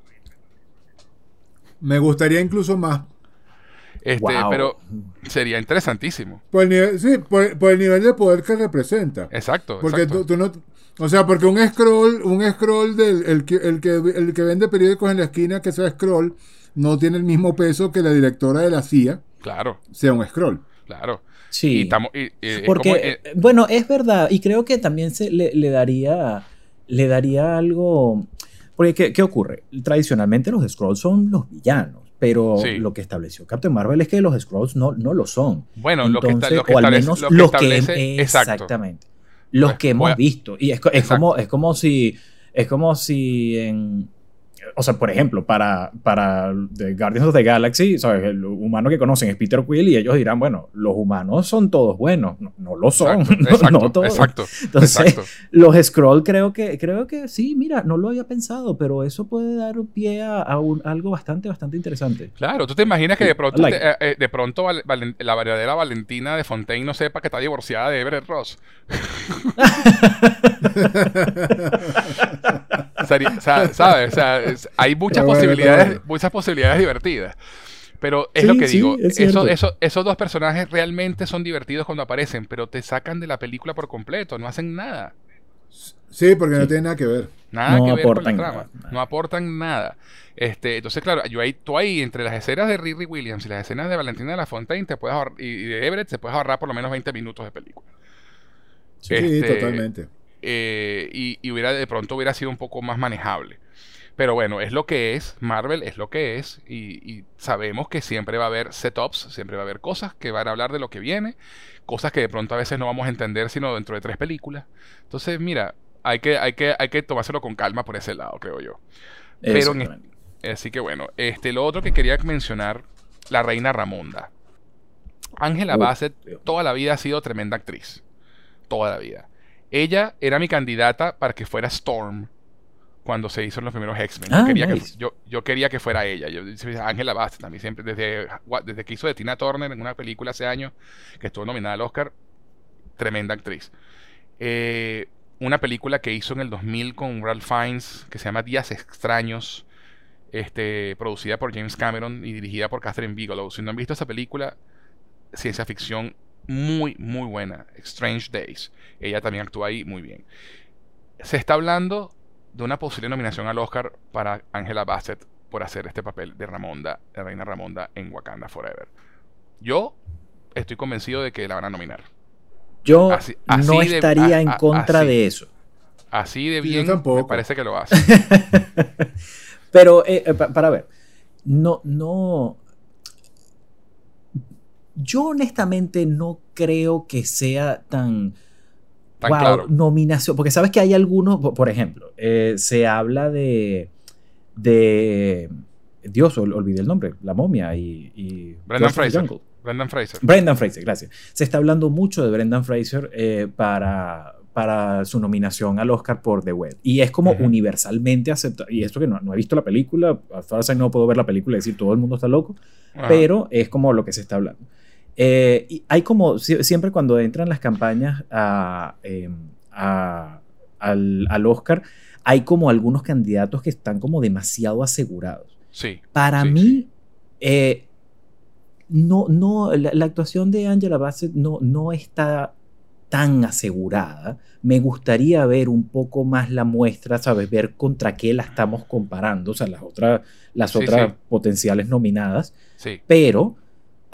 Me gustaría incluso más. Este, Wow. pero sería interesantísimo. Por el nivel, sí, por, por el nivel de poder que representa. Exacto. Porque exacto. tú, tú no. O sea, porque un scroll, un scroll del el que, el que el que vende periódicos en la esquina que sea scroll, no tiene el mismo peso que la directora de la C I A Claro, sea un scroll. claro. Sí. Y estamos, y- y es Porque, como, eh, bueno, es verdad. Y creo que también se le, le daría. Le daría algo. Porque, ¿qué, qué ocurre? Tradicionalmente los Skrulls son los villanos. Pero Sí. lo que estableció Captain Marvel es que los Skrulls no, no lo son. bueno, lo que, está, lo que o al establece, menos lo que los que establece- exacto. exactamente. Los Pues, que hemos voy a- visto. Y es, co- es Exacto. como, es como si. Es como si en. O sea, por ejemplo, para, para The Guardians of the Galaxy, ¿sabes? El humano que conocen es Peter Quill y ellos dirán, bueno, los humanos son todos buenos. No, no lo son. Exacto, no, exacto, no todos. exacto, Entonces, exacto. los Skrull creo que, creo que sí, mira, no lo había pensado, pero eso puede dar un pie a, a un- algo bastante, bastante interesante. Claro, tú te imaginas que de pronto, I like te- eh, eh, de pronto Val- Valen- la verdadera Valentina de Fontaine no sepa que está divorciada de Everett Ross. Sería- sa- ¿Sabes? O sea, es- hay muchas Está bueno, posibilidades, está bueno. muchas posibilidades divertidas. Pero es Sí, lo que sí, digo, es eso- cierto. eso- esos dos personajes realmente son divertidos cuando aparecen, pero te sacan de la película por completo, no hacen nada. Sí, porque no tiene nada que ver. Nada No que ver con la aportan trama. nada, nada. No aportan nada. Este, entonces, claro, yo ahí, tú ahí, entre las escenas de Riri Williams y las escenas de Valentina de la Fontaine te puedes ahorrar, y y de Everett, te puedes ahorrar por lo menos veinte minutos de película. Sí, Este, totalmente. eh, y, y hubiera, de pronto hubiera sido un poco más manejable. Pero bueno, es lo que es. Marvel es lo que es. Y, y sabemos que siempre va a haber setups, siempre va a haber cosas que van a hablar de lo que viene. Cosas que de pronto a veces no vamos a entender sino dentro de tres películas. Entonces, mira, hay que, hay que, hay que tomárselo con calma por ese lado, creo yo. Pero en- Exactamente. Así que bueno, este, lo otro que quería mencionar, la reina Ramonda. Angela Uh, Bassett Dios. toda la vida ha sido tremenda actriz. Toda la vida. Ella era mi candidata para que fuera Storm cuando se hizo en los primeros X-Men. Yo, Ah, quería que, nice. yo, yo quería que fuera ella. Yo, Angela Bassett también siempre, desde, desde que hizo de Tina Turner en una película hace años, que estuvo nominada al Oscar, tremenda actriz. Eh, una película que hizo en el dos mil con Ralph Fiennes, que se llama Días Extraños, este, producida por James Cameron y dirigida por Catherine Bigelow. Si no han visto esa película, ciencia ficción muy, muy buena. Strange Days. Ella también actúa ahí muy bien. Se está hablando de una posible nominación al Oscar para Angela Bassett por hacer este papel de Ramonda, de Reina Ramonda en Wakanda Forever. Yo estoy convencido de que la van a nominar. Yo Así- así no de- estaría a- en a- contra así. de eso. Así de Sí, yo bien tampoco. me parece que lo hace. Pero, eh, eh, pa- para ver, no, no. Yo honestamente no creo que sea tan. Tan wow, claro. nominación. Porque sabes que hay algunos, por, por ejemplo, eh, se habla de. de Dios, ol- olvidé el nombre, La Momia y. y Brendan George of the Fraser. Jungle. Brendan Fraser. Brendan Fraser, gracias. Se está hablando mucho de Brendan Fraser eh, para, para su nominación al Oscar por The Whale. Y es como Ujú. universalmente aceptado. Y esto que no, no he visto la película, as far as I know, no puedo ver la película y decir todo el mundo está loco, Ajá. pero es como lo que se está hablando. Eh, y hay como, sie- siempre cuando entran las campañas a, eh, a- al, al Oscar, hay como algunos candidatos que están como demasiado asegurados. Sí. Para sí, mí, sí. eh, no, no, la, la actuación de Angela Bassett no, no está tan asegurada. Me gustaría ver un poco más la muestra, ¿sabes? Ver contra qué la estamos comparando, o sea, las otras, las Sí, otras sí. potenciales nominadas. Sí. Pero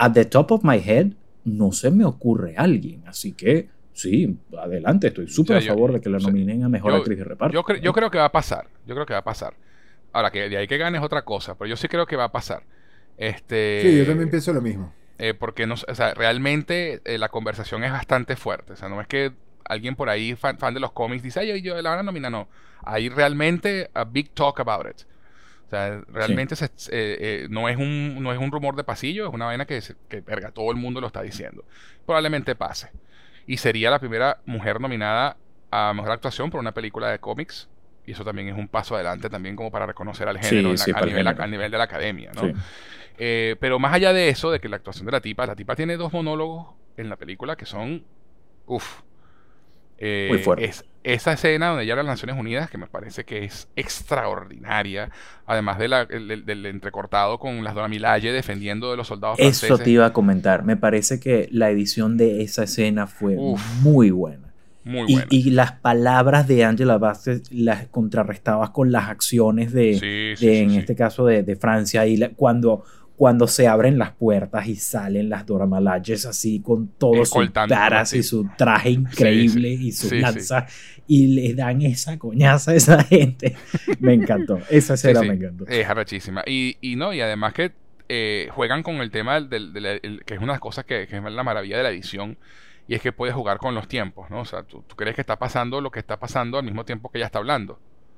at the top of my head, no se me ocurre alguien. Así que, sí, adelante. Estoy súper O sea, a favor yo- de que la o sea, nominen a Mejor yo- Actriz de Reparto. Yo, cre- yo creo que va a pasar. Yo creo que va a pasar. Ahora, que de ahí que gane es otra cosa, pero yo sí creo que va a pasar. Este, Sí, yo también pienso lo mismo. eh, porque no, o sea, realmente eh, la conversación es bastante fuerte. O sea, no es que alguien por ahí, fan, fan de los cómics, dice, ay, yo, yo la van a nominar. No. Hay realmente a big talk about it. O sea, realmente se- eh, eh, no, es un, no es un rumor de pasillo, es una vaina que, se- que verga, todo el mundo lo está diciendo. Probablemente pase. Y sería la primera mujer nominada a mejor actuación por una película de cómics. Y eso también es un paso adelante también como para reconocer al Sí, género en la- sí, a, para el nivel, género. a nivel de la academia, ¿no? Sí. Eh, pero más allá de eso, de que la actuación de la tipa, la tipa tiene dos monólogos en la película que son, uff, Muy fuerte. es, esa escena donde ella habla de las Naciones Unidas, que me parece que es extraordinaria, además de la- el- del, del entrecortado con las Dora Milaje defendiendo de los soldados Eso franceses. te iba a comentar. Me parece que la edición de esa escena fue Uf. muy buena. Muy Y, buena. y las palabras de Angela Bassett las contrarrestabas con las acciones de, Sí, sí, de, sí, en sí. este caso de, de Francia, y la- cuando, cuando se abren las puertas y salen las Dora Milajes así con todos sus Escoltando, taras sí. y su traje increíble Sí, sí. y sus Sí, sí. lanzas, y le dan esa coñaza a esa gente. Me encantó. Esa Sí, escena sí. me encantó. Es arrechísima. Y, y no, y además que eh, juegan con el tema del, del- del- el- que es una de las cosas que, que es la maravilla de la edición, y es que puedes jugar con los tiempos, ¿no? O sea, tú, tú crees que está pasando lo que está pasando al mismo tiempo que ella está hablando.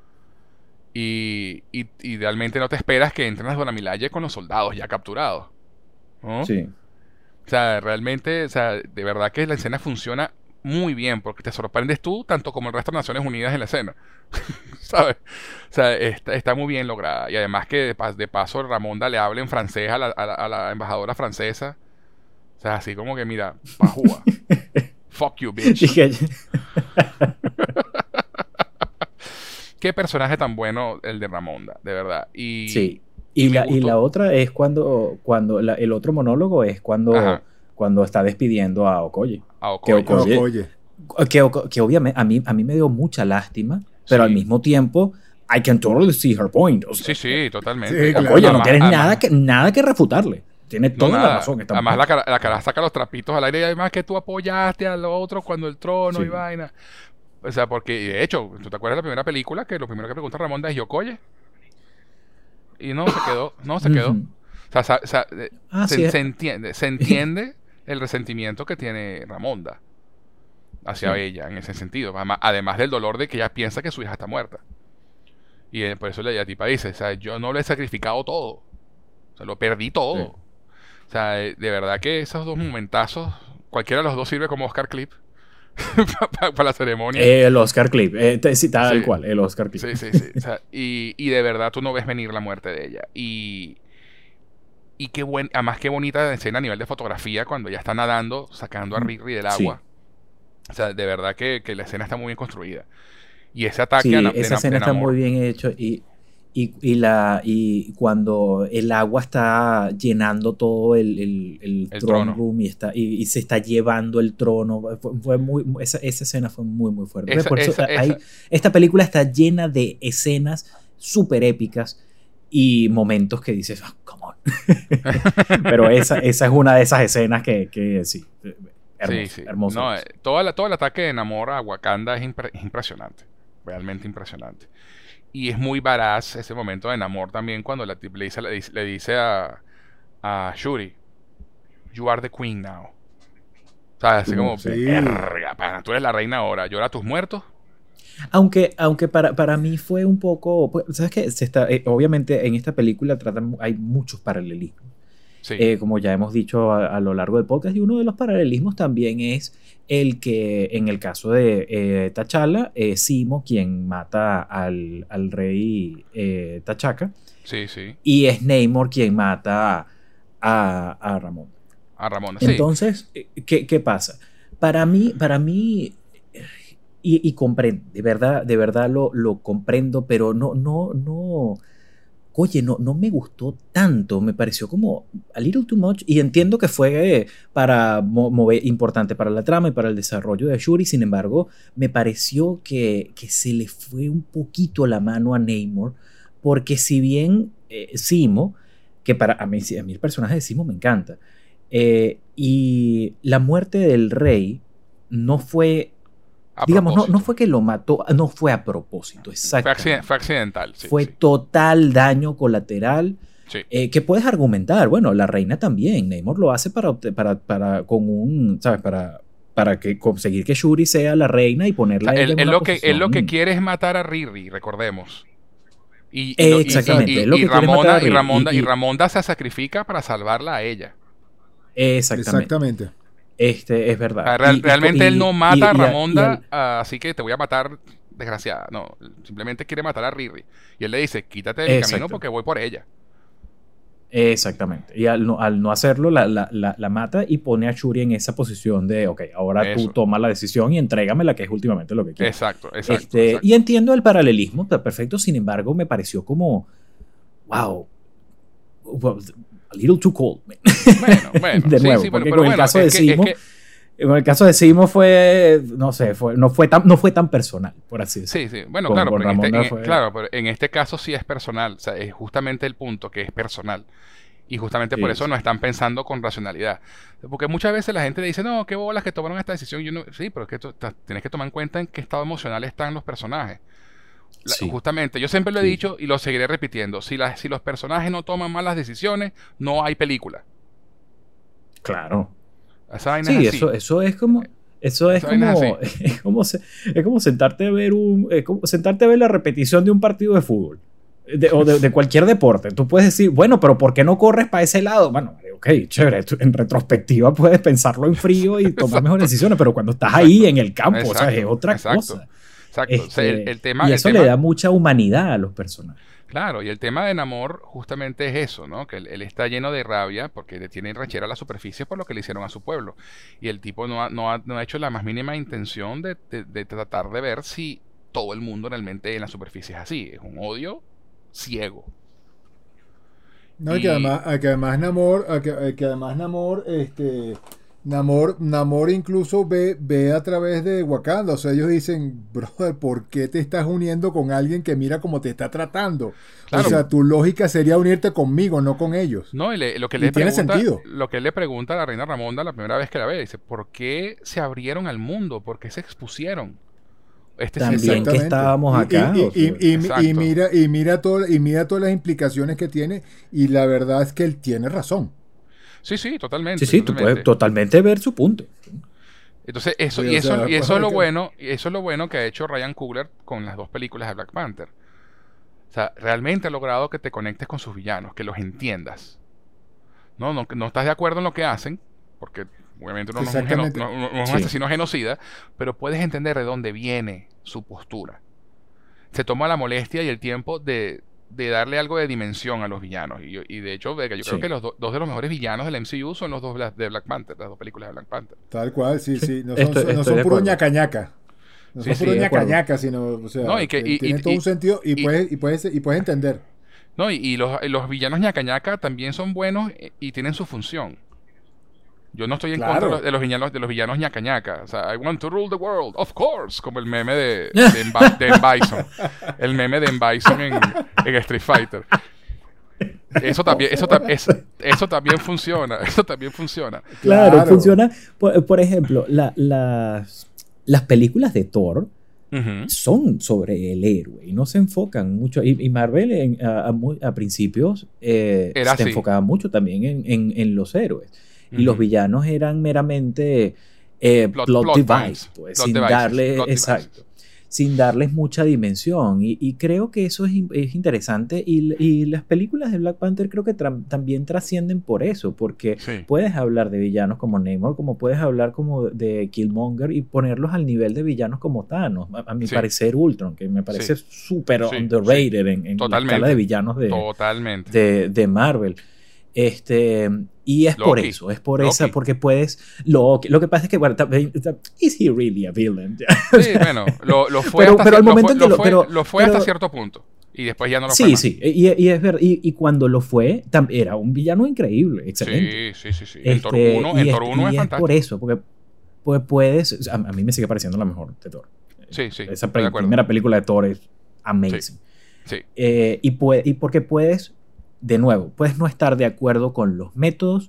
Y, y, y realmente no te esperas que entren las Dora Milaje con los soldados ya capturados, ¿no? Sí. O sea, realmente, o sea, de verdad que la escena funciona muy bien, porque te sorprendes tú tanto como el resto de Naciones Unidas en la escena. ¿Sabes? O sea, está, está muy bien lograda. Y además que de, pas- de paso Ramonda le habla en francés a la, a la- a la embajadora francesa. O sea, así como que, mira, pajúa. Fuck you, bitch. Dije, Qué personaje tan bueno el de Ramonda, de verdad. Y, sí. y Y me la, y gustó. la otra es cuando, cuando la- el otro monólogo es cuando, Ajá. cuando está despidiendo a Okoye. a que Okoye. Okoye- Oye, Que, Oko- que obviamente a mí, a mí me dio mucha lástima, pero Sí. al mismo tiempo, I can totally see her point. O sea, Sí, sí, totalmente. Sí, claro. Okoye, no Además- tienes además- nada que, nada que refutarle. Tiene No, toda nada. la razón. esta Además, la mujer. cara, la cara saca los trapitos al aire y además que tú apoyaste al otro cuando el trono Sí. y vaina. O sea, porque y de hecho, ¿tú te acuerdas de la primera película? Que lo primero que pregunta Ramonda es Yokoye. Y no se quedó, no se quedó. Ujú. O sea, sa- sa- eh, Ah, se, sí. se entiende, se entiende el resentimiento que tiene Ramonda hacia Sí. ella en ese sentido. Además, además del dolor de que ella piensa que su hija está muerta. Y eh, por eso la, la tipa dice, o sea, yo no lo he sacrificado todo. O sea, lo perdí todo. Sí. O sea, eh, de verdad que esos dos momentazos, cualquiera de los dos sirve como Oscar Clip para la ceremonia. Eh, el Oscar Clip. Eh, te- sí, tal Sí. cual, el Oscar Clip. Sí, sí, sí. O sea, y, y de verdad tú no ves venir la muerte de ella. Y, y qué buen, además qué bonita escena a nivel de fotografía cuando ya está nadando, sacando a Riri del Sí. agua. O sea, de verdad que, que la escena está muy bien construida. Y ese ataque Sí, a Na- de esa Na- escena de está Namor. muy bien hecho y, y, y, la, y cuando el agua está llenando todo el, el, el, El throne trono. room y, está, y, y se está llevando el trono, fue, fue muy, esa, esa escena fue muy muy fuerte. Esa- Por eso esa- hay- esa- esta película está llena de escenas súper épicas y momentos que dices, oh, come on. Pero esa, esa es una de esas escenas que, que sí, hermoso, Sí, sí. hermoso. No, eh, toda la- todo el ataque de Namor a Wakanda es, impre- es impresionante. Realmente impresionante. Y es muy varaz ese momento de Namor también cuando la tip le dice, le dice, le dice a, a Shuri, you are the queen now. O sea, así Sí, como, sí. "Verga, pana, tú eres la reina ahora, llora a tus muertos". Aunque, aunque para, para mí fue un poco, pues, ¿sabes qué? Se está, eh, obviamente en esta película tratan, hay muchos paralelismos, Sí, eh, como ya hemos dicho a, a lo largo del podcast, y uno de los paralelismos también es el que en el caso de eh, T'Challa, es Simo quien mata al, al rey eh, T'Chaka, sí, sí. y es Namor quien mata a, a Ramón. A Ramona, sí. Entonces, eh, ¿qué, qué pasa? Para mí, para mí, y, y comprendo, de verdad, de verdad lo, lo comprendo, pero no, no, no, oye, no, no me gustó tanto, me pareció como a little too much, y entiendo que fue eh, para mo- mover, importante para la trama y para el desarrollo de Shuri, sin embargo, me pareció que, que se le fue un poquito la mano a Namor, porque si bien eh, Simo, que para a mí, a mí el personaje de Simo me encanta, Eh, y la muerte del rey no fue, A digamos, no, propósito. no fue que lo mató, no fue a propósito, Fue, exacto. accident- fue accidental. Sí, Fue sí, total daño colateral. sí. Eh, que puedes argumentar, bueno, la reina también, Namor lo hace para, obte- para, para con un, ¿sabes? Para, para que conseguir que Shuri sea la reina y O ponerla sea, a ella él, en él una lo que, él lo que posición- quiere es matar a Riri, recordemos. Y, y lo- y- Exactamente, y- y- él lo y que quiere es matar a Ramona, y, Riri. Ramonda, Y- y y- Ramonda se sacrifica para salvarla a ella. Exactamente. Exactamente. Este, es O verdad. sea, real- Y- y- realmente y- él no y- mata y- a y- y Ramonda, al- ah, así que te voy a matar, desgraciada. No, simplemente quiere matar a Riri. Y él le dice, quítate de mi Exacto. camino porque voy por ella. Exactamente. Y al no, al no hacerlo, la, la, la, la mata y pone a Shuri en esa posición de, ok, ahora Eso. tú tomas la decisión y entrégamela, que es últimamente lo que quieres. Exacto, exacto. Este, exacto. Y entiendo el paralelismo, está perfecto. Sin embargo, me pareció como, wow, well, a little too cold. man. Bueno, bueno. De sí, nuevo, sí, porque pero, pero con el bueno, caso de es que- es Simo, que- En el caso de Simo fue, no sé, fue, no, fue tan, no fue tan personal, por así decirlo. Sí, sí. Bueno, Con- claro, con pero en este, Ramonda en- fue- claro, pero en este caso sí es personal. O sea, es justamente el punto que es personal. Y justamente por Sí, eso sí. no están pensando con racionalidad. Porque muchas veces la gente le dice, no, qué bolas que tomaron esta decisión. Y uno, sí, pero es que tú- ta- tienes que tomar en cuenta en qué estado emocional están los personajes. La- Sí. Justamente, yo siempre lo he Sí. dicho y lo seguiré repitiendo. Si, las si los personajes no toman malas decisiones, no hay película. Claro. Esa vaina Sí, es así. eso, eso es como, eso es Esa vaina como, es es como, se- es como sentarte a ver un, es como sentarte a ver la repetición de un partido de fútbol. De- o de, de cualquier deporte. Tú puedes decir, bueno, pero ¿por qué no corres para ese lado? Bueno, ok, chévere. tú en retrospectiva puedes pensarlo en frío y tomar mejores decisiones, pero cuando estás Exacto. ahí en el campo, o sea, Exacto, es otra exacto. cosa. Exacto. O sea, el, Este, el tema, y el eso tema- le da mucha humanidad a los personajes. Claro, y el tema de Namor justamente es eso, ¿no? Que él, él está lleno de rabia porque le tiene rachera a la superficie por lo que le hicieron a su pueblo. Y el tipo no ha, no ha, no ha hecho la más mínima intención de, de- de tratar de ver si todo el mundo realmente en la superficie es así. Es un odio ciego. No, y Y- que además, a que además Namor, a que, a que además Namor, este, Namor, Namor incluso ve, ve a través de Wakanda. O sea, ellos dicen, brother, ¿por qué te estás uniendo con alguien que mira cómo te está tratando? Claro. O sea, tu lógica sería unirte conmigo, no con ellos. No, y le- lo que Y le tiene pregunta, sentido. lo que él le pregunta a la reina Ramonda la primera vez que la ve, dice, ¿por qué se abrieron al mundo? ¿Por qué se expusieron? Este es el- También que Exactamente. estábamos Y- acá, Y, o y- sea. y- y- Exacto. y mira, y, mira todo, y mira todas las implicaciones que tiene. Y la verdad es que él tiene razón. Sí, sí, totalmente. Sí, sí, tú totalmente. puedes totalmente ver su punto. Entonces, eso, Sí, y o eso, sea, y eso es lo que- bueno, y eso es lo bueno que ha hecho Ryan Coogler con las dos películas de Black Panther. O sea, realmente ha logrado que te conectes con sus villanos, que los entiendas. No, no, no estás de acuerdo en lo que hacen, porque obviamente uno no es un, geno- Exactamente. no- no- no es Sí. un asesino genocida, pero puedes entender de dónde viene su postura. Se toma la molestia y el tiempo de, de darle algo de dimensión a los villanos. Y, yo- y de hecho, Vega, yo creo Sí. que los do- dos de los mejores villanos del M C U son los dos Bla- de Black Panther, las dos películas de Black Panther. Tal cual, sí, sí. No son, Estoy- no estoy son de puro acuerdo. ñaca ñaca. No Sí, son sí, puro de ñaca acuerdo. ñaca, sino, o sea, No, y que- y- tienen y- todo y- un sentido y, y- puedes, y, puedes, y puedes entender. No, y, y los, los villanos ñaca ñaca también son buenos y, y tienen su función. Yo no estoy en Claro. contra de los, de los villanos de los villanos ñaca ñaca. O sea, I want to rule the world, of course, como el meme de, de, M- de M. Bison. El meme de M. Bison en, en Street Fighter. Eso también, eso, ta- es- eso también funciona. Eso también funciona. Claro, Claro. funciona. Por, por ejemplo, la- las, las películas de Thor Ujú. son sobre el héroe y no se enfocan mucho. Y, y Marvel en- a, a mu- a principios eh, Era se así. enfocaba mucho también en, en- en los héroes. Y los Ujú. villanos eran meramente eh, Plot- plot, plot device, points. pues, Plot sin devices, darle, plot devices. exacto, sin darles mucha dimensión. Y, y creo que eso es, in- es interesante. Y, y las películas de Black Panther creo que tra- también trascienden por eso, porque Sí. puedes hablar de villanos como Namor, como puedes hablar como de Killmonger y ponerlos al nivel de villanos como Thanos. A, a mi Sí. parecer Ultron, que me parece súper Sí, underrated en, en la Totalmente. escala de villanos de, Totalmente. de, de Marvel. Este, y es por Loki. eso, es por Loki. esa, porque puedes. Lo, lo que pasa es que, bueno, también, ¿is he really a villain? Sí, bueno, lo, lo fue, Pero- hasta, pero al cier- lo momento fue, en que lo lo- fue- pero- lo fue pero- hasta cierto punto. Y después ya no lo fue Sí, más. sí, y, y es verdad. Y, y cuando lo fue, tam- era un villano increíble, excelente. Sí, sí, sí, sí. En Thor Este, uno, y en es- Thor uno y es es fantástico. por eso, porque pues puedes. A, a mí me sigue pareciendo la mejor de Thor. Sí, sí, Esa estoy pre- de acuerdo. primera película de Thor es amazing. Sí. Eh, y, puede, y porque puedes, de nuevo, puedes no estar de acuerdo con los métodos,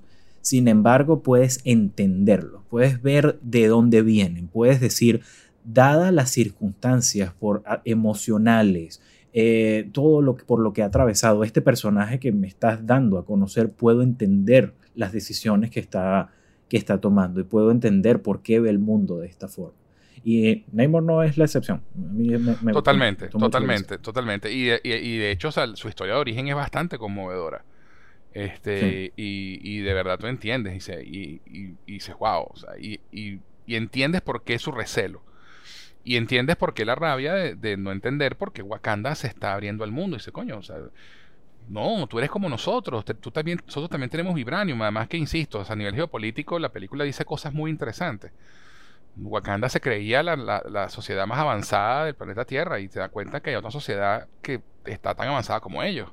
Sin embargo, puedes entenderlos, puedes ver de dónde vienen, puedes decir, dadas las circunstancias por, emocionales, eh, todo lo que, por lo que ha atravesado este personaje que me estás dando a conocer, puedo entender las decisiones que está, que está tomando y puedo entender por qué ve el mundo de esta forma. Y Namor no es la excepción. A mí me, me totalmente, gustó, totalmente, totalmente. Y, y, y de hecho, o sea, su historia de origen es bastante conmovedora. Este, sí. y, y de verdad tú entiendes y, se, y, y, y dices, wow, o sea, y, y, y entiendes por qué su recelo. Y entiendes por qué la rabia de, de no entender por qué Wakanda se está abriendo al mundo. Y dice, coño, o sea, no, tú eres como nosotros, te, tú también, nosotros también tenemos vibranium. Además que, insisto, o sea, a nivel geopolítico, la película dice cosas muy interesantes. Wakanda se creía la, la, la sociedad más avanzada del planeta Tierra y te das cuenta que hay otra sociedad que está tan avanzada como ellos.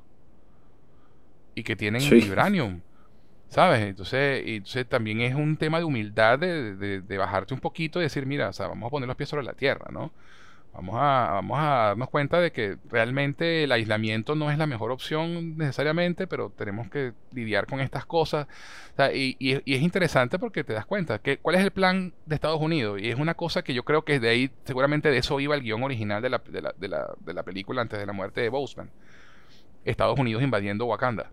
Y que tienen sí. vibranium, ¿sabes? Entonces, entonces también es un tema de humildad de, de, de bajarte un poquito y decir, mira, o sea, vamos a poner los pies sobre la tierra, ¿no? Vamos a, vamos a darnos cuenta de que realmente el aislamiento no es la mejor opción necesariamente, pero tenemos que lidiar con estas cosas. O sea, y, y, y es interesante porque te das cuenta que cuál es el plan de Estados Unidos. Y es una cosa que yo creo que de ahí, seguramente de eso iba el guión original de la, de la, de la, de la película antes de la muerte de Boseman. Estados Unidos invadiendo Wakanda.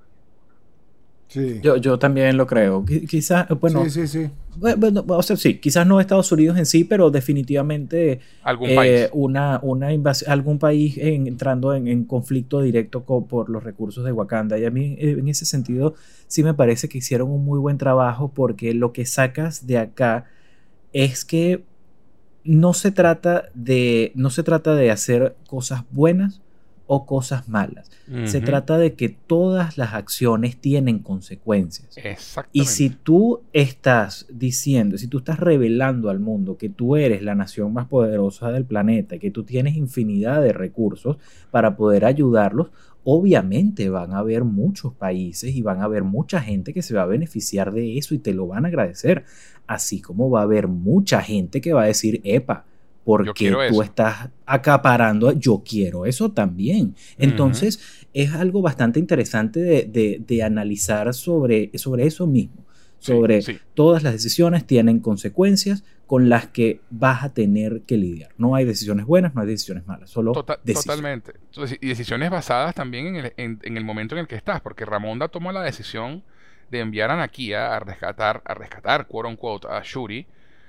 Sí. Yo, yo también lo creo. Quizás, bueno, sí, sí, sí. Bueno, o sea, sí, quizás no Estados Unidos en sí, pero definitivamente algún eh, país, una, una invasión, algún país en, entrando en, en conflicto directo con, por los recursos de Wakanda. Y a mí, en ese sentido, sí me parece que hicieron un muy buen trabajo porque lo que sacas de acá es que no se trata de, no se trata de hacer cosas buenas o cosas malas. Uh-huh. Se trata de que todas las acciones tienen consecuencias. Exactamente. Y si tú estás diciendo, si tú estás revelando al mundo que tú eres la nación más poderosa del planeta y que tú tienes infinidad de recursos para poder ayudarlos, obviamente van a haber muchos países y van a haber mucha gente que se va a beneficiar de eso y te lo van a agradecer. Así como va a haber mucha gente que va a decir, epa, porque tú eso. estás acaparando, yo quiero eso también. Entonces, uh-huh. es algo bastante interesante de, de, de analizar sobre, sobre eso mismo. Sobre sí, sí. todas las decisiones tienen consecuencias con las que vas a tener que lidiar. No hay decisiones buenas, no hay decisiones malas, solo Total, decisiones. Totalmente. Entonces, y decisiones basadas también en el, en, en el momento en el que estás, porque Ramonda tomó la decisión de enviar a Nakia a rescatar, a rescatar, quote unquote, a Shuri,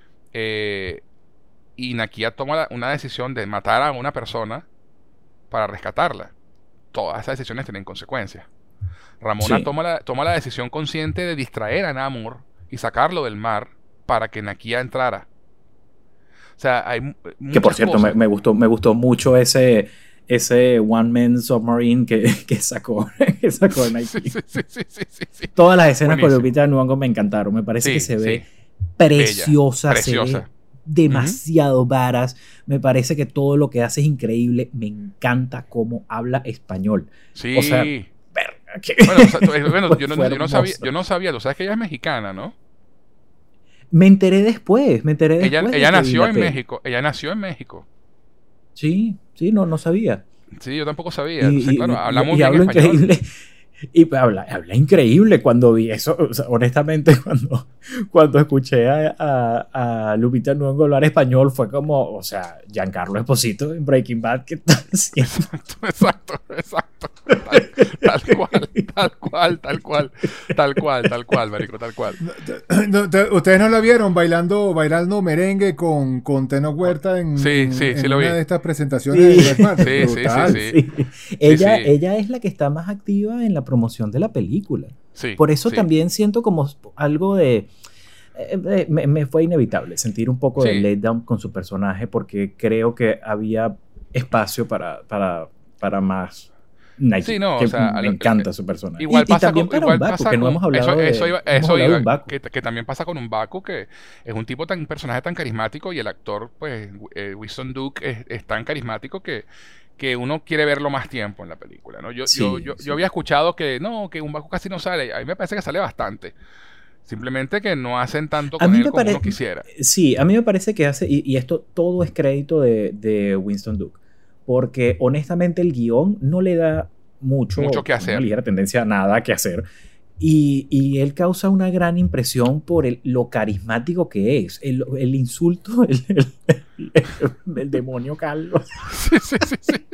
eh, y Nakia toma una decisión de matar a una persona para rescatarla. Todas esas decisiones tienen consecuencias. Ramona sí. toma, la, toma la decisión consciente de distraer a Namor y sacarlo del mar para que Nakia entrara. O sea, hay que por cierto me, me gustó me gustó mucho ese ese one man submarine que, que sacó que sacó Nakia. Sí, sí, sí, sí, sí, sí, sí. Todas las escenas con Lupita Nyong'o me encantaron. Me parece sí, que se ve sí. preciosa, Bella, preciosa. Se ve demasiado uh-huh. varas. Me parece que todo lo que hace es increíble. Me encanta cómo habla español. Sí. O sea, verga, que... bueno, o sea, bueno yo, no, yo no sabía, yo no sabía, tú sabes que ella es mexicana, ¿no? Me enteré después, me enteré después. Ella, de ella nació en peli. México, ella nació en México. Sí, sí, no, no sabía. Sí, yo tampoco sabía. Y, Entonces, y, claro, hablamos y, y bien hablo español. Increíble. Y habla, habla increíble cuando vi eso, o sea, honestamente cuando, cuando escuché a, a, a Lupita Nyong'o hablar español fue como, o sea, Giancarlo Esposito en Breaking Bad, ¿qué tal? Exacto, exacto, exacto, tal, tal cual, tal cual, tal cual, tal cual, tal cual, marico, tal cual. No, no, ¿ustedes no la vieron bailando, bailando merengue con, con Teno Huerta en, sí, sí, en sí, lo una vi. de estas presentaciones? Sí, de sí, sí, sí, sí. sí. Ella, sí, sí. ella es la que está más activa en la promoción de la película. Sí, Por eso sí. también siento como algo de... Eh, me, me fue inevitable sentir un poco sí. de letdown con su personaje porque creo que había espacio para, para, para más Nike. Sí, no, que o sea, me lo, encanta su personaje. Igual y, pasa y también con, para igual M'Baku, pasa que no con, hemos hablado eso, de, eso iba, hemos eso hablado iba de M'Baku. que, que también pasa con M'Baku, que es un tipo tan, un personaje tan carismático y el actor, pues, eh, Winston Duke es, es tan carismático que que uno quiere verlo más tiempo en la película, ¿no? Yo, Sí, yo, yo, sí. yo había escuchado que no, que M'Baku casi no sale. A mí me parece que sale bastante. Simplemente que no hacen tanto con él como pare... uno quisiera. Sí, a mí me parece que hace, y, y esto todo es crédito de, de Winston Duke, porque honestamente el guión no le da mucho, Mucho que hacer. una ligera tendencia a nada que hacer. Y, y él causa una gran impresión por el, lo carismático que es. El, el insulto, el, el, el, el demonio calvo. Sí, sí, sí, sí.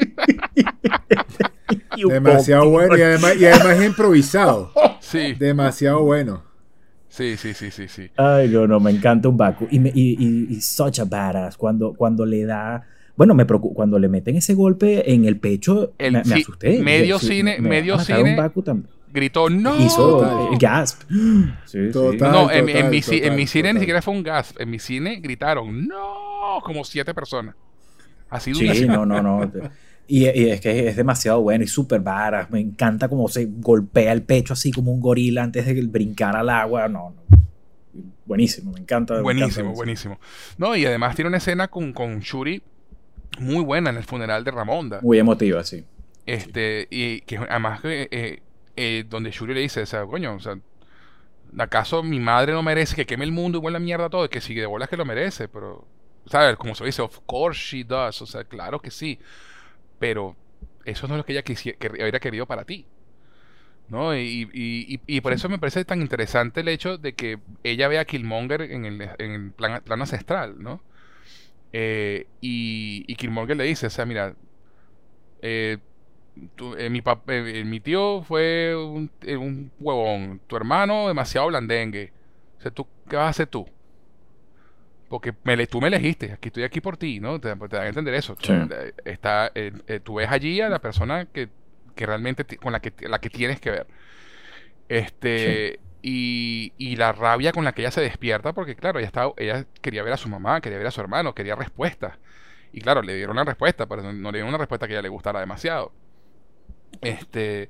Y un Demasiado poquito. bueno y además, y además es improvisado. Sí, Demasiado bueno. sí, sí, sí, sí, sí. Ay, no, no, me encanta un Baku. Y, me, y, y, y such a badass. Cuando, cuando le da. Bueno, me preocupa. Cuando le meten ese golpe en el pecho, El me, me ci- asusté. medio Sí, cine- me medio van a sacar cine un Baku también. Gritó, ¡no! Hizo Total. el gasp. Sí, Total. No, en, en total, mi, ci- en total, mi cine ni total. siquiera fue un gas. En mi cine gritaron, ¡no! Como siete personas. Así Sí, durísimo. no, no, no. Y, y es que es demasiado bueno y súper vara. Me encanta cómo se golpea el pecho así como un gorila antes de brincar al agua. No, no. Buenísimo, me encanta. me Buenísimo, encanta. buenísimo. No, y además tiene una escena con, con Shuri muy buena en el funeral de Ramonda. Muy emotiva, sí. Este, y que además que eh, eh, donde Shuri le dice, o sea, coño, o sea, ¿acaso mi madre no merece que queme el mundo y vuelva mierda todo? Que sí, de bolas que lo merece, pero, ¿sabes? Como se dice, of course she does, o sea, claro que sí, pero eso no es lo que ella quisiera, que hubiera querido para ti, ¿no? Y, y, y, y por eso me parece tan interesante el hecho de que ella ve a Killmonger en el, en el plan, plano ancestral, ¿no? Eh, y, y Killmonger le dice, o sea, mira, eh, tu- eh, mi, pap- eh, eh, mi tío fue un, eh, un huevón, tu hermano demasiado blandengue. O sea, ¿tú, ¿qué vas a hacer tú? Porque me, le- tú me elegiste, aquí estoy aquí por ti, ¿no? Te, te dan a entender eso. Sí. Eh, Está, eh, eh, tú ves allí a la persona que, que realmente ti- con la que, la que tienes que ver. Este, y, y la rabia con la que ella se despierta, porque claro, ella, estaba, ella quería ver a su mamá, quería ver a su hermano, quería respuestas. Y claro, le dieron la respuesta, pero no, no le dieron una respuesta que a ella le gustara demasiado. Este,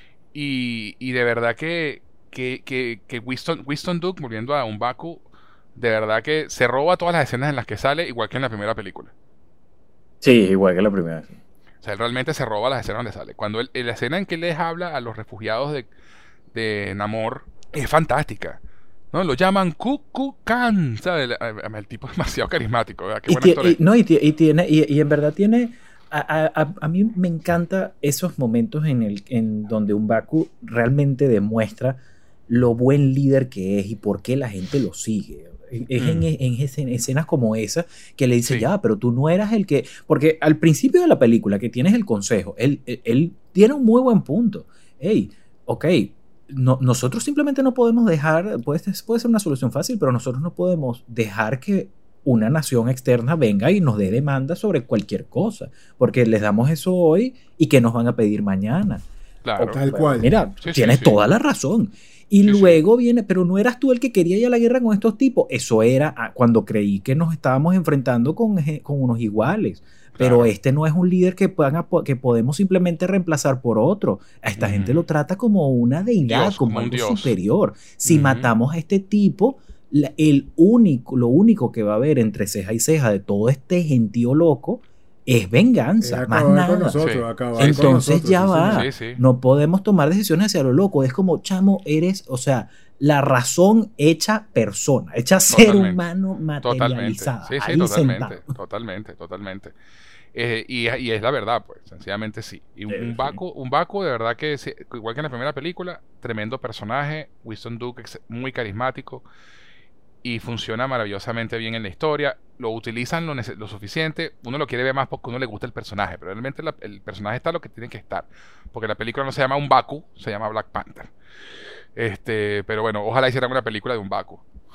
y, y de verdad que, que, que, que Winston, Winston Duke, volviendo a un Baku, de verdad que se roba todas las escenas en las que sale, igual que en la primera película. Sí, igual que la primera. O sea, él realmente se roba las escenas donde sale. Cuando él, en la escena en que él les habla a los refugiados de, de Namor, es fantástica. ¿No? Lo llaman Kukulkan, ¿sabes? El, el- el tipo es demasiado carismático, ¿verdad? Qué Y, buen ti- actor y- es. no, y, ti- y tiene, y, y en verdad tiene. A, a- a- a mí me encanta esos momentos en, el, en donde un Baku realmente demuestra lo buen líder que es y por qué la gente lo sigue. Es en, Mm. en escen- escenas como esa que le dice, Sí. ya, pero tú no eras el que... Porque al principio de la película que tienes el consejo, él, él, él tiene un muy buen punto. Hey, ok, no, nosotros simplemente no podemos dejar, puede, puede ser una solución fácil, pero nosotros no podemos dejar que una nación externa venga y nos dé demanda sobre cualquier cosa, porque les damos eso hoy y que nos van a pedir mañana. Claro. Tal cual. Mira, Sí, sí, tienes sí. toda la razón. Y Sí, sí. luego viene, pero no eras tú el que quería ir a la guerra con estos tipos. Eso era ah, cuando creí que nos estábamos enfrentando con, je- con unos iguales. Pero Claro. este no es un líder que, puedan, apo- que podemos simplemente reemplazar por otro. A esta Ujú. gente lo trata como una deidad, Dios, como como un algo dios. superior. Si Ujú. matamos a este tipo, la- el único, lo único que va a haber entre ceja y ceja de todo este gentío loco es Es venganza, más acabar con nada. nosotros, Sí. acabar Sí, con Entonces nosotros, ya sí, va. señor. Sí, sí. No podemos tomar decisiones hacia lo loco. Es como, chamo, eres, o sea, la razón hecha persona, hecha ser Totalmente. humano Totalmente. materializada. Sí, sí, ahí totalmente. sentado. Totalmente, totalmente. Eh, y, y es la verdad, pues, sencillamente sí. Y un, Sí, un sí. Baku, un Baku de verdad que, sí, igual que en la primera película, tremendo personaje, Winston Duke ex- muy carismático y funciona maravillosamente bien en la historia. Lo utilizan lo, nece- lo suficiente, uno lo quiere ver más porque a uno le gusta el personaje, pero realmente la- el personaje está lo que tiene que estar. Porque la película no se llama un Baku, se llama Black Panther. Este, pero bueno, ojalá hicieran una película de un Baku.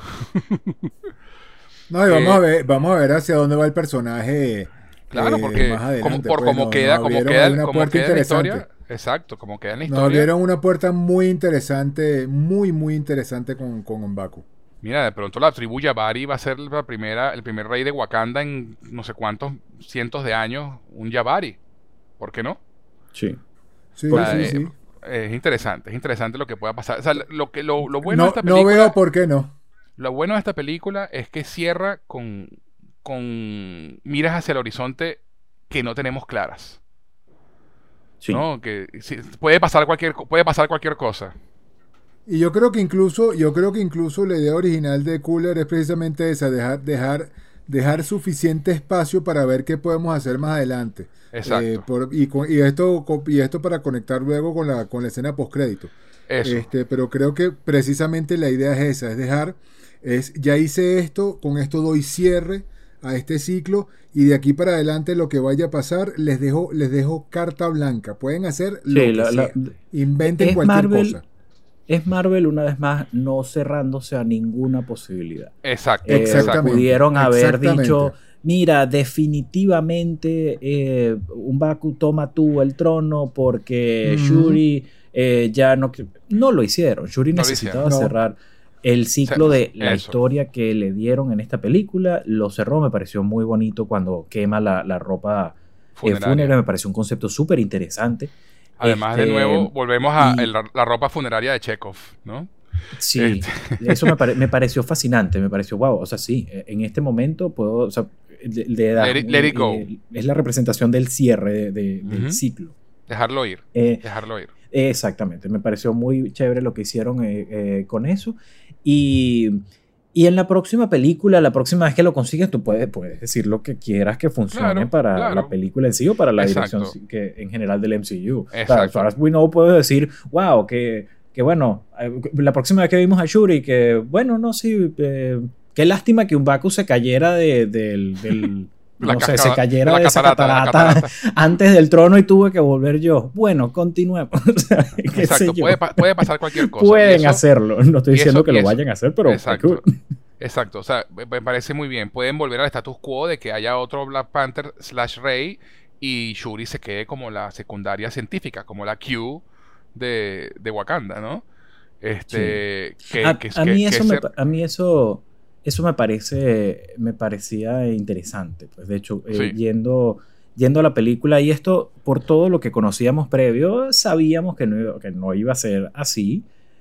No, y vamos Eh, a ver, vamos a ver hacia dónde va el personaje. Claro, eh, porque más como, adelante, por pues, como no- queda, nos como abrieron queda, ahí una como puerta queda en la interesante. historia, exacto, como queda en la Nos historia. abrieron una puerta muy interesante, muy, muy interesante con, con M'Baku. Mira, de pronto la tribu Yabari va a ser la primera, el primer rey de Wakanda en no sé cuántos cientos de años, un Yabari. ¿Por qué no? Sí. Sí, Ah, sí, eh, sí. Es interesante, es interesante lo que pueda pasar. O sea, lo que lo, lo bueno de No, esta no película, veo por qué no. lo bueno de esta película es que cierra con con miras hacia el horizonte que no tenemos claras, Sí. ¿no? Que sí, puede pasar cualquier co- puede pasar cualquier cosa. Y yo creo que incluso, yo creo que incluso la idea original de Cooler es precisamente esa, dejar, dejar, dejar suficiente espacio para ver qué podemos hacer más adelante. Exacto. Eh, por- y, con- y esto, y esto para conectar luego con la, con la escena postcrédito. Eso. Este, pero creo que precisamente la idea es esa, es dejar, es ya hice esto, con esto doy cierre a este ciclo y de aquí para adelante lo que vaya a pasar les dejo, les dejo carta blanca. Pueden hacer lo Sí, que la- sea. la- Inventen es cualquier Marvel, cosa. Es Marvel una vez más no cerrándose a ninguna posibilidad. Exacto. Eh, Exactamente, pudieron haber exactamente. dicho, mira, definitivamente eh, M'Baku toma tú el trono porque Ujú. Shuri eh, ya no... No lo hicieron. Shuri No lo necesitaba hicieron. No. cerrar el ciclo Se- de la eso. historia que le dieron en esta película. Lo cerró, me pareció muy bonito cuando quema la, la ropa eh, Funeraria. fúnebre. Me pareció un concepto súper interesante. Además, de Este, nuevo, volvemos a y- el- la ropa funeraria de Chekhov, ¿no? Sí, eso me, pare- me pareció fascinante, me pareció wow, o sea, sí, en este momento puedo, o sea, le, le da- Let it- let it go. eh, es la representación del cierre de- de- del Ujú. ciclo. Dejarlo ir. Eh, Dejarlo ir. exactamente, me pareció muy chévere lo que hicieron eh, eh, con eso. Y, y en la próxima película, la próxima vez que lo consigues, tú puedes, puedes decir lo que quieras que funcione Claro, para claro. la película en sí o para la Exacto. dirección que, en general del M C U. O sea, Exacto. as far as we know, puedo decir, wow, que, que bueno, eh, la próxima vez que vimos a Shuri, que bueno, no, sí, eh, qué lástima que un Baku se cayera de, del... del La no sé, cascada- se cayera de la de esa catarata, de la catarata catarata. antes del trono y tuve que volver yo. Bueno, continuemos. O sea, qué sé Exacto. yo. Puede, pa- puede pasar cualquier cosa. Pueden Y eso- hacerlo. No estoy y diciendo eso- que y lo eso- vayan a hacer, pero Exacto. cool. Exacto. O sea, me me parece muy bien. Pueden volver al status quo de que haya otro Black Panther slash Rey y Shuri se quede como la secundaria científica, como la Q de, de Wakanda, ¿no? Este, que, a, que- a que- mí que eso me, ser- pa- a mí eso eso me parece me parecía interesante, pues de hecho eh, Sí. yendo yendo a la película y esto por todo lo que conocíamos previo sabíamos que no iba, que no iba a ser así,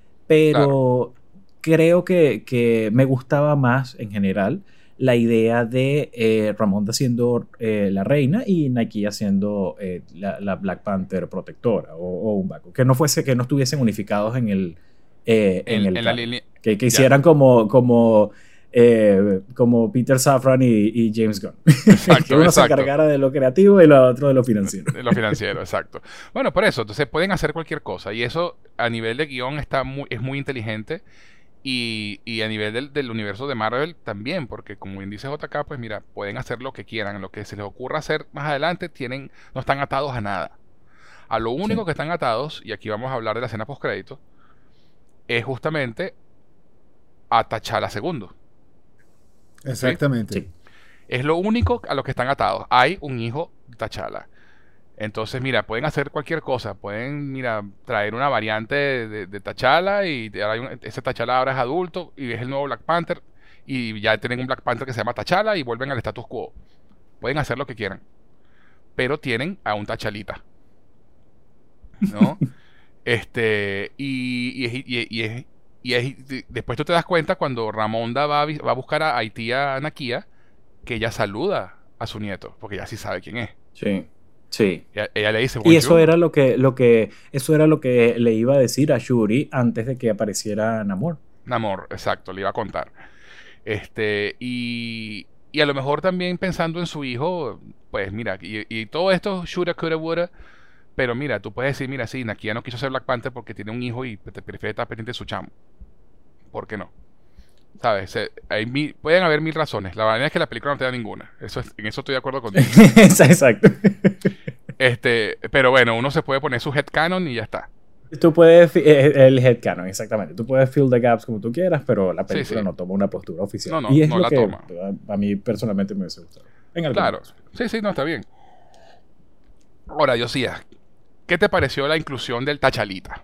pero creo que, que me gustaba más en general la idea de eh, Ramonda siendo eh, la reina y Nakia siendo eh, la, la Black Panther protectora o, o un Baku, que no fuese que no estuviesen unificados en el eh, en, en, el en la canon. línea. que, que hicieran como como eh, como Peter Safran y, y James Gunn. Exacto, que uno se exacto. encargara de lo creativo y lo otro de lo financiero. De lo financiero, exacto. Bueno, por eso, entonces pueden hacer cualquier cosa. Y eso a nivel de guión está muy, es muy inteligente. Y, y a nivel del, del universo de Marvel también, porque como bien dice J K, pues mira, pueden hacer lo que quieran. Lo que se les ocurra hacer más adelante, tienen, no están atados a nada. A lo único Sí. que están atados, y aquí vamos a hablar de la escena postcrédito, es justamente a T'Challa segundo. Exactamente. Sí. Es lo único a lo que están atados. Hay un hijo de T'Challa. Entonces, mira, pueden hacer cualquier cosa. Pueden, mira, traer una variante de, de, de T'Challa y ahora hay un- ese T'Challa ahora es adulto y es el nuevo Black Panther y ya tienen un Black Panther que se llama T'Challa y vuelven al status quo. Pueden hacer lo que quieran. Pero tienen a un T'Challita. ¿No? este, y, y, es- y, y es- y es- y después tú te das cuenta cuando Ramonda va a, vi- va a buscar a Haití a Nakia, que ella saluda a su nieto, porque ya sí sabe quién es. Sí. Sí. Ella, ella le dice, Y eso "Bonjour". era lo que, lo que, eso era lo que le iba a decir a Shuri antes de que apareciera Namor. Namor, exacto, le iba a contar. Este, y, y a lo mejor también pensando en su hijo, pues mira, y, y todo esto, shoulda, coulda, woulda, pero mira, tú puedes decir, mira, sí, Nakia no quiso ser Black Panther porque tiene un hijo y te prefiere estar pendiente de su chamo. ¿Por qué no? ¿Sabes? Se- hay mil- pueden haber mil razones. La verdad es que la película no te da ninguna. Eso es- en eso estoy de acuerdo contigo. Exacto. Este, pero bueno, uno se puede poner su headcanon y ya está. Tú puedes, fi- eh, el headcanon, exactamente. Tú puedes fill the gaps como tú quieras, pero la Sí, película sí. no toma una postura oficial. No, no, y es no lo la que toma. a, a mí personalmente me hubiese gustado. En algunos Claro. casos. Sí, sí, no, está bien. Ahora, Josías, ¿qué te pareció la inclusión del T'Challita?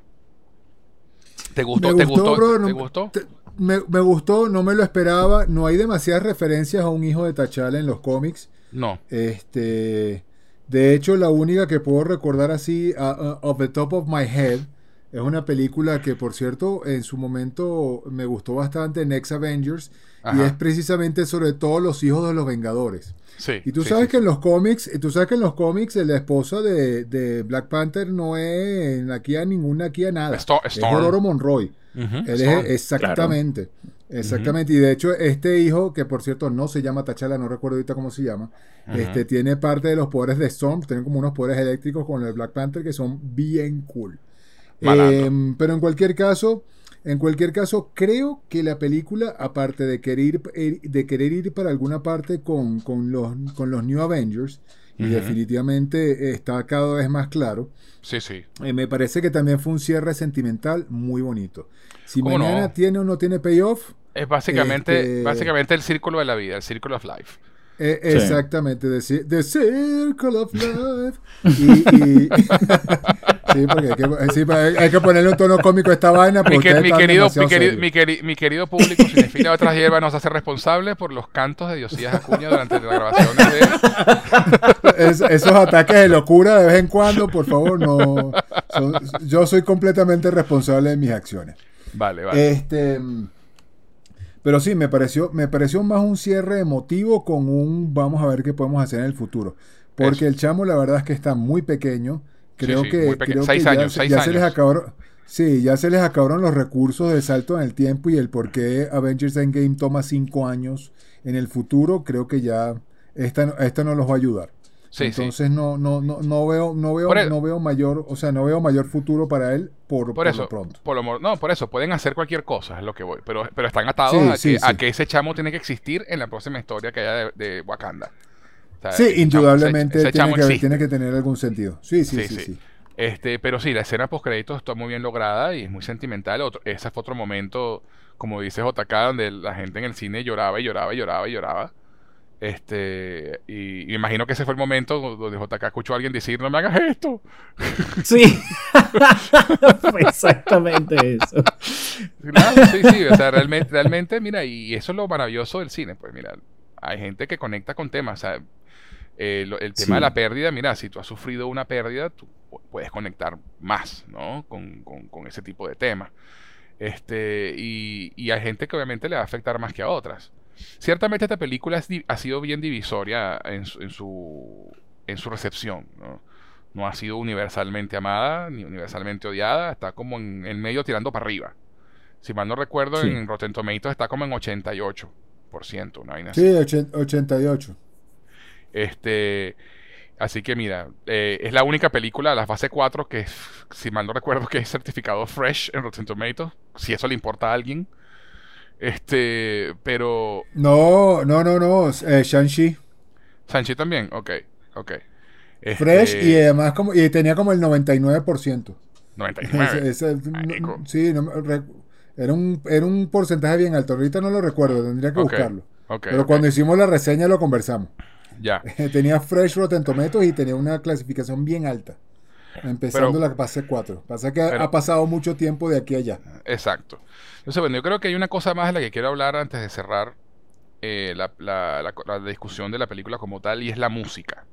¿Te gustó? Me ¿Te gustó, gustó? bro, ¿Te no- gustó? te- me, me gustó, no me lo esperaba. No hay demasiadas referencias a un hijo de T'Challa en los cómics. No. Este, de hecho, la única que puedo recordar así, uh, uh, off the top of my head, es una película que, por cierto, en su momento me gustó bastante, Next Avengers, y Ajá. es precisamente sobre todos los hijos de los Vengadores. Sí. Y tú sí, sabes sí, que sí. en los cómics, y tú sabes que en los cómics la esposa de, de Black Panther no es Nakia, ninguna Nakia nada. Sto- Es Storm. Ororo Monroy. Ujú, Él Storm. es exactamente. Exactamente. Y de hecho, este hijo, que por cierto no se llama T'Challa, no recuerdo ahorita cómo se llama, Ujú. este, tiene parte de los poderes de Storm, tienen como unos poderes eléctricos con el Black Panther que son bien cool. Malandro. Eh, pero en cualquier caso, en cualquier caso, creo que la película, aparte de querer ir, eh, de querer ir para alguna parte con, con, los, con los New Avengers, y Ujú. definitivamente está cada vez más claro, Sí, sí. eh, me parece que también fue un cierre sentimental muy bonito. Si ¿Cómo mañana no? tiene o no tiene payoff, Es básicamente, Este- básicamente el círculo de la vida, el Circle of Life. eh, Sí. exactamente, The, Ci- The Circle of Life. Y, y- sí, porque hay que, sí, hay- hay que ponerle un tono cómico a esta vaina. Mi, Porque que- ustedes mi están querido, demasiado mi, querido, serios. mi, queri- mi querido público cinefilia de otras hierbas nos hace responsable por los cantos de Diosías Acuña durante las grabaciones de... Es- esos ataques de locura de vez en cuando, por favor, no. son- yo soy completamente responsable de mis acciones. Vale, vale. Este, pero sí, me pareció, me pareció más un cierre emotivo con un vamos a ver qué podemos hacer en el futuro. Porque Eso. el chamo, la verdad es que está muy pequeño. Creo sí, que, muy peque- creo seis que ya, años, se- seis ya se les años. acabaron. Sí, ya se les acabaron los recursos del salto en el tiempo y el por qué Avengers Endgame toma cinco años en el futuro. Creo que ya esta, esta no los va a ayudar. Sí, Entonces no, no, no, no veo, no veo, Por el- no veo mayor, o sea, no veo mayor futuro para él por, Por por eso, lo pronto. por lo mo- no, por eso, pueden hacer cualquier cosa, es lo que voy. Pero, pero están atados Sí, a, sí, que, a sí. que ese chamo tiene que existir en la próxima historia que haya de, de Wakanda. O sea, Sí, ese chamo- indudablemente ese- ese tiene, chamo que, existe. tiene que tener algún sentido. Sí, sí, Sí, sí, sí. sí. Este, pero sí, la escena post créditos está muy bien lograda y es muy sentimental. Otro, ese fue otro momento, como dice J K, donde la gente en el cine lloraba y lloraba y lloraba y lloraba. Este, y, y me imagino que ese fue el momento donde J K escuchó a alguien decir, no me hagas esto. Sí. Fue exactamente eso. Claro, sí, sí, o sea, realmente, realmente, mira, y eso es lo maravilloso del cine, pues mira, hay gente que conecta con temas, o sea, eh, lo- el tema Sí. de la pérdida, mira, si tú has sufrido una pérdida, tú pu- puedes conectar más, ¿no? Con, con- con ese tipo de temas. Este, y, y hay gente que obviamente le va a afectar más que a otras. Ciertamente esta película es di- ha sido bien divisoria en su, en su, en su recepción, ¿no? No ha sido universalmente amada ni universalmente odiada, está como en, en medio tirando para arriba. Si mal no recuerdo, Sí. en Rotten Tomatoes está como en ochenta y ocho por ciento, una vaina así. Sí, ochen- ochenta y ocho. Este, así que mira, eh, es la única película de la fase cuatro que, si mal no recuerdo, que es certificado fresh en Rotten Tomatoes, si eso le importa a alguien. Este, pero No, no, no, no. eh, Shang-Chi. Sanchi también, ok, ok. Este, Fresh y además como, y tenía como el noventa y nueve por ciento. noventa y nueve. Ese- ese- Marico. no- sí, no me re- era, un, era un porcentaje bien alto. Ahorita no lo recuerdo, tendría que Ok, buscarlo. ok, Pero ok. cuando hicimos la reseña lo conversamos. Ya. Tenía Fresh Rotten Tomatoes y tenía una clasificación bien alta. Empezando Pero- la fase cuatro. Pasa que pero- ha pasado mucho tiempo de aquí a allá. Exacto. Entonces, bueno, yo creo que hay una cosa más de la que quiero hablar antes de cerrar eh, la, la- la- la discusión de la película como tal, y es la música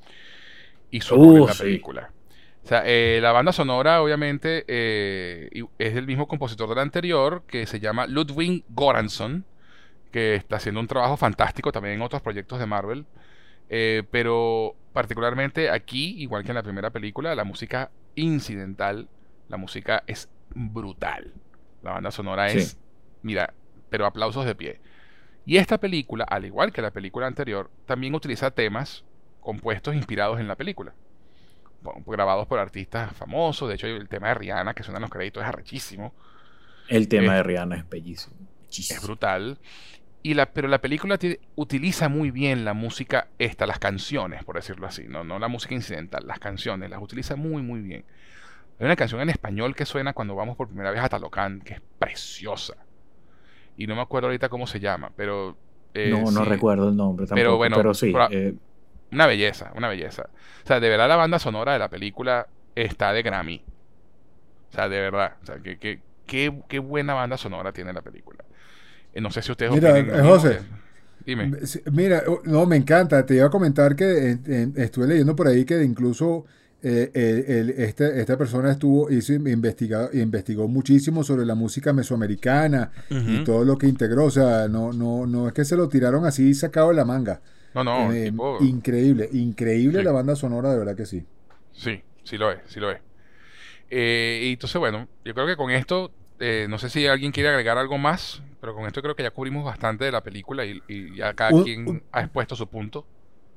y su rol en Uh, la sí. película. O sea, eh, la banda sonora, obviamente, eh, y- es del mismo compositor de la anterior, que se llama Ludwig Göransson, que está haciendo un trabajo fantástico también en otros proyectos de Marvel. Eh, pero particularmente aquí, igual que en la primera película, la música incidental, la música es brutal. La banda sonora Sí. es, mira, pero aplausos de pie. Y esta película, al igual que la película anterior, también utiliza temas compuestos inspirados en la película. Bueno, grabados por artistas famosos. De hecho, el tema de Rihanna, que suena en los créditos, es arrechísimo. El tema Eh, de Rihanna es bellísimo. Es brutal. Y la, pero la película tiene- utiliza muy bien la música esta, las canciones, por decirlo así, no, no la música incidental, las canciones, las utiliza muy muy bien. Hay una canción en español que suena cuando vamos por primera vez a Talocán, que es preciosa. Y no me acuerdo ahorita cómo se llama, pero... eh, no, no sí, recuerdo el nombre tampoco, Pero pero, bueno, sí. pra- eh, Una belleza, una belleza. O sea, de verdad la banda sonora de la película está de Grammy. O sea, de verdad. O sea, que, que, qué, qué buena banda sonora tiene la película. Eh, no sé si ustedes Mira, opinen lo eh, mismo, José. eh, Dime. Sí, mira, oh, no, me encanta. Te iba a comentar que eh, eh, estuve leyendo por ahí que incluso eh, el- el- este- esta persona estuvo, hizo, investigado, investigó muchísimo sobre la música mesoamericana y Ujú. todo lo que integró. O sea, no, no, no es que se lo tiraron así sacado de la manga. No, no, Eh, tipo- increíble, increíble Sí. la banda sonora, de verdad que sí. Sí, sí lo es, sí lo es. Eh, y entonces, bueno, yo creo que con esto, eh, no sé si alguien quiere agregar algo más, pero con esto creo que ya cubrimos bastante de la película y, y ya cada Un- quien un- ha expuesto su punto.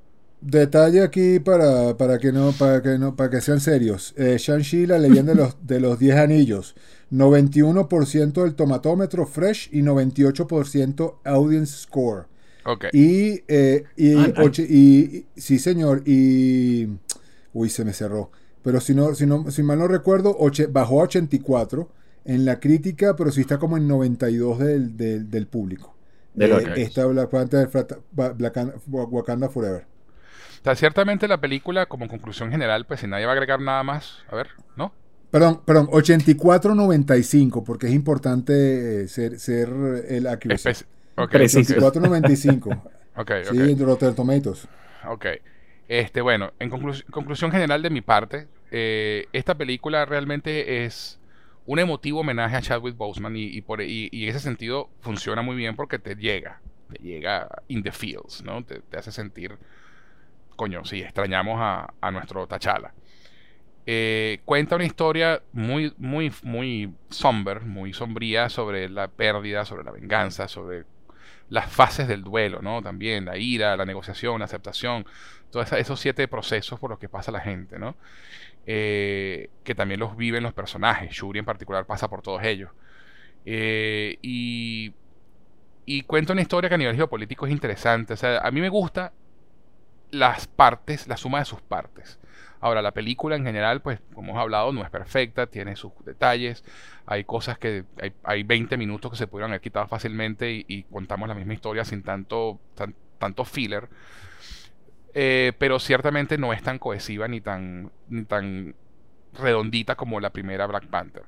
Detalle aquí para, para que no para que no para que sean serios. Eh, Shang-Chi, la leyenda de los de los diez anillos. noventa y uno por ciento del tomatómetro fresh y noventa y ocho por ciento audience score. Ok. Y, eh, y, Ah, ah. oche- y, y- sí, señor. Y uy, se me cerró. Pero si no, si no, si mal no recuerdo, oche- bajó a ochenta y cuatro en la crítica, pero sí está como en noventa y dos del, del, del público. De Eh, lo que- esta Black Panther, Frata- Ba- Black- Wakanda Forever. O sea, ciertamente la película, como conclusión general, pues si nadie va a agregar nada más, a ver, ¿no? Perdón, perdón, ochenta y cuatro noventa y cinco, porque es importante eh, ser, ser el accuracy. Espe- ok, Preciso. ochenta y cuatro noventa y cinco. ok, Sí, ok, en Rotten Tomatoes. ok. Este, bueno, en conclu- conclusión general de mi parte, eh, esta película realmente es un emotivo homenaje a Chadwick Boseman y, y, por, y, y en ese sentido funciona muy bien porque te llega, te llega in the feels, ¿no? Te, te hace sentir, coño, sí, extrañamos a, a nuestro T'Challa. Eh, cuenta una historia muy, muy, muy somber, muy sombría sobre la pérdida, sobre la venganza, sobre las fases del duelo, ¿no? También la ira, la negociación, la aceptación, todos esa- esos siete procesos por los que pasa la gente, ¿no? Eh, que también los viven los personajes. Shuri en particular pasa por todos ellos. Eh, y, y cuenta una historia que a nivel geopolítico es interesante. O sea, a mí me gusta las partes, la suma de sus partes. Ahora, la película en general, pues, como hemos hablado, no es perfecta, tiene sus detalles. Hay cosas que, hay, hay veinte minutos que se pudieron haber quitado fácilmente y, y contamos la misma historia sin tanto, tan- tanto filler. Eh, pero ciertamente no es tan cohesiva ni tan, ni tan redondita como la primera Black Panther.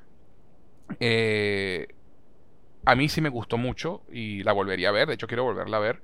Eh, a mí sí me gustó mucho y la volvería a ver, de hecho quiero volverla a ver.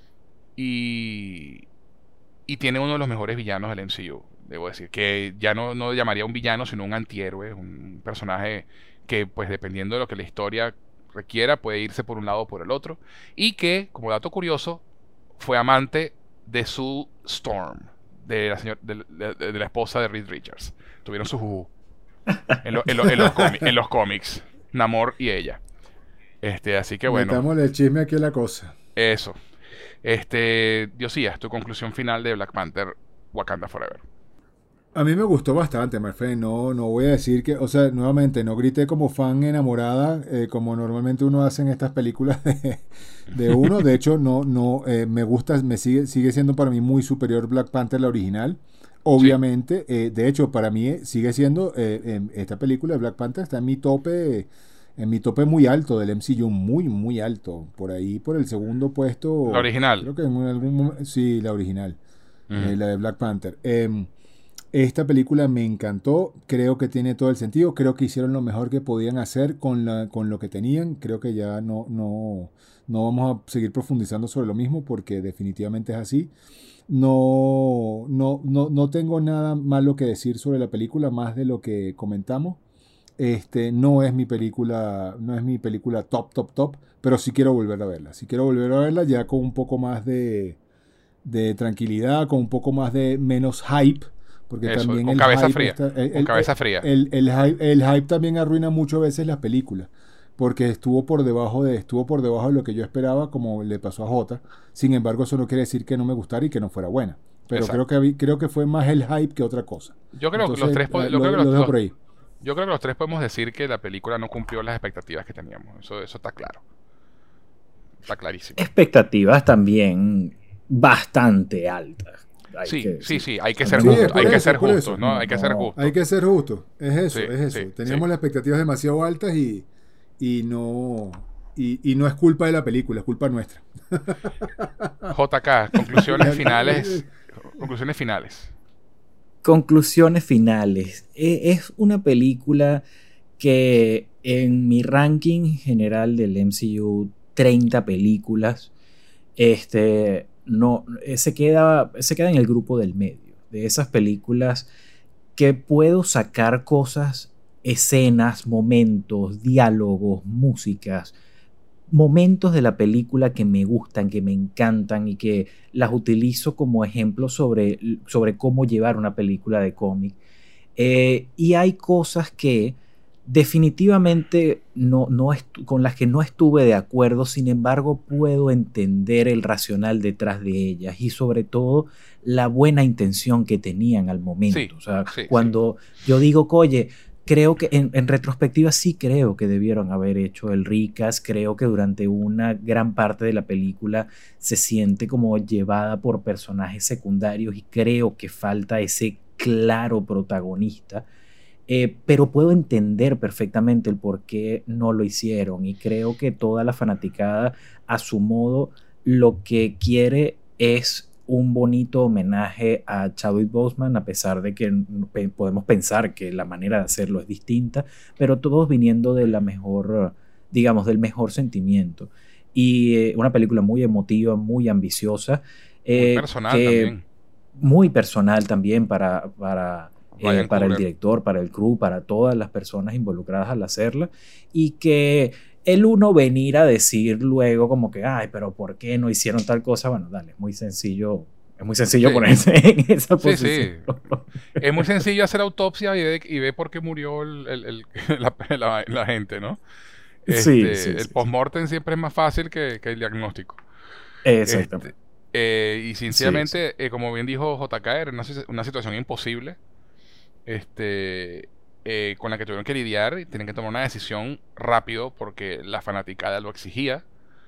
Y, y tiene uno de los mejores villanos del M C U, debo decir, que ya no, no llamaría un villano, sino un antihéroe, un personaje que, pues dependiendo de lo que la historia requiera, puede irse por un lado o por el otro, y que, como dato curioso, fue amante de Sue Storm, de la, señor, de, de- de la esposa de Reed Richards. Tuvieron su juju en, lo- en lo- en los cómi- en los cómics, Namor y ella. Este, así que bueno, Metámosle el chisme aquí a la cosa. eso. Este, Diosías, tu conclusión final de Black Panther, Wakanda Forever. A mí me gustó bastante, Marfe. No, no voy a decir que, o sea, nuevamente, no grité como fan enamorada, eh, como normalmente uno hace en estas películas de, de uno. De hecho, no, no, eh, me gusta, me sigue, sigue siendo para mí muy superior Black Panther, la original. Obviamente, eh, de hecho, para mí eh, sigue siendo, eh, em, esta película de Black Panther está en mi tope, en mi tope muy alto del M C U, muy, muy alto. Por ahí, por el segundo puesto. La original. Creo que en algún momento, sí, la original. Ujú. eh, la de Black Panther. Em, esta película me encantó, creo que tiene todo el sentido, creo que hicieron lo mejor que podían hacer con, la, con lo que tenían, creo que ya no, no, no vamos a seguir profundizando sobre lo mismo porque definitivamente es así. No, no, no, no tengo nada malo que decir sobre la película, más de lo que comentamos. Este, no es mi película, no es mi película top, top, top, pero sí quiero volver a verla. Sí quiero volver a verla ya con un poco más de, de tranquilidad, con un poco más de menos hype. Porque Eso, también con el cabeza hype fría, está- el, con el- cabeza el- fría. El, el hype, el hype también arruina muchas veces las películas. Porque estuvo por debajo de, estuvo por debajo de lo que yo esperaba, como le pasó a Jota. Sin embargo, eso no quiere decir que no me gustara y que no fuera buena. Pero Exacto. creo que, habí- creo que fue más el hype que otra cosa. Yo creo que los Entonces, tres po- eh, yo lo- creo que lo los- dejo los- por ahí. Yo creo que los tres podemos decir que la película no cumplió las expectativas que teníamos. Eso, eso está claro. Está clarísimo. Expectativas también bastante altas. Hay Sí, que sí, decir. sí, hay que Sí, ser Sí, justos, es por hay que eso, ser es por justos, eso. ¿no? Hay que ser No, justos. Hay que ser justo, es eso, Sí, es eso. sí, Teníamos sí. las expectativas demasiado altas y, y no y, y no es culpa de la película, es culpa nuestra. J K, conclusiones finales. Conclusiones finales. Conclusiones finales. E- Es una película que en mi ranking general del M C U, treinta películas, este, no, eh, se queda, se queda en el grupo del medio. De esas películas que puedo sacar cosas, escenas, momentos, diálogos, músicas, momentos de la película que me gustan, que me encantan y que las utilizo como ejemplo sobre, sobre cómo llevar una película de cómic. Eh, y hay cosas que definitivamente no, no estu- con las que no estuve de acuerdo, sin embargo puedo entender el racional detrás de ellas y sobre todo la buena intención que tenían al momento. Sí, o sea, sí, cuando sí. yo digo, oye, creo que en, en retrospectiva sí creo que debieron haber hecho el recast, creo que durante una gran parte de la película se siente como llevada por personajes secundarios y creo que falta ese claro protagonista. Eh, pero puedo entender perfectamente el por qué no lo hicieron y creo que toda la fanaticada a su modo lo que quiere es un bonito homenaje a Chadwick Boseman, a pesar de que pe- podemos pensar que la manera de hacerlo es distinta, pero todos viniendo de la mejor, digamos, del mejor sentimiento. Y eh, una película muy emotiva, muy ambiciosa. Eh, muy personal que, también. Muy personal también para... para Eh, para el director, para el crew, para todas las personas involucradas al hacerla, y que el uno venir a decir luego como que, ay, pero ¿por qué no hicieron tal cosa? Bueno, dale, es muy sencillo, es muy sencillo sí. ponerse en esa sí, posición. Sí. Es muy sencillo hacer autopsia y ver y ve por qué murió el, el, el, la, la, la gente, ¿no? Este, sí, sí, el sí, post-mortem sí. siempre es más fácil que, que el diagnóstico. Exactamente. Este, eh, y sinceramente, sí, sí. Eh, como bien dijo J K, era una, una situación imposible. Este, eh, con la que tuvieron que lidiar y tienen que tomar una decisión rápido porque la fanaticada lo exigía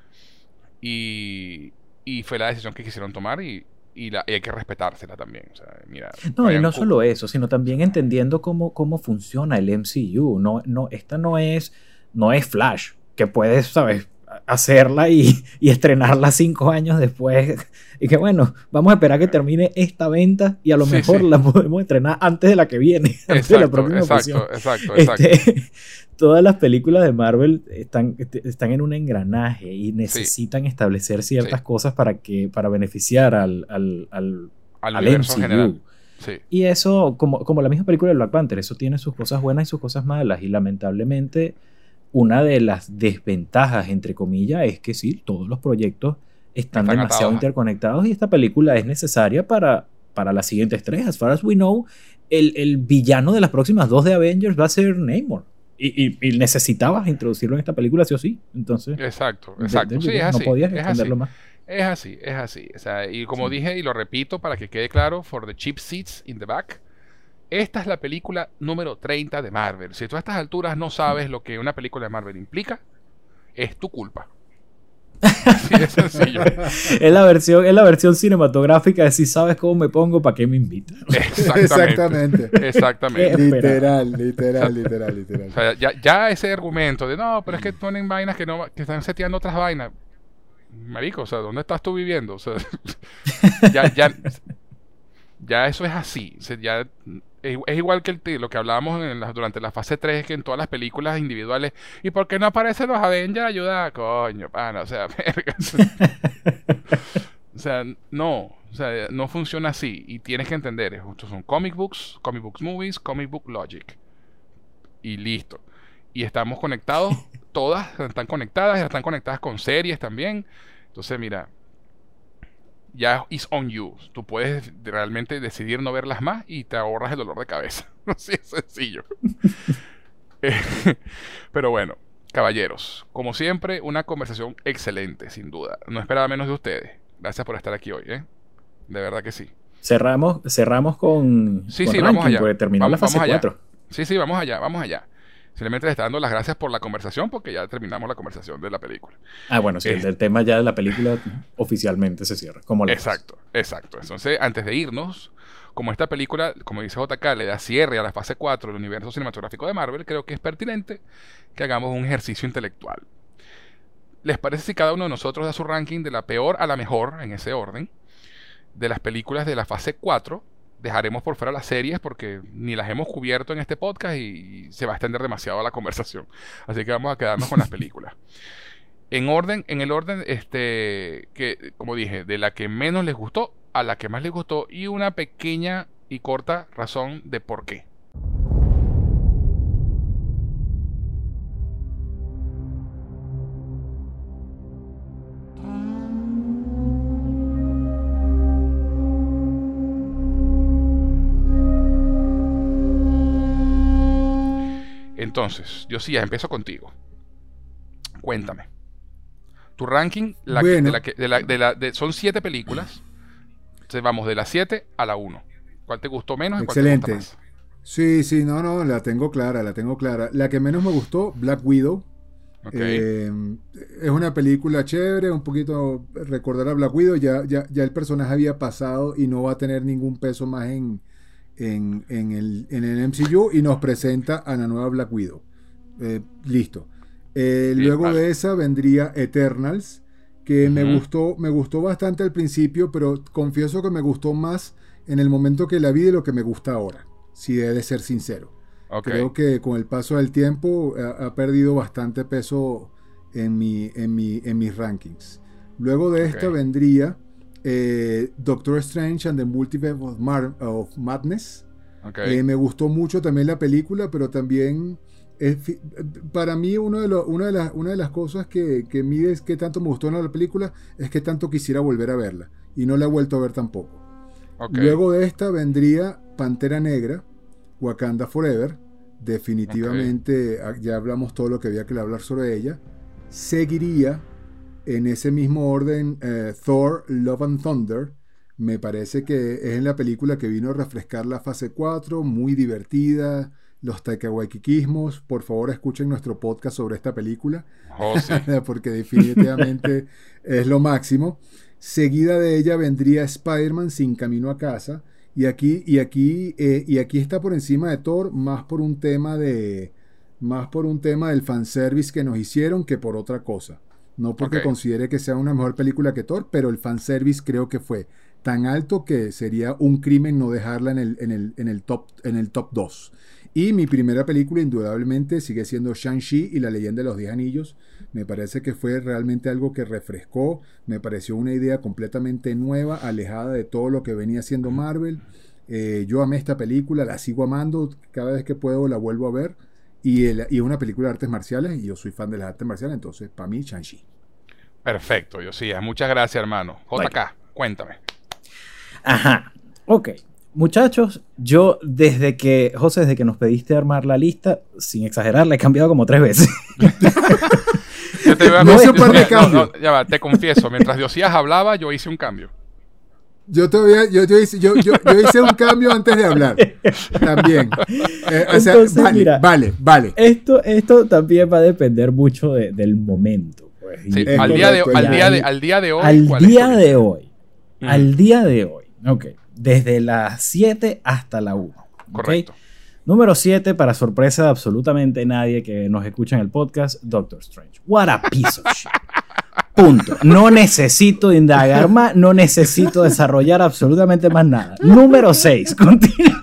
y, y fue la decisión que quisieron tomar y, y, la, y hay que respetársela también. O sea, mira, no, y no solo eso, sino también entendiendo cómo, cómo funciona el M C U. No, no, esta no es, no es Flash, que puedes, ¿sabes?, hacerla y, y estrenarla cinco años después y que bueno, vamos a esperar que termine esta venta y a lo sí, mejor sí. la podemos estrenar antes de la que viene, antes exacto, de la próxima exacto, función. exacto, exacto. Este, todas las películas de Marvel están, están en un engranaje y necesitan sí. establecer ciertas sí. cosas para que para beneficiar al, al, al, al, al universo M C U. General. Sí. Y eso, como, como la misma película de Black Panther, eso tiene sus cosas buenas y sus cosas malas, y lamentablemente una de las desventajas, entre comillas, es que sí, todos los proyectos están, están demasiado atados. interconectados y esta película es necesaria para, para las siguientes tres. As far as we know, el, el villano de las próximas dos de Avengers va a ser Namor. Y, y, y necesitabas introducirlo en esta película sí o sí. Entonces, exacto, exacto. De, de, sí, es no así, podías extenderlo más. Es así, es así. O sea, y como sí. dije y lo repito para que quede claro, for the cheap seats in the back, esta es la película número treinta de Marvel. Si tú a estas alturas no sabes lo que una película de Marvel implica, es tu culpa. Así de sencillo. Es la versión, es la versión cinematográfica de si sabes cómo me pongo, ¿para qué me invitan? Exactamente. Exactamente. Exactamente. Literal, literal, literal, literal. O sea, ya, ya ese argumento de no, pero es que ponen vainas que no, que están seteando otras vainas. Marico, o sea, ¿dónde estás tú viviendo? O sea, ya, ya, ya eso es así. O sea, ya es, es igual que el, lo que hablábamos en la, durante la fase tres, que en todas las películas individuales. ¿Y por qué no aparecen los Avengers? Ayuda, coño, pana, o sea, verga. O sea, no, o sea, no funciona así. Y tienes que entender, estos son comic books, comic books movies, comic book logic. Y listo. Y estamos conectados, todas están conectadas, están conectadas con series también. Entonces, mira, ya is on you. Tú puedes realmente decidir no verlas más y te ahorras el dolor de cabeza. Así es sencillo. Pero bueno, caballeros, como siempre, una conversación excelente, sin duda. No esperaba menos de ustedes. Gracias por estar aquí hoy, ¿eh? De verdad que sí. Cerramos, cerramos con, sí, con sí, ranking, vamos allá. porque terminó vamos, la fase vamos allá. cuatro. Sí, sí, vamos allá, vamos allá. Simplemente le está dando las gracias por la conversación porque ya terminamos la conversación de la película. Ah, bueno, sí, eh, el, el tema ya de la película oficialmente se cierra. Como exacto, exacto. Entonces, antes de irnos, como esta película, como dice J K, le da cierre a la fase cuatro del universo cinematográfico de Marvel, creo que es pertinente que hagamos un ejercicio intelectual. ¿Les parece si cada uno de nosotros da su ranking de la peor a la mejor, en ese orden, de las películas de la fase cuatro? Dejaremos por fuera las series porque ni las hemos cubierto en este podcast y se va a extender demasiado la conversación. Así que vamos a quedarnos con las películas. En orden, en el orden, este, que, como dije, de la que menos les gustó a la que más les gustó y una pequeña y corta razón de por qué. Entonces, Josías, empiezo contigo. Cuéntame. Tu ranking, la Bueno. que, de la que, de la, de la, de, son siete películas. Entonces vamos de la siete a la uno. ¿Cuál te gustó menos y cuál Excelente. te gusta más? Sí, sí, no, no, la tengo clara, la tengo clara. La que menos me gustó, Black Widow. Ok. Eh, es una película chévere, un poquito recordar a Black Widow. Ya, ya, ya el personaje había pasado y no va a tener ningún peso más en, en, en, el, en el M C U y nos presenta a la nueva Black Widow. Eh, listo. Eh, Bien, luego vale. de esa vendría Eternals, que Ujú. me gustó, me gustó bastante al principio, pero confieso que me gustó más en el momento que la vi de lo que me gusta ahora, si he de ser sincero. Ok. Creo que con el paso del tiempo ha, ha perdido bastante peso en, mi, en, mi, en mis rankings. Luego de esta Ok. vendría eh, Doctor Strange and the Multiverse of, Mar- of Madness. Ok. Eh, me gustó mucho también la película, pero también eh, fi- para mí uno de lo- una, de las, una de las cosas que, que mide es qué tanto me gustó la película es que tanto quisiera volver a verla y no la he vuelto a ver tampoco. Ok. Luego de esta vendría Pantera Negra, Wakanda Forever. Definitivamente ah, ya hablamos todo lo que había que hablar sobre ella. Seguiría en ese mismo orden eh, Thor, Love and Thunder. Me parece que es en la película que vino a refrescar la fase cuatro, muy divertida, los Taika Waititijismos. Por favor, escuchen nuestro podcast sobre esta película, Oh, sí. porque definitivamente es lo máximo. Seguida de ella vendría Spider-Man Sin Camino a Casa. Y aquí, y aquí, eh, y aquí está por encima de Thor, más por un tema de. Más por un tema del fanservice que nos hicieron que por otra cosa. No porque Ok. considere que sea una mejor película que Thor, pero el fanservice creo que fue tan alto que sería un crimen no dejarla en el, en el, en el top, en el top dos. Y mi primera película, indudablemente, sigue siendo Shang-Chi y la Leyenda de los Diez Anillos. Me parece que fue realmente algo que refrescó. Me pareció una idea completamente nueva, alejada de todo lo que venía haciendo Marvel. Eh, yo amé esta película, la sigo amando. Cada vez que puedo la vuelvo a ver. Y, el, y es una película de artes marciales, y yo soy fan de las artes marciales, entonces para mí Shang-Chi. Perfecto, Josías. Muchas gracias, hermano. J K, cuéntame. Ajá, ok. Muchachos, yo desde que, José, desde que nos pediste armar la lista, sin exagerar, la he cambiado como tres veces. Yo te, voy a- No hice yo- un par de no, cambios. no, ya va, te confieso, mientras Josías hablaba, yo hice un cambio. Yo todavía, yo, yo, hice, yo, yo, yo hice un cambio antes de hablar. También. Eh, o sea, Entonces, vale, mira, vale, vale. Esto, esto también va a depender mucho de- del momento. Pues. Sí, Y- Es al, día de, correcto, al, ya. día de, al día de hoy. al ¿cuál es día tu de lista? hoy, Mm. al día de hoy, ok, desde las siete hasta la una. Correcto. Número siete, para sorpresa de absolutamente nadie que nos escucha en el podcast, Doctor Strange. What a piece of shit. Punto. No necesito indagar más, no necesito desarrollar absolutamente más nada. Número seis, continúa.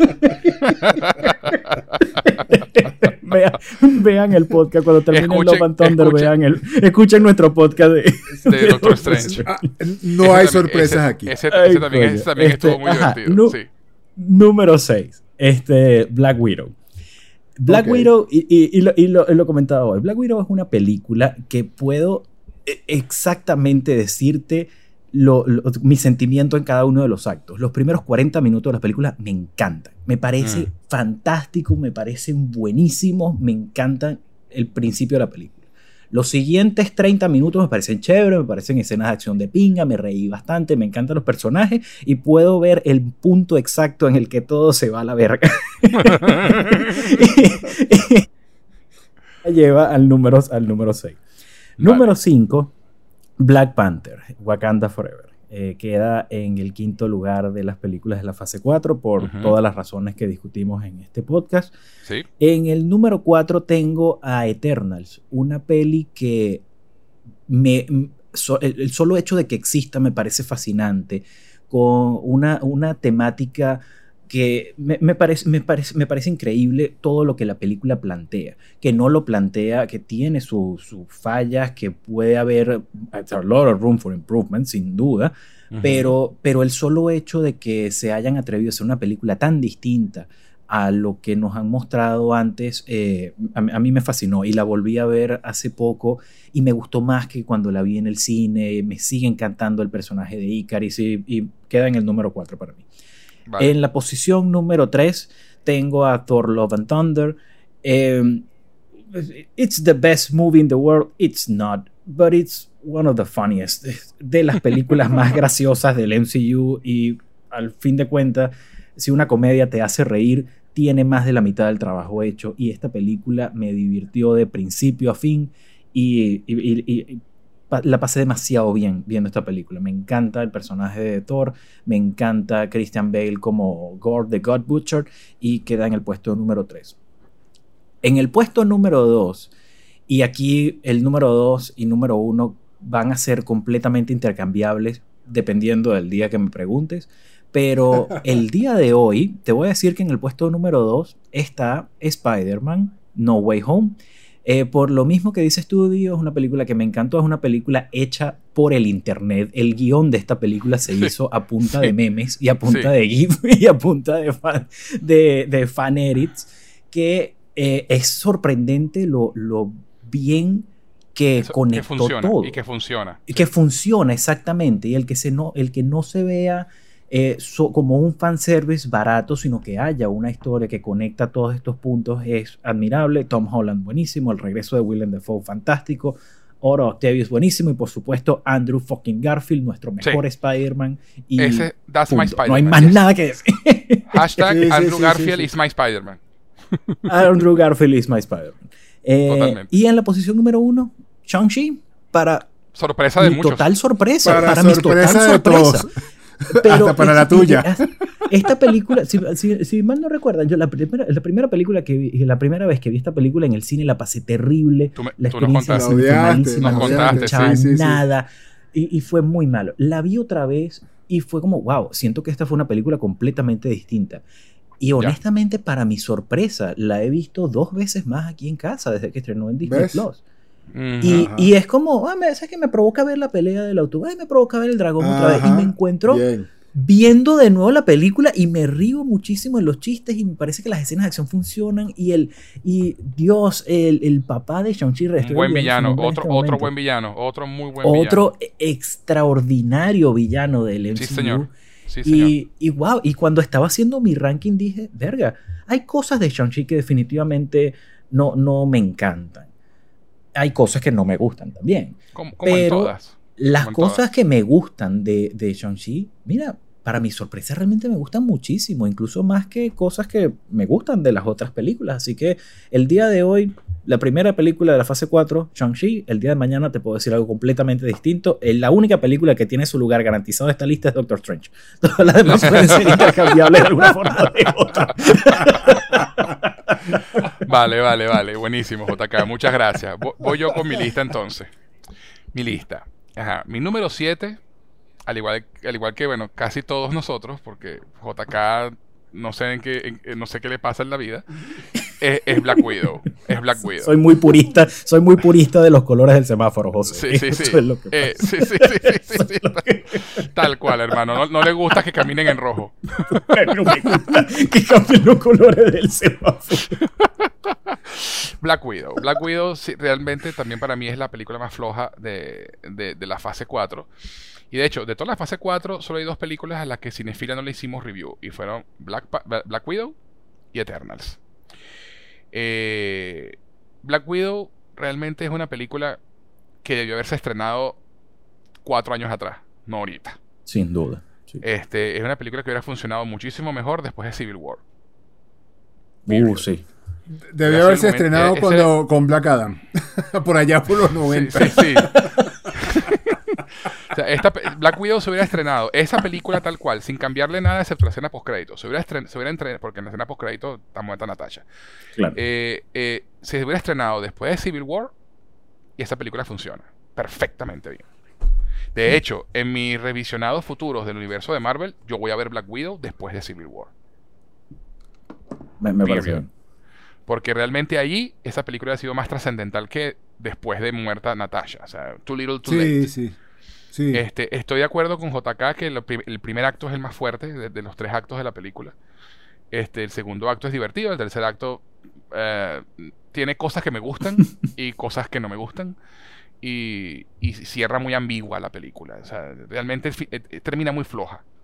vean, vean el podcast cuando termine Escuchen- Love and Thunder, escuchen. vean el, escuchen nuestro podcast de, De Doctor Strange. Ah, no hay Ese también- sorpresas ese- aquí. Ese, Ay, ese también, coño. ese también Este, estuvo muy ajá, divertido. nu- Sí. Número seis, este, Black Widow. Black Ok. Widow, y, y- y lo, y lo- y lo comentaba hoy, Black Widow es una película que puedo eh, exactamente decirte lo- lo- mi sentimiento en cada uno de los actos. Los primeros cuarenta minutos de la película me encantan. Me parece Mm. fantástico, me parecen buenísimos, me encantan el principio de la película. Los siguientes treinta minutos me parecen chéveres, me parecen escenas de acción de pinga, me reí bastante, me encantan los personajes y puedo ver el punto exacto en el que todo se va a la verga. Lleva al número, al número seis. Vale. Número cinco, Black Panther, Wakanda Forever. Eh, queda en el quinto lugar de las películas de la fase cuatro por Ujú. todas las razones que discutimos en este podcast. Sí. En el número cuatro tengo a Eternals, una peli que me, so- el, el solo hecho de que exista me parece fascinante, con una, una temática que me, me parece, me, parece, me parece increíble todo lo que la película plantea, que no lo plantea, que tiene sus su fallas, que puede haber a lot of room for improvement, sin duda, Ujú. pero, pero el solo hecho de que se hayan atrevido a hacer una película tan distinta a lo que nos han mostrado antes, eh, a, a mí me fascinó y la volví a ver hace poco y me gustó más que cuando la vi en el cine. Me sigue encantando el personaje de Icarus y, y queda en el número cuatro para mí. Vale. En la posición número tres tengo a Thor Love and Thunder. Eh, it's the best movie in the world. It's not, but it's one of the funniest. De las películas más graciosas del M C U y al fin de cuentas, si una comedia te hace reír, tiene más de la mitad del trabajo hecho y esta película me divirtió de principio a fin y, y, y, y la pasé demasiado bien viendo esta película. Me encanta el personaje de Thor, me encanta Christian Bale como Gore the God Butcher y queda en el puesto número tres. En el puesto número dos, y aquí el número dos y número uno van a ser completamente intercambiables dependiendo del día que me preguntes, pero el día de hoy te voy a decir que en el puesto número dos está Spider-Man No Way Home. Eh, por lo mismo que dices tú, Dio, es una película que me encantó, es una película hecha por el internet. El guión de esta película se hizo a punta sí. de memes y a punta sí. de GIF y a punta de fan, de, de fan edits, que eh, es sorprendente lo, lo bien que Eso, conectó que funciona, todo. Y que funciona. Y que funciona, exactamente. Y el que, se no, el que no se vea eh, so, como un fanservice barato, sino que haya una historia que conecta todos estos puntos es admirable. Tom Holland buenísimo, el regreso de Willem Dafoe fantástico, Otto Octavius buenísimo y por supuesto Andrew fucking Garfield, nuestro mejor sí. Spider-Man. Y Ese, that's my Spider-Man. No hay más yes. nada que decir. Hashtag sí, sí, Andrew sí, Garfield sí, sí. is my Spider-Man. Andrew Garfield is my Spider-Man. Eh, y en la posición número uno, Shang-Chi, para sorpresa de mi muchos. total sorpresa. Para, para sorpresa mi total de sorpresa. Todos. Pero hasta para es, la tuya. Esta película, si, si, si mal no recuerdan, yo la primera, la primera película que vi, la primera vez que vi esta película en el cine la pasé terrible. Tú me, la tú nos experiencia contaste. fue malísima, nos no se contaste, escuchaba sí, sí, nada y, y fue muy malo. La vi otra vez y fue como, wow, siento que esta fue una película completamente distinta. Y honestamente, ya. para mi sorpresa, la he visto dos veces más aquí en casa desde que estrenó en Disney Plus. Mm, y, y es como, ah, me, ¿sabes qué? Me provoca ver la pelea del autobús, me provoca ver el dragón ajá, otra vez. Y me encuentro bien. viendo de nuevo la película y me río muchísimo en los chistes y me parece que las escenas de acción funcionan. Y el y Dios, el, el papá de Shang-Chi. Un buen villano, otro, este otro buen villano, otro muy buen otro villano. Otro extraordinario villano del M C U. Sí, señor. Sí, y, y wow, y cuando estaba haciendo mi ranking dije, verga, hay cosas de Shang-Chi que definitivamente no, no me encantan. Hay cosas que no me gustan también. Como, como pero en todas. las como en cosas todas. que me gustan de, de Shang-Chi, mira, para mi sorpresa realmente me gustan muchísimo, incluso más que cosas que me gustan de las otras películas. Así que el día de hoy, la primera película de la fase cuatro, Shang-Chi. El día de mañana te puedo decir algo completamente distinto. La única película que tiene su lugar garantizado en esta lista es Doctor Strange. Todas las demás pueden ser intercambiables de alguna forma o de otra. Vale, vale, vale. Buenísimo, J K. Muchas gracias. Voy yo con mi lista entonces. Mi lista. Ajá. Mi número siete, al igual, al igual que, bueno, casi todos nosotros, porque J K no sé en qué, en, no sé qué le pasa en la vida, es, es Black Widow. Es Black Widow. Soy muy purista, soy muy purista de los colores del semáforo, José. Sí, sí, sí. Eso es lo que eh, sí, sí, sí, sí, sí, sí. Tal, tal cual, hermano. No, no le gusta que caminen en rojo. No me gusta que cambien los colores del semáforo. Black Widow. Black Widow sí, realmente también para mí es la película más floja de, de, de la fase cuatro. Y de hecho, de toda la fase cuatro, solo hay dos películas a las que Cinefilia no le hicimos review. Y fueron Black, Black Widow y Eternals. Eh, Black Widow realmente es una película que debió haberse estrenado cuatro años atrás, no ahorita. Sin duda. Sí. Este, es una película que hubiera funcionado muchísimo mejor después de Civil War. Uh, sí. Debió haberse estrenado ese... cuando, con Black Adam. Por allá por los noventa. Sí, sí, sí. O sea, esta, Black Widow se hubiera estrenado esa película tal cual, sin cambiarle nada excepto la escena postcrédito. Se hubiera estrenado, se hubiera estrenado, porque en la escena postcrédito está muerta Natasha. Claro. Eh, eh, se hubiera estrenado después de Civil War y esa película funciona perfectamente bien. De mm. hecho, en mis revisionados futuros del universo de Marvel, yo voy a ver Black Widow después de Civil War. Me, me parece bien. Porque realmente allí esa película ha sido más trascendental que después de muerta Natasha. O sea, Too Little, Too sí, Late. Sí, sí. Este, estoy de acuerdo con J K que lo, el primer acto es el más fuerte de, de los tres actos de la película. Este, el segundo acto es divertido. El tercer acto eh, tiene cosas que me gustan y cosas que no me gustan. Y, y cierra muy ambigua la película. O sea, realmente eh, termina muy floja.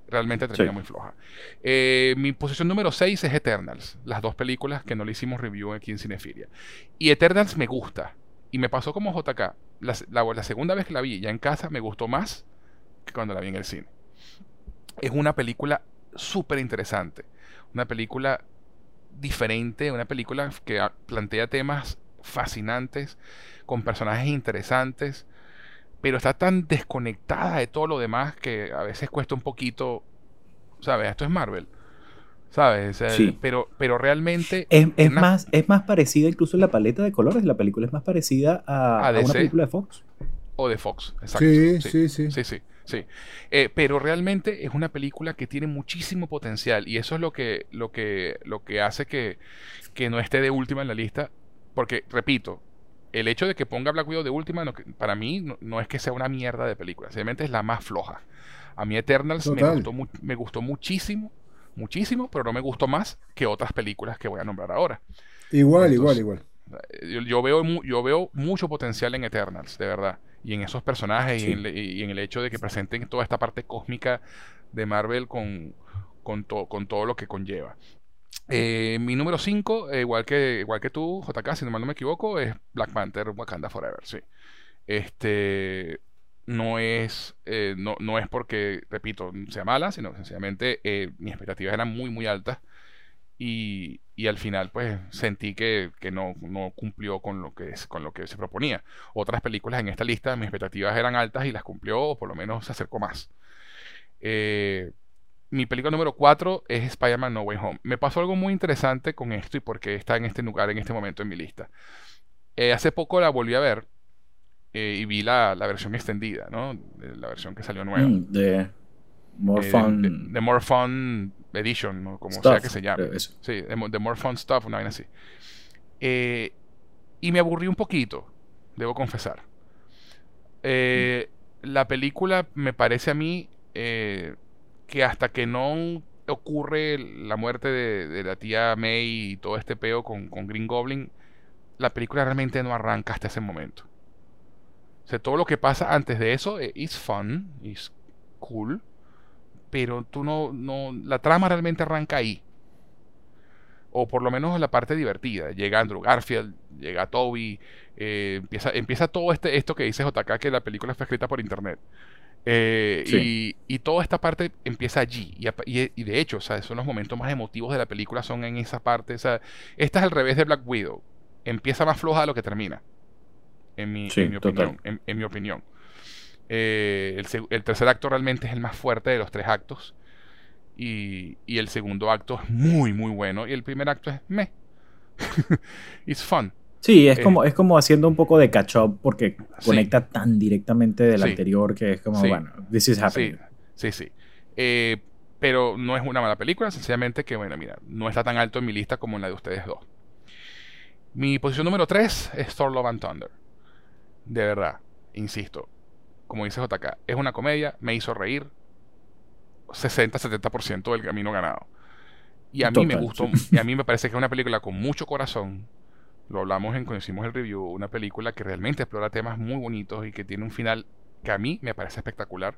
Realmente termina Sí. muy floja. Eh, mi posición número seis es Eternals. Las dos películas que no le hicimos review aquí en Cinefilia. Y Eternals me gusta. Y me pasó como J K. La, la, la segunda vez que la vi ya en casa me gustó más que cuando la vi en el cine. Es una película súper interesante. Una película diferente. Una película que a- plantea temas fascinantes. Con personajes interesantes. Pero está tan desconectada de todo lo demás que a veces cuesta un poquito, ¿sabes? Esto es Marvel, ¿sabes? O sea, Sí. pero, pero realmente Es, es una- más, es más parecida incluso en la paleta de colores de la película, es más parecida a, A a una D C. película de Fox. o de Fox, exacto. Sí, sí, sí. Sí, sí, sí. Eh, pero realmente es una película que tiene muchísimo potencial y eso es lo que, lo que, lo que hace que, que no esté de última en la lista. Porque, repito, el hecho de que ponga Black Widow de última, no- para mí no, no es que sea una mierda de película, simplemente es la más floja. A mí Eternals me Total. gustó, mu- me gustó muchísimo, muchísimo, pero no me gustó más que otras películas que voy a nombrar ahora. Igual, Entonces, igual, igual. Eh, Yo, yo veo, mu- yo veo mucho potencial en Eternals, de verdad. Y en esos personajes y, Sí. en, el- y en el hecho de que presenten toda esta parte cósmica de Marvel con, con, to- con todo lo que conlleva. Eh, mi número cinco, igual que, igual que tú, J K, si no mal no me equivoco, es Black Panther Wakanda Forever, sí. Este no es, eh, no, no es porque, repito, sea mala, sino que sencillamente eh, mis expectativas eran muy, muy altas y, y al final pues sentí que, que no, no cumplió con lo que, es- con lo que se proponía. Otras películas en esta lista, mis expectativas eran altas y las cumplió, o por lo menos se acercó más. Eh, Mi película número cuatro es Spider-Man No Way Home. Me pasó algo muy interesante con esto y por qué está en este lugar, en este momento en mi lista. Eh, hace poco la volví a ver eh, y vi la, la versión extendida, ¿no? Eh, La versión que salió nueva. Mm, de More Eh, Fun de, de- de More Fun Edition, ¿no? Como Stuff, sea que se llame. creo eso. Sí, de, Mo- de More Fun Stuff, una vaina así. Eh, y me aburrí un poquito, debo confesar. Eh, la película me parece a mí eh, que hasta que no ocurre la muerte de, de la tía May y todo este peo con, con Green Goblin, la película realmente no arranca hasta ese momento. O sea, todo lo que pasa antes de eso eh, is fun, is cool, pero tú no, no, la trama realmente arranca ahí. O por lo menos la parte divertida. Llega Andrew Garfield, llega Toby, eh, empieza, empieza todo este, esto que dice J K, que la película fue escrita por internet. Eh, Sí. y, y toda esta parte empieza allí. Y, a- y- y de hecho, o sea, son los momentos más emotivos de la película, son en esa parte. O sea, esta es al revés de Black Widow. Empieza más floja de lo que termina. En mi, Sí, en mi total. opinión. En, en mi opinión. Eh, el, seg- el tercer acto realmente es el más fuerte de los tres actos. Y, y el segundo acto es muy, muy bueno. Y el primer acto es meh. It's fun. Sí, es Eh, como, es como haciendo un poco de catch up porque Sí. conecta tan directamente del Sí. anterior que es como, Sí. bueno, this is Sí, happening. sí, sí. Eh, pero no es una mala película, sencillamente que, bueno, mira, no está tan alto en mi lista como en la de ustedes dos. Mi posición número tres es Thor Love and Thunder. De verdad, insisto, como dice J K, es una comedia, me hizo reír sesenta a setenta por ciento del camino ganado. Y a mí me Total, gustó, sí. y a mí me parece que es una película con mucho corazón. Lo hablamos en cuando hicimos el review, una película que realmente explora temas muy bonitos y que tiene un final que a mí me parece espectacular.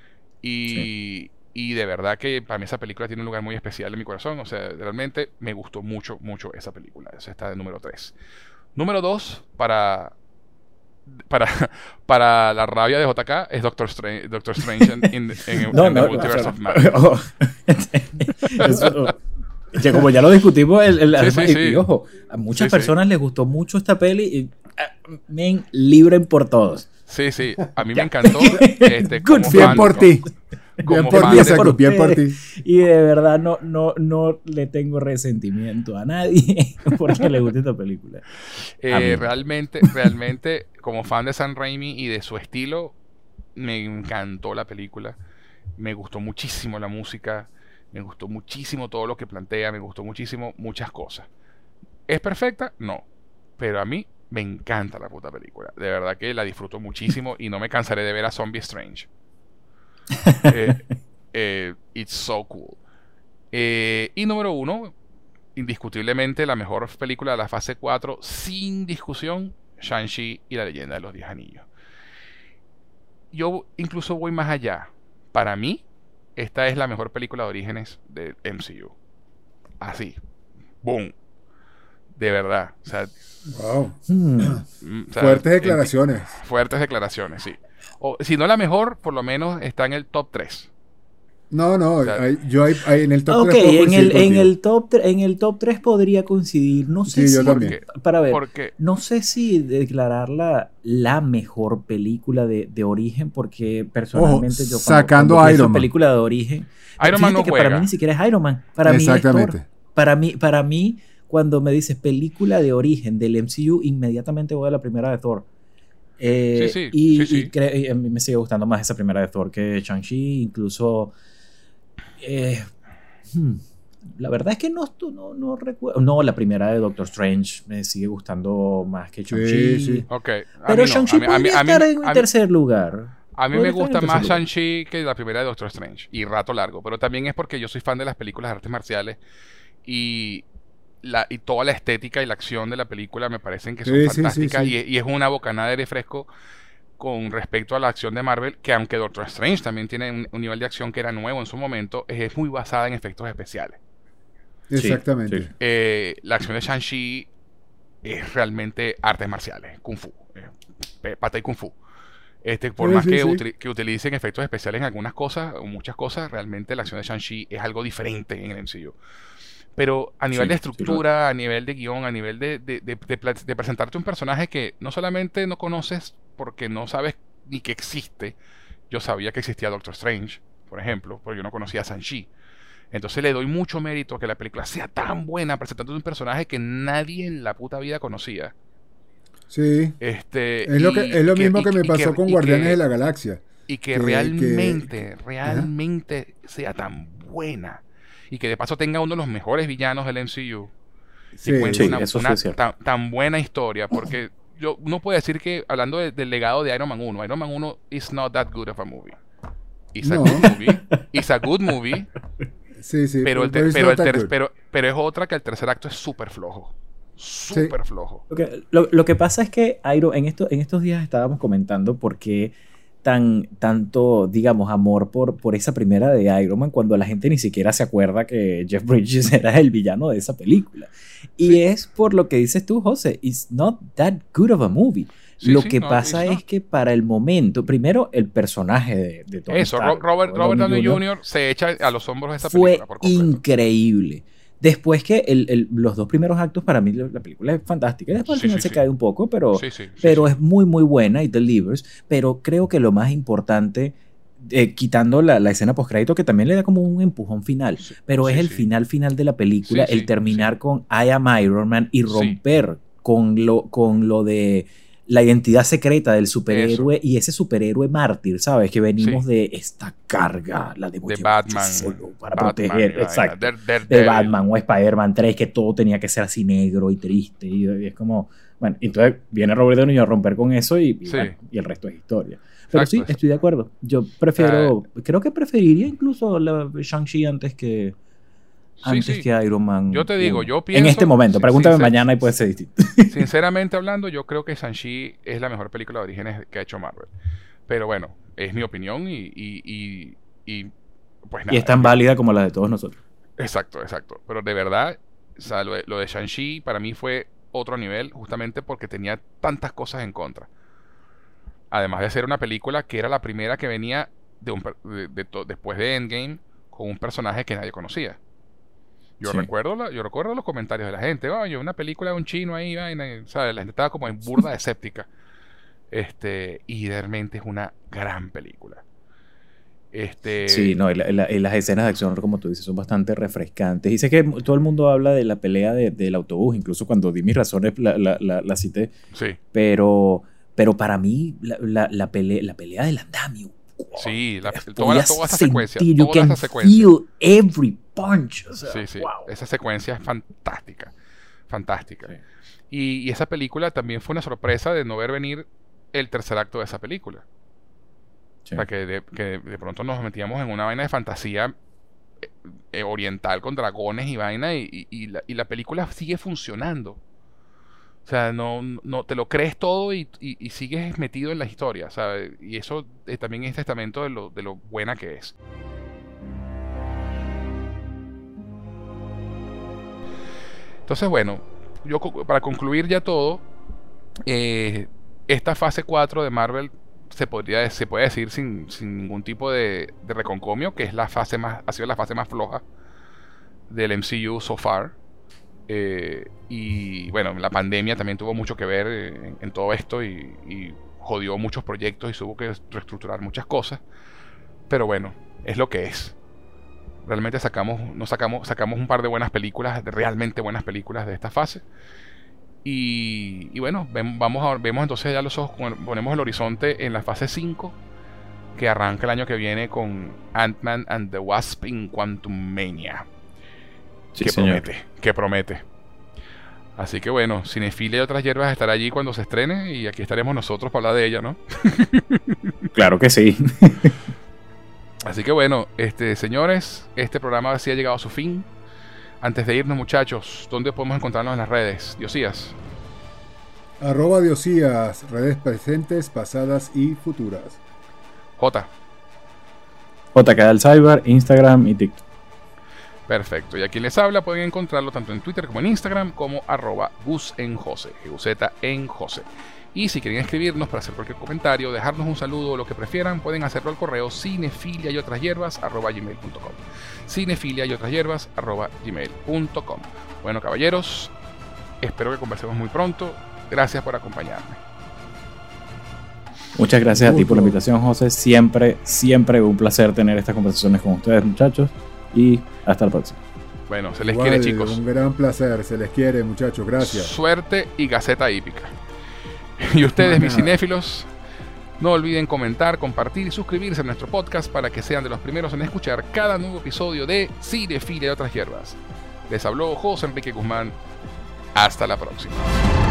Y, y de verdad que para mí esa película tiene un lugar muy especial en mi corazón. O sea, realmente me gustó mucho, mucho esa película. Esa está de número tres. Número dos, para, para, para la rabia de J K, es Doctor Strange, Doctor Strange en, en- en- No, en no, The no, Multiverse o sea, of Madness. oh, eso- que como ya lo discutimos, el, el- Sí, sí, y, sí. y ojo, a muchas Sí, sí. personas les gustó mucho esta peli y ah, men, libren por todos. Sí, sí, a mí me encantó. Este, Good, como Bien fan- por ti. Bien como por fan ti, de- exacto, bien por ti. Y de verdad no, no, no le tengo resentimiento a nadie porque le guste esta película. Eh, A mí. realmente, realmente, como fan de Sam Raimi y de su estilo, me encantó la película. Me gustó muchísimo la música. Me gustó muchísimo todo lo que plantea. Me gustó muchísimo muchas cosas. ¿Es perfecta? No. Pero a mí me encanta la puta película. De verdad que la disfruto muchísimo y no me cansaré de ver a Zombie Strange. Eh, eh, it's so cool. Eh, y número uno, indiscutiblemente la mejor película de la fase cuatro, sin discusión, Shang-Chi y la leyenda de los diez anillos. Yo incluso voy más allá. Para mí, esta es la mejor película de orígenes del M C U. Así. Boom. De verdad. O sea, Wow. Hmm. o sea, Fuertes en- declaraciones. Fuertes declaraciones, sí. O, si no la mejor, por lo menos está en el top tres. No, no, O sea, hay- yo hay, hay- en el top Ok, tres puedo en coincidir el, en contigo. el top tre- en el top tres podría coincidir. No sé Sí, yo si también. para ver, Porque no sé si declararla la mejor película de, de origen, porque personalmente Ojo, yo cuando, sacando cuando a pienso Iron en Man. película de origen, Iron Man fíjate no que para juega. mí ni siquiera es Iron Man, para mí es Exactamente. Thor. Para mí, para mí, cuando me dices película de origen del M C U, inmediatamente voy a la primera de Thor. Eh, Sí, sí, y, sí, sí. y cre- y a mí me sigue gustando más esa primera de Thor que Shang-Chi, incluso eh, hmm, la verdad es que no, estu- no, no recuerdo. No, la primera de Doctor Strange me sigue gustando más que Shang-Chi. Sí, sí. Ok. a Pero mí no. Shang-Chi A mí- a mí- podría a mí- estar a en mí- tercer lugar. A mí me Podría estar en gusta tercer más lugar. Shang-Chi que la primera de Doctor Strange. Y rato largo. Pero también es porque yo soy fan de las películas de artes marciales. Y, la, y toda la estética y la acción de la película me parecen que son Sí, sí, sí, fantásticas. sí. Y, y es una bocanada de aire fresco con respecto a la acción de Marvel. Que aunque Doctor Strange también tiene un, un nivel de acción que era nuevo en su momento, es, es muy basada en efectos especiales. Exactamente. sí. Eh, la acción de Shang-Chi es realmente artes marciales, Kung Fu, eh, pe- pata y Kung Fu. Este, por Sí, más sí, que, sí. utili- que utilicen efectos especiales en algunas cosas o muchas cosas, realmente la acción de Shang-Chi es algo diferente en el M C U. Pero a nivel Sí, de sí, estructura, a nivel de guión, a nivel de, de- de- de pla- de presentarte un personaje que no solamente no conoces porque no sabes ni que existe. Yo sabía que existía Doctor Strange, por ejemplo, porque yo no conocía a Shang-Chi. Entonces le doy mucho mérito a que la película sea tan buena presentando un personaje que nadie en la puta vida conocía. Sí. Este, Es lo, y- que, es lo y mismo que, y me y pasó con y Guardianes que- de la Galaxia. Y que, que- realmente, que- realmente sea tan buena. Y que de paso tenga uno de los mejores villanos del M C U. Sí. Que cuente Sí, una, eso sí una es cierto. tan, tan buena historia. Porque yo uno puede decir que, hablando de- del legado de Iron Man uno, Iron Man uno is not that good of a movie. It's a No. good movie. It's a good movie. Sí, sí. Pero, el ter- it's pero, not el that ter- good. pero, pero es otra que el tercer acto es súper flojo. Súper flojo. Lo que, lo, lo que pasa es que Iron, en, esto, en estos días estábamos comentando por qué tan, tanto, digamos, amor por, por esa primera de Iron Man cuando la gente ni siquiera se acuerda que Jeff Bridges era el villano de esa película. Y Sí. es por lo que dices tú, José, it's not that good of a movie. Sí, lo sí, que no, pasa it's es not. que para el momento, primero el personaje de, de Tony Eso, Stark, Ro- Robert, Robert Downey junior, junior se echa a los hombros de esa fue película por completo. increíble. Después que el- el- los dos primeros actos, para mí la la película es fantástica. Después al Sí, final sí, se sí. cae un poco, pero, Sí, sí, sí, pero sí. es muy, muy buena y delivers. Pero creo que lo más importante, eh, quitando la, la escena postcrédito, que también le da como un empujón final, Sí, pero sí, es el sí. final final de la película, Sí, el sí, terminar sí. con I am Iron Man y Sí. romper con, lo, con lo de la identidad secreta del superhéroe y ese superhéroe mártir, ¿sabes? Que venimos Sí. de esta carga, la debo De llevar yo Batman. solo para Batman, proteger. y vaina, Exacto Dare- Dare- de Daredevil. Batman o Spider-Man tres, que todo tenía que ser así negro y triste. Y, y es como. Bueno, entonces viene Robert Downey a romper con eso y, y, Sí. bueno, y el resto es historia. Pero Exacto, sí, eso. estoy de acuerdo. Yo prefiero. creo que preferiría incluso la Shang-Chi antes que. Sí, Antes sí. que Iron Man. Yo te digo, uno. yo En pienso- este momento, sin- pregúntame sin- mañana y puede ser distinto. Sinceramente hablando, yo creo que Shang-Chi es la mejor película de orígenes que ha hecho Marvel. Pero bueno, es mi opinión y, y, y, y, pues nada. Y es tan válida como la de todos nosotros. Exacto, exacto. Pero de verdad, o sea, lo de, lo de Shang-Chi para mí fue otro nivel, justamente porque tenía tantas cosas en contra. Además de ser una película que era la primera que venía de un, per- de- de to- después de Endgame con un personaje que nadie conocía. Yo Sí. recuerdo la- yo recuerdo los comentarios de la gente, oye, una película de un chino ahí, vaina", y, ¿sabes? La gente estaba como en burda escéptica. Este, y realmente es una gran película. Este, Sí, no, y, la- y la- y las escenas de acción, como tú dices, son bastante refrescantes. Y sé que todo el mundo habla de la pelea de- del autobús, incluso cuando di mis razones la, la, la, la cité. sí, Pero, pero para mí, la, la, la, pelea, la pelea del andamio. sí, la- Voy toda, la- a toda esa sentir, secuencia, you toda can esa secuencia. feel every punch. O sea, Sí, sí. wow. Esa secuencia es fantástica. Fantástica. Sí. Y, y esa película también fue una sorpresa de no ver venir el tercer acto de esa película. Sí. O sea, que de, que de pronto nos metíamos en una vaina de fantasía eh, eh, oriental con dragones y vaina y, y- y la, y la película sigue funcionando. O sea, no, no te lo crees todo y, y- y sigues metido en la historia, ¿sabes? Y eso eh, también es testamento de lo, de lo buena que es. Entonces, bueno, yo para concluir ya todo, eh, esta fase cuatro de Marvel se podría se puede decir sin, sin ningún tipo de, de reconcomio, que es la fase más, ha sido la fase más floja del M C U so far. Eh, y bueno, la pandemia también tuvo mucho que ver en, en todo esto y, y jodió muchos proyectos y tuvo que reestructurar muchas cosas. Pero bueno, es lo que es. Realmente sacamos, nos sacamos, sacamos un par de buenas películas, de realmente buenas películas de esta fase. Y, y bueno, vemos, vamos a, vemos entonces ya los ojos, ponemos el horizonte en la fase cinco, que arranca el año que viene con Ant-Man and the Wasp in Quantumania. Sí, que señor. promete, que promete. Así que bueno, Cinefilia y otras hierbas estará allí cuando se estrene y aquí estaremos nosotros para hablar de ella, ¿no? Claro que sí. Así que bueno, este, señores, este programa sí ha llegado a su fin. Antes de irnos, muchachos, ¿dónde podemos encontrarnos en las redes? Diosías. Arroba Diosías, redes presentes, pasadas y futuras. J. J K del Cyber, Instagram y TikTok. Perfecto. Y a quien les habla pueden encontrarlo tanto en Twitter como en Instagram como arroba Gus en Jose, G U Z en Jose. Y si quieren escribirnos para hacer cualquier comentario, dejarnos un saludo o lo que prefieran, pueden hacerlo al correo cinefilia y otras hierbas arroba gmail punto com. Cinefilia y otras hierbas arroba gmail punto com. Bueno, caballeros, espero que conversemos muy pronto. Gracias por acompañarme. Muchas gracias a ti por la invitación, José. Siempre, siempre un placer tener estas conversaciones con ustedes, muchachos. Y hasta la próxima. Bueno, se les Igual, quiere, chicos. Un gran placer, se les quiere, muchachos. Gracias. Suerte y gaceta hípica. Y ustedes, mis cinéfilos, no olviden comentar, compartir y suscribirse a nuestro podcast para que sean de los primeros en escuchar cada nuevo episodio de Cinefilia y otras hierbas. Les habló José Enrique Guzmán. Hasta la próxima.